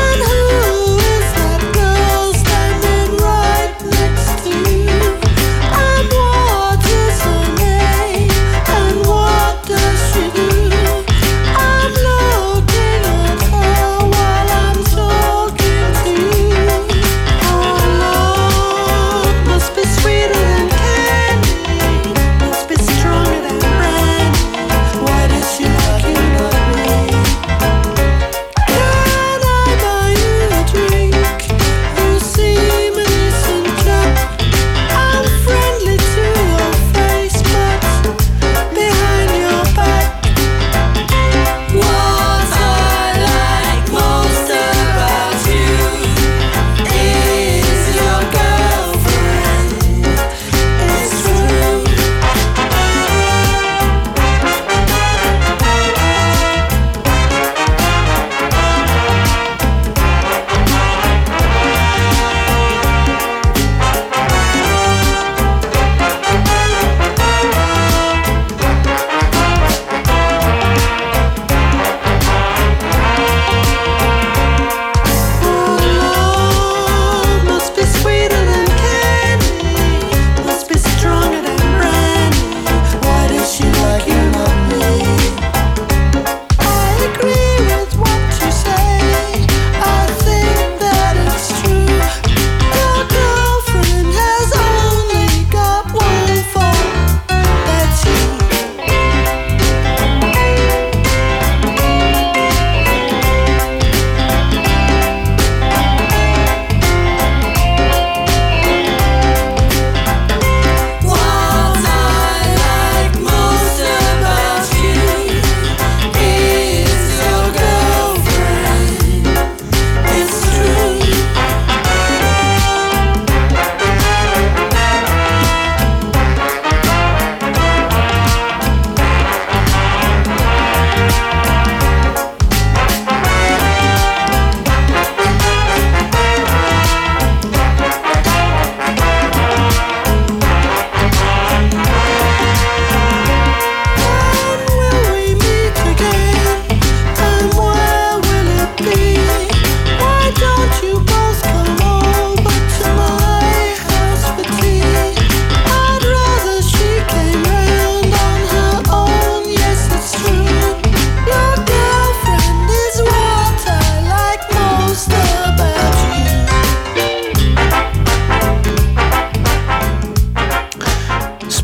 I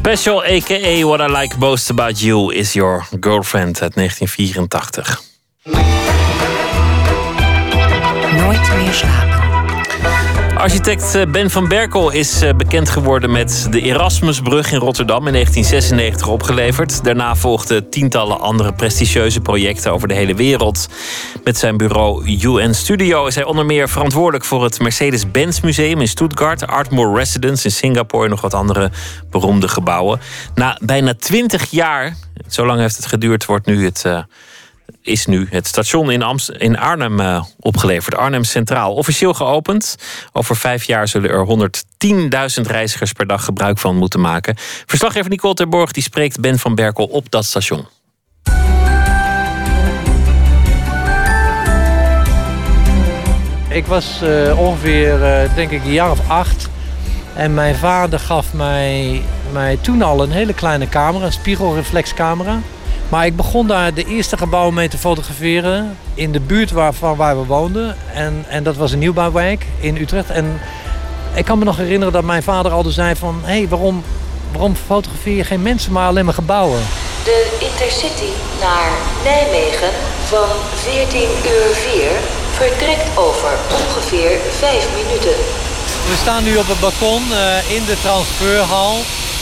Special, a k a. What I Like Most About You Is Your Girlfriend uit negentien vierentachtig. Nooit meer slapen. Architect Ben van Berkel is bekend geworden met de Erasmusbrug in Rotterdam in negentien zesennegentig opgeleverd. Daarna volgden tientallen andere prestigieuze projecten over de hele wereld. Met zijn bureau U N Studio is hij onder meer verantwoordelijk voor het Mercedes-Benz Museum in Stuttgart, Ardmore Residence in Singapore en nog wat andere beroemde gebouwen. Na bijna twintig jaar, zo lang heeft het geduurd, wordt nu het... Uh, is nu het station in, Amst- in Arnhem uh, opgeleverd. Arnhem Centraal. Officieel geopend. Over vijf jaar zullen er honderdtienduizend reizigers per dag gebruik van moeten maken. Verslaggever Nicole Terborg die spreekt Ben van Berkel op dat station. Ik was uh, ongeveer, uh, denk ik, een jaar of acht. En mijn vader gaf mij, mij toen al een hele kleine camera. Een spiegelreflexcamera. Maar ik begon daar de eerste gebouwen mee te fotograferen in de buurt waar, van waar we woonden. En, en dat was een nieuwbouwwijk in Utrecht. En ik kan me nog herinneren dat mijn vader altijd zei van... hé, hey, waarom, waarom fotografeer je geen mensen, maar alleen maar gebouwen? De Intercity naar Nijmegen van veertien uur vier vertrekt over ongeveer vijf minuten. We staan nu op het balkon uh, in de transferhal...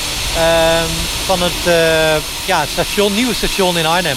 Uh, van het, uh, ja, het station, nieuwe station in Arnhem.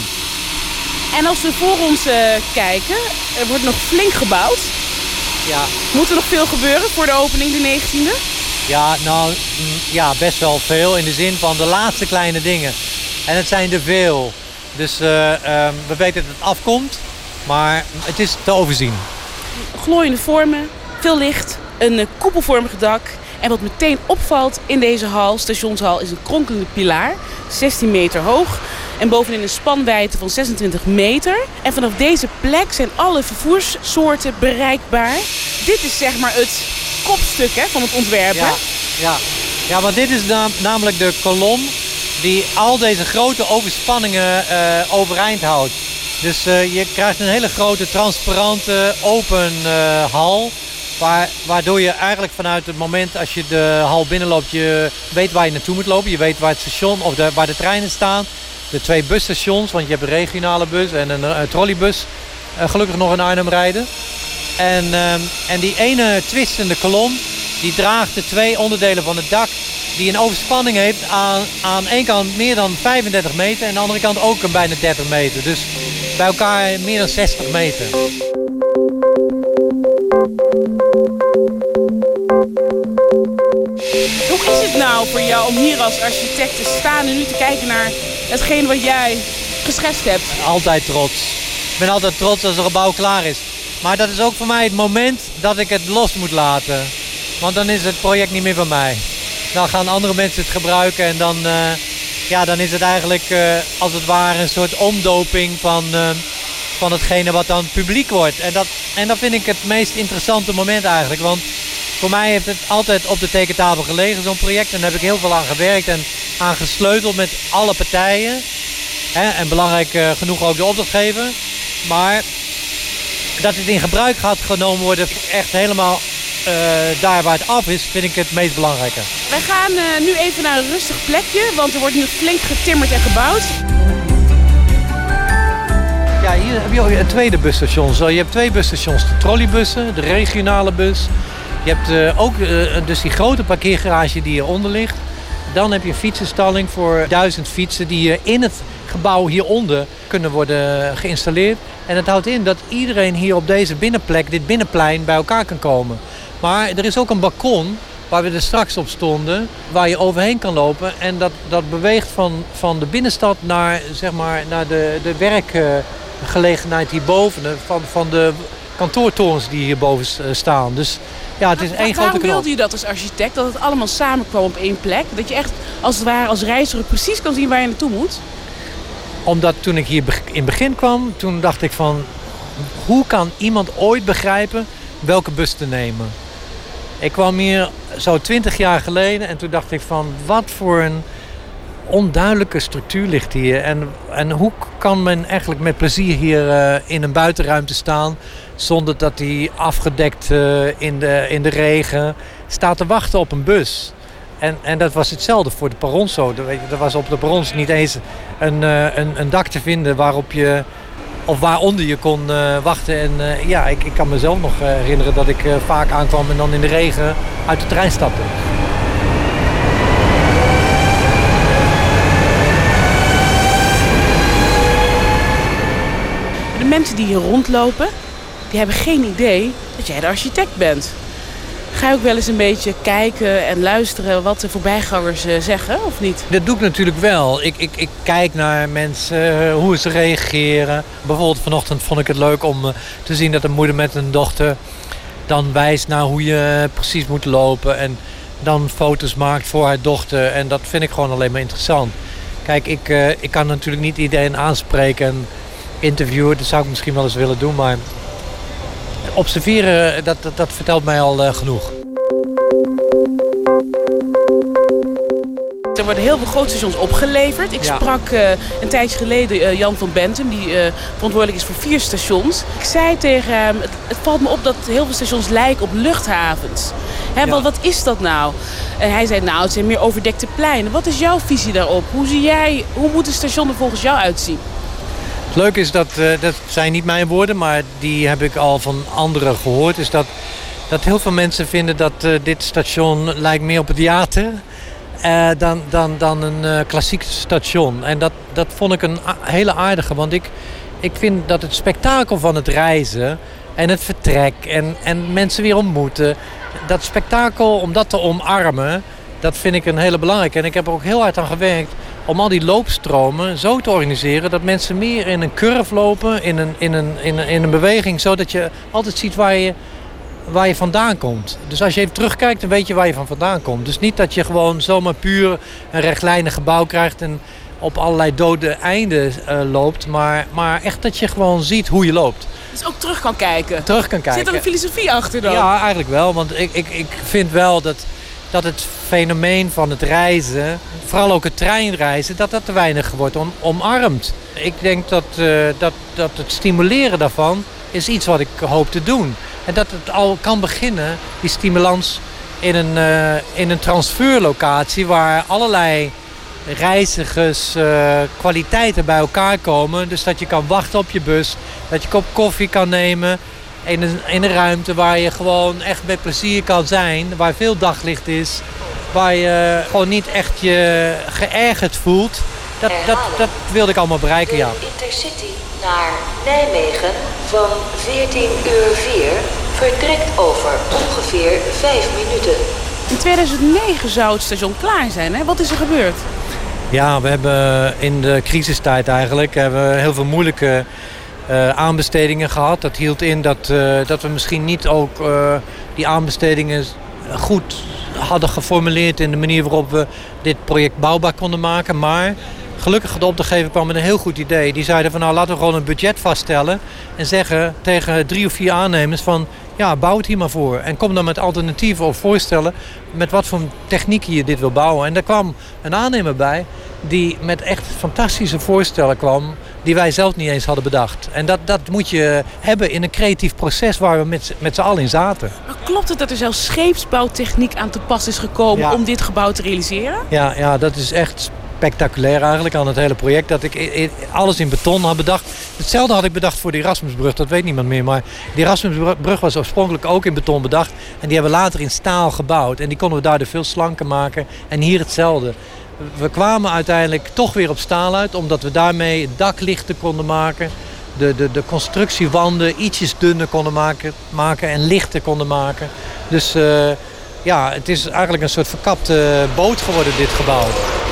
En als we voor ons uh, kijken, er wordt nog flink gebouwd. Ja. Moet er nog veel gebeuren voor de opening de negentiende? Ja, nou, mm, ja, best wel veel in de zin van de laatste kleine dingen. En het zijn er veel. Dus uh, um, we weten dat het afkomt, maar het is te overzien. Glooiende vormen, veel licht, een uh, koepelvormig dak... En wat meteen opvalt in deze hal, stationshal, is een kronkelende pilaar. zestien meter hoog. En bovenin een spanwijdte van zesentwintig meter. En vanaf deze plek zijn alle vervoerssoorten bereikbaar. Dit is zeg maar het kopstuk hè, van het ontwerp. Ja, ja. ja, want dit is na- namelijk de kolom die al deze grote overspanningen uh, overeind houdt. Dus uh, je krijgt een hele grote, transparante, open uh, hal... Waar, waardoor je eigenlijk vanuit het moment als je de hal binnenloopt... je weet waar je naartoe moet lopen. Je weet waar het station of de, waar de treinen staan. De twee busstations, want je hebt een regionale bus en een, een trolleybus. Uh, gelukkig nog in Arnhem rijden. En, uh, en die ene twistende kolom... die draagt de twee onderdelen van het dak... die een overspanning heeft aan, aan één kant meer dan vijfendertig meter... en aan de andere kant ook een bijna dertig meter. Dus bij elkaar meer dan zestig meter. Hoe is het nou voor jou om hier als architect te staan en nu te kijken naar hetgeen wat jij geschetst hebt? Altijd trots. Ik ben altijd trots als een gebouw klaar is. Maar dat is ook voor mij het moment dat ik het los moet laten. Want dan is het project niet meer van mij. Dan gaan andere mensen het gebruiken en dan, uh, ja, dan is het eigenlijk uh, als het ware een soort omdoping van, uh, van hetgene wat dan publiek wordt. En dat, en dat vind ik het meest interessante moment eigenlijk. Want voor mij heeft het altijd op de tekentafel gelegen, zo'n project. En daar heb ik heel veel aan gewerkt en aan gesleuteld met alle partijen. Hè, en belangrijk uh, genoeg ook de opdrachtgever. Maar dat het in gebruik gaat genomen worden, echt helemaal uh, daar waar het af is, vind ik het meest belangrijke. Wij gaan uh, nu even naar een rustig plekje, want er wordt nu flink getimmerd en gebouwd. Ja, hier heb je ook een tweede busstation. Zo, je hebt twee busstations, de trolleybussen, de regionale bus. Je hebt uh, ook uh, dus die grote parkeergarage die hieronder ligt. Dan heb je een fietsenstalling voor duizend fietsen die hier in het gebouw hieronder kunnen worden geïnstalleerd. En dat houdt in dat iedereen hier op deze binnenplek, dit binnenplein, bij elkaar kan komen. Maar er is ook een balkon waar we er straks op stonden, waar je overheen kan lopen. En dat, dat beweegt van, van de binnenstad naar, zeg maar, naar de, de werkgelegenheid hierboven, van, van de kantoortorens die hierboven staan. Dus ja, het is één grote knop. Waarom wilde je dat als architect, dat het allemaal samenkwam op één plek? Dat je echt als het ware als reiziger precies kan zien waar je naartoe moet? Omdat toen ik hier in het begin kwam, toen dacht ik van, hoe kan iemand ooit begrijpen welke bus te nemen? Ik kwam hier zo twintig jaar geleden en toen dacht ik van, wat voor een onduidelijke structuur ligt hier. En, en hoe kan men eigenlijk met plezier hier uh, in een buitenruimte staan, zonder dat hij afgedekt uh, in, de, in de regen staat te wachten op een bus. En, en dat was hetzelfde voor de perrons zo. Er, er was op de perrons niet eens een, uh, een, een dak te vinden waarop je, of waaronder je kon uh, wachten. En uh, ja, ik, ik kan mezelf nog uh, herinneren dat ik uh, vaak aankwam en dan in de regen uit de trein stapte. De mensen die hier rondlopen, die hebben geen idee dat jij de architect bent. Ga je ook wel eens een beetje kijken en luisteren wat de voorbijgangers zeggen, of niet? Dat doe ik natuurlijk wel. Ik, ik, ik kijk naar mensen, hoe ze reageren. Bijvoorbeeld vanochtend vond ik het leuk om te zien dat een moeder met een dochter dan wijst naar hoe je precies moet lopen. En dan foto's maakt voor haar dochter. En dat vind ik gewoon alleen maar interessant. Kijk, ik, uh, ik kan natuurlijk niet iedereen aanspreken en interviewen. Dat zou ik misschien wel eens willen doen, maar observeren, dat, dat, dat vertelt mij al uh, genoeg. Er worden heel veel grootstations opgeleverd. Ik ja. sprak uh, een tijdje geleden uh, Jan van Bentum, die uh, verantwoordelijk is voor vier stations. Ik zei tegen hem, het, het valt me op dat heel veel stations lijken op luchthavens. Hè, ja. wat, wat is dat nou? En hij zei, nou, het zijn meer overdekte pleinen. Wat is jouw visie daarop? Hoe, zie jij, hoe moet een station er volgens jou uitzien? Het leuke is dat, uh, dat zijn niet mijn woorden, maar die heb ik al van anderen gehoord. Is dat, dat heel veel mensen vinden dat uh, dit station lijkt meer op het theater uh, dan, dan, dan een uh, klassiek station. En dat, dat vond ik een a- hele aardige, want ik, ik vind dat het spektakel van het reizen en het vertrek en, en mensen weer ontmoeten, dat spektakel om dat te omarmen, dat vind ik een hele belangrijke. En ik heb er ook heel hard aan gewerkt om al die loopstromen zo te organiseren dat mensen meer in een curve lopen, in een, in een, in een, in een beweging, zodat je altijd ziet waar je, waar je vandaan komt. Dus als je even terugkijkt, dan weet je waar je van vandaan komt. Dus niet dat je gewoon zomaar puur een rechtlijnig gebouw krijgt en op allerlei dode einden uh, loopt, maar, maar echt dat je gewoon ziet hoe je loopt. Dus ook terug kan kijken? Terug kan kijken. Zit er een filosofie achter dan? Ja, eigenlijk wel, want ik, ik, ik vind wel dat dat het fenomeen van het reizen, vooral ook het treinreizen, dat dat te weinig wordt om, omarmd. Ik denk dat, uh, dat, dat het stimuleren daarvan is iets wat ik hoop te doen. En dat het al kan beginnen, die stimulans, in een, uh, in een transferlocatie waar allerlei reizigers uh, kwaliteiten bij elkaar komen. Dus dat je kan wachten op je bus, dat je kop koffie kan nemen in een, in een ruimte waar je gewoon echt met plezier kan zijn, waar veel daglicht is, waar je gewoon niet echt je geërgerd voelt. Dat, dat, dat wilde ik allemaal bereiken, ja. De Intercity naar Nijmegen van veertien uur vier vertrekt over ongeveer vijf minuten. In tweeduizend negen zou het station klaar zijn, hè? Wat is er gebeurd? Ja, we hebben in de crisistijd eigenlijk hebben we heel veel moeilijke uh, aanbestedingen gehad. Dat hield in dat, uh, dat we misschien niet ook uh, die aanbestedingen goed hadden geformuleerd in de manier waarop we dit project bouwbaar konden maken. Maar gelukkig de opdrachtgever kwam met een heel goed idee. Die zeiden van nou laten we gewoon een budget vaststellen en zeggen tegen drie of vier aannemers van ja, bouw het hier maar voor. En kom dan met alternatieven of voorstellen met wat voor technieken je dit wil bouwen. En daar kwam een aannemer bij die met echt fantastische voorstellen kwam die wij zelf niet eens hadden bedacht. En dat, dat moet je hebben in een creatief proces waar we met, met z'n allen in zaten. Maar klopt het dat er zelfs scheepsbouwtechniek aan te pas is gekomen ja. om dit gebouw te realiseren? Ja, ja, dat is echt spectaculair eigenlijk aan het hele project. Dat ik alles in beton had bedacht. Hetzelfde had ik bedacht voor de Erasmusbrug, dat weet niemand meer. Maar de Erasmusbrug was oorspronkelijk ook in beton bedacht. En die hebben we later in staal gebouwd. En die konden we daardoor veel slanker maken. En hier hetzelfde. We kwamen uiteindelijk toch weer op staal uit, omdat we daarmee het dak lichter konden maken. De, de, de constructiewanden ietsjes dunner konden maken, maken en lichter konden maken. Dus uh, ja, het is eigenlijk een soort verkapte boot geworden, dit gebouw.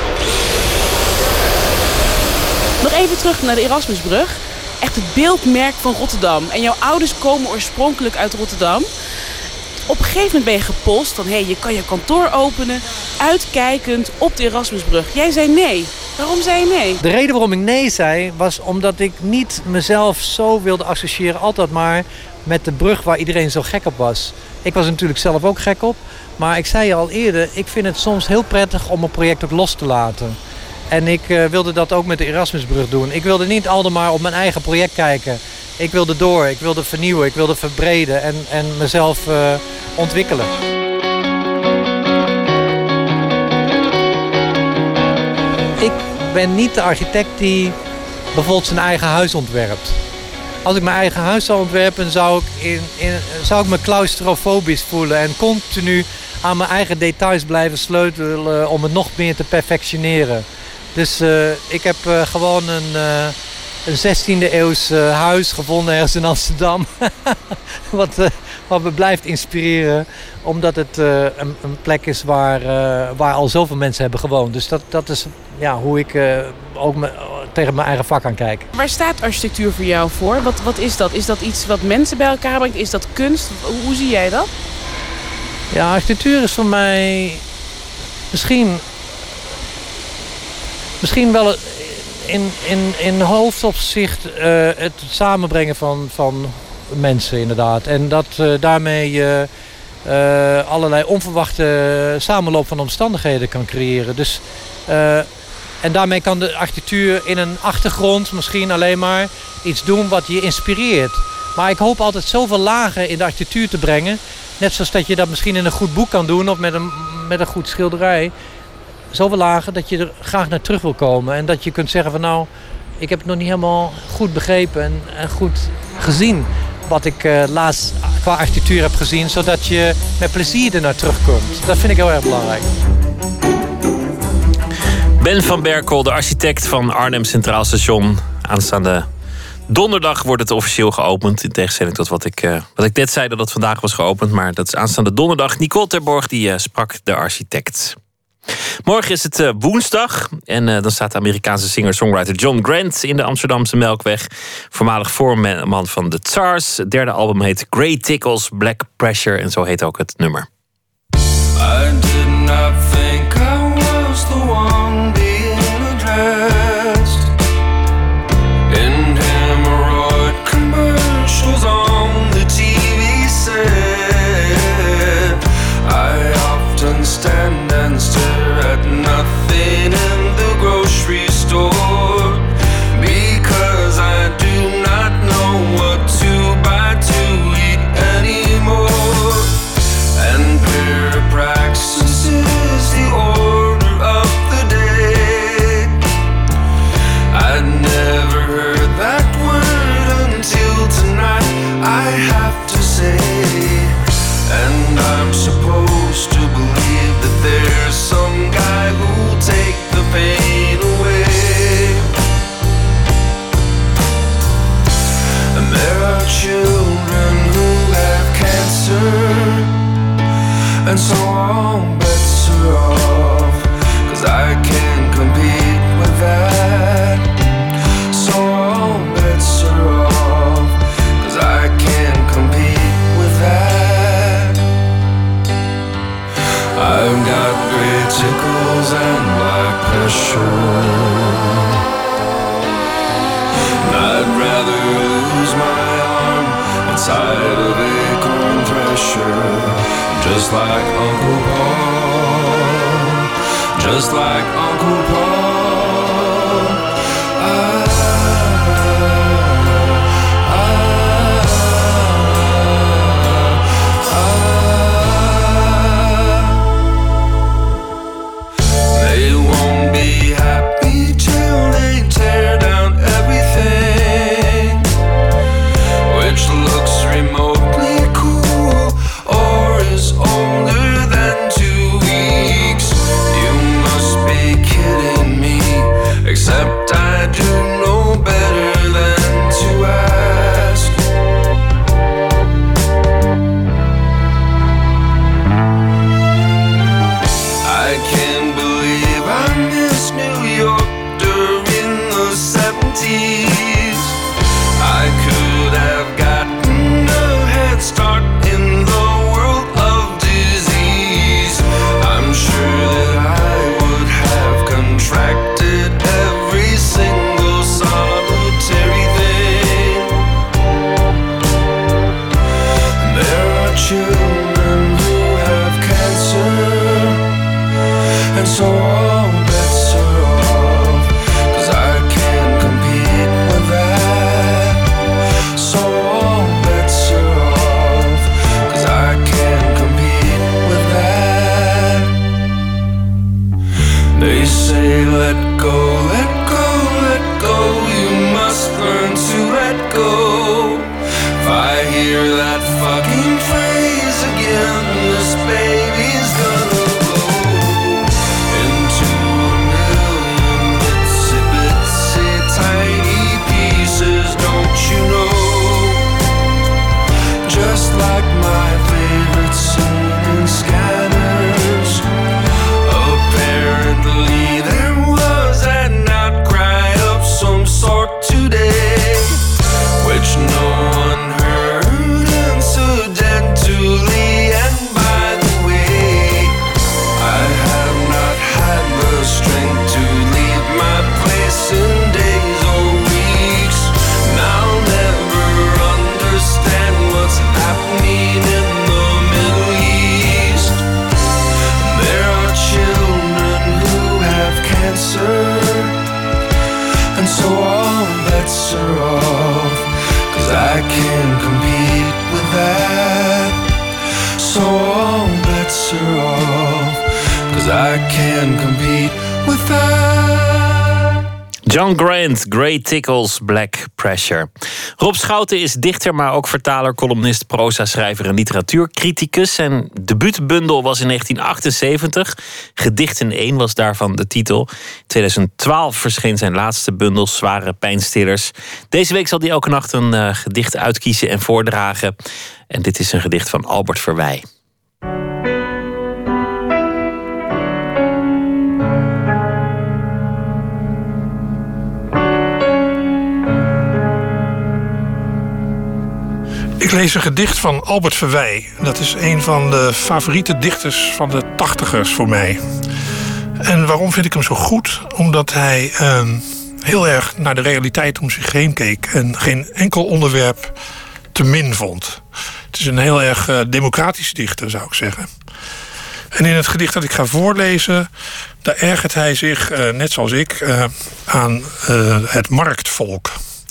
Nog even terug naar de Erasmusbrug. Echt het beeldmerk van Rotterdam. En jouw ouders komen oorspronkelijk uit Rotterdam. Op een gegeven moment ben je gepolst van hey, je kan je kantoor openen, uitkijkend op de Erasmusbrug. Jij zei nee. Waarom zei je nee? De reden waarom ik nee zei was omdat ik niet mezelf zo wilde associëren altijd maar met de brug waar iedereen zo gek op was. Ik was er natuurlijk zelf ook gek op, maar ik zei je al eerder, ik vind het soms heel prettig om een project ook los te laten. En ik uh, wilde dat ook met de Erasmusbrug doen. Ik wilde niet altijd maar op mijn eigen project kijken. Ik wilde door, ik wilde vernieuwen, ik wilde verbreden en, en mezelf uh, ontwikkelen. ben niet de architect die bijvoorbeeld zijn eigen huis ontwerpt. Als ik mijn eigen huis zou ontwerpen, zou ik, in, in, zou ik me claustrofobisch voelen en continu aan mijn eigen details blijven sleutelen om het nog meer te perfectioneren. Dus uh, ik heb uh, gewoon een, uh, een zestiende eeuws uh, huis gevonden ergens in Amsterdam. wat, uh, wat me blijft inspireren, omdat het uh, een, een plek is waar, uh, waar al zoveel mensen hebben gewoond. Dus dat, dat is ja, hoe ik uh, ook me, tegen mijn eigen vak aan kijk. Waar staat architectuur voor jou voor? Wat, wat is dat? Is dat iets wat mensen bij elkaar brengt? Is dat kunst? Hoe zie jij dat? Ja, architectuur is voor mij misschien, misschien wel in, in, in hoofdopzicht uh, het samenbrengen van, van mensen inderdaad. En dat uh, daarmee je uh, uh, allerlei onverwachte samenloop van omstandigheden kan creëren. Dus, uh, en daarmee kan de architectuur in een achtergrond misschien alleen maar iets doen wat je inspireert. Maar ik hoop altijd zoveel lagen in de architectuur te brengen. Net zoals dat je dat misschien in een goed boek kan doen of met een, met een goed schilderij. Zoveel lagen dat je er graag naar terug wil komen. En dat je kunt zeggen van nou, ik heb het nog niet helemaal goed begrepen en, en goed gezien. Wat ik uh, laatst qua architectuur heb gezien. Zodat je met plezier er naar terugkomt. Dat vind ik heel erg belangrijk. Ben van Berkel, de architect van Arnhem Centraal Station. Aanstaande donderdag wordt het officieel geopend. In tegenstelling tot wat ik, uh, wat ik net zei dat het vandaag was geopend. Maar dat is aanstaande donderdag. Nicole Terborg die uh, sprak de architect. Morgen is het uh, woensdag. En uh, dan staat de Amerikaanse singer-songwriter John Grant in de Amsterdamse Melkweg. Voormalig voorman van The Tsars. Het derde album heet Grey Tickles, Black Pressure. En zo heet ook het nummer. I did not think I was the one being addressed in hemorrhoid commercials on the T V set. I often stand and stare at nothing in the grocery store because I do not know what to buy to eat anymore. And parapraxis is the order of the day. I'd never heard that word until tonight, I have to say. And I'm supposed to believe that there's some guy who'll take the pain away. And there are children who have cancer, and so all bets are off, 'cause I can't compete with that. So all bets are off, 'cause I can't compete with that. I've got great tickles and black pressure, and I'd rather lose my arm inside of acorn thresher, just like Uncle Paul, just like Uncle Paul. I, I, I. They won't be happy till they tear down everything which looks remotely cool or is older than two weeks. You must be kidding me, except I do know better than to ask. I can't believe I missed New York during the seventies. I could have gotten a head start in the world of disease. I'm sure that I would have contracted every single solitary thing. And there are children who have cancer, and so all bets are off, 'cause I can't compete with that. So all bets are off, 'cause I can't compete with that. They say let go, let lesser off, 'cause I can't compete with that. John Grant, Great Tickles, Black Pressure. Rob Schouten is dichter, maar ook vertaler, columnist, proza-schrijver en literatuurcriticus. Zijn debuutbundel was in negentien achtenzeventig. Gedichten één was daarvan de titel. In tweeduizend twaalf verscheen zijn laatste bundel, Zware Pijnstillers. Deze week zal hij elke nacht een uh, gedicht uitkiezen en voordragen. En dit is een gedicht van Albert Verwij. Ik lees een gedicht van Albert Verwij. Dat is een van de favoriete dichters van de tachtigers voor mij. En waarom vind ik hem zo goed? Omdat hij uh, heel erg naar de realiteit om zich heen keek en geen enkel onderwerp te min vond. Het is een heel erg uh, democratisch dichter, zou ik zeggen. En in het gedicht dat ik ga voorlezen, daar ergert hij zich, uh, net zoals ik, uh, aan uh, het marktvolk.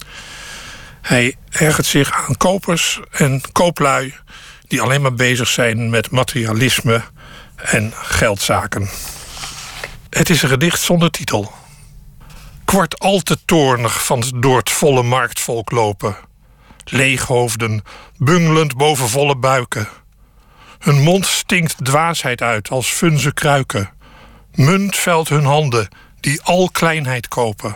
Hij ergert zich aan kopers en kooplui die alleen maar bezig zijn met materialisme en geldzaken. Het is een gedicht zonder titel. Ik word al te toornig van het door het volle marktvolk lopen. Leeghoofden, bungelend boven volle buiken. Hun mond stinkt dwaasheid uit als vunze kruiken. Munt velt hun handen die al kleinheid kopen.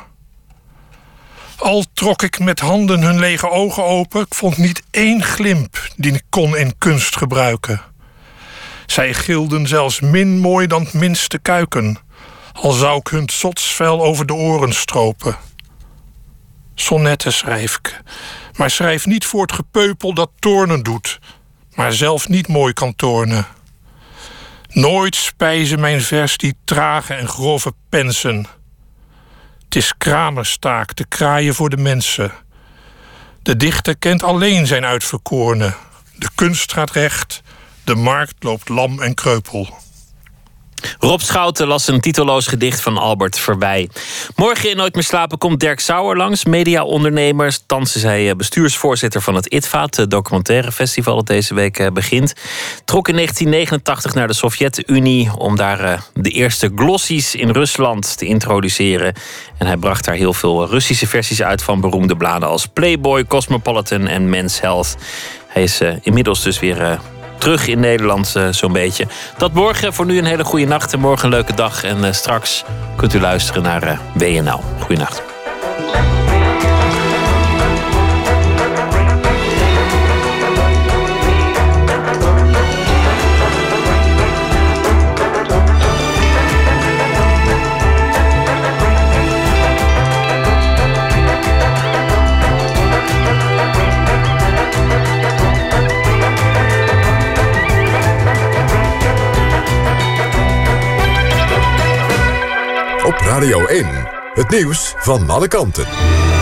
Al trok ik met handen hun lege ogen open, ik vond niet één glimp die ik kon in kunst gebruiken. Zij gilden zelfs min mooi dan het minste kuiken, al zou ik hun zotsvel over de oren stropen. Sonnetten schrijf ik, maar schrijf niet voor het gepeupel dat toornen doet, maar zelf niet mooi kan toornen. Nooit spijzen mijn vers die trage en grove pensen. Het is kramerstaak te kraaien voor de mensen. De dichter kent alleen zijn uitverkorene. De kunst gaat recht, de markt loopt lam en kreupel. Rob Schouten las een titelloos gedicht van Albert Verwij. Morgen in Nooit meer slapen komt Dirk Sauer langs, mediaondernemer. Thans is hij bestuursvoorzitter van het I T V A, het documentaire festival dat deze week begint. Trok in negentien negenentachtig naar de Sovjet-Unie om daar de eerste glossies in Rusland te introduceren. En hij bracht daar heel veel Russische versies uit van beroemde bladen als Playboy, Cosmopolitan en Men's Health. Hij is uh, inmiddels dus weer Uh, terug in Nederland, uh, zo'n beetje. Dat morgen. Voor nu een hele goede nacht en morgen een leuke dag. En uh, straks kunt u luisteren naar uh, W N L. Goeienacht. Op Radio één, het nieuws van alle kanten.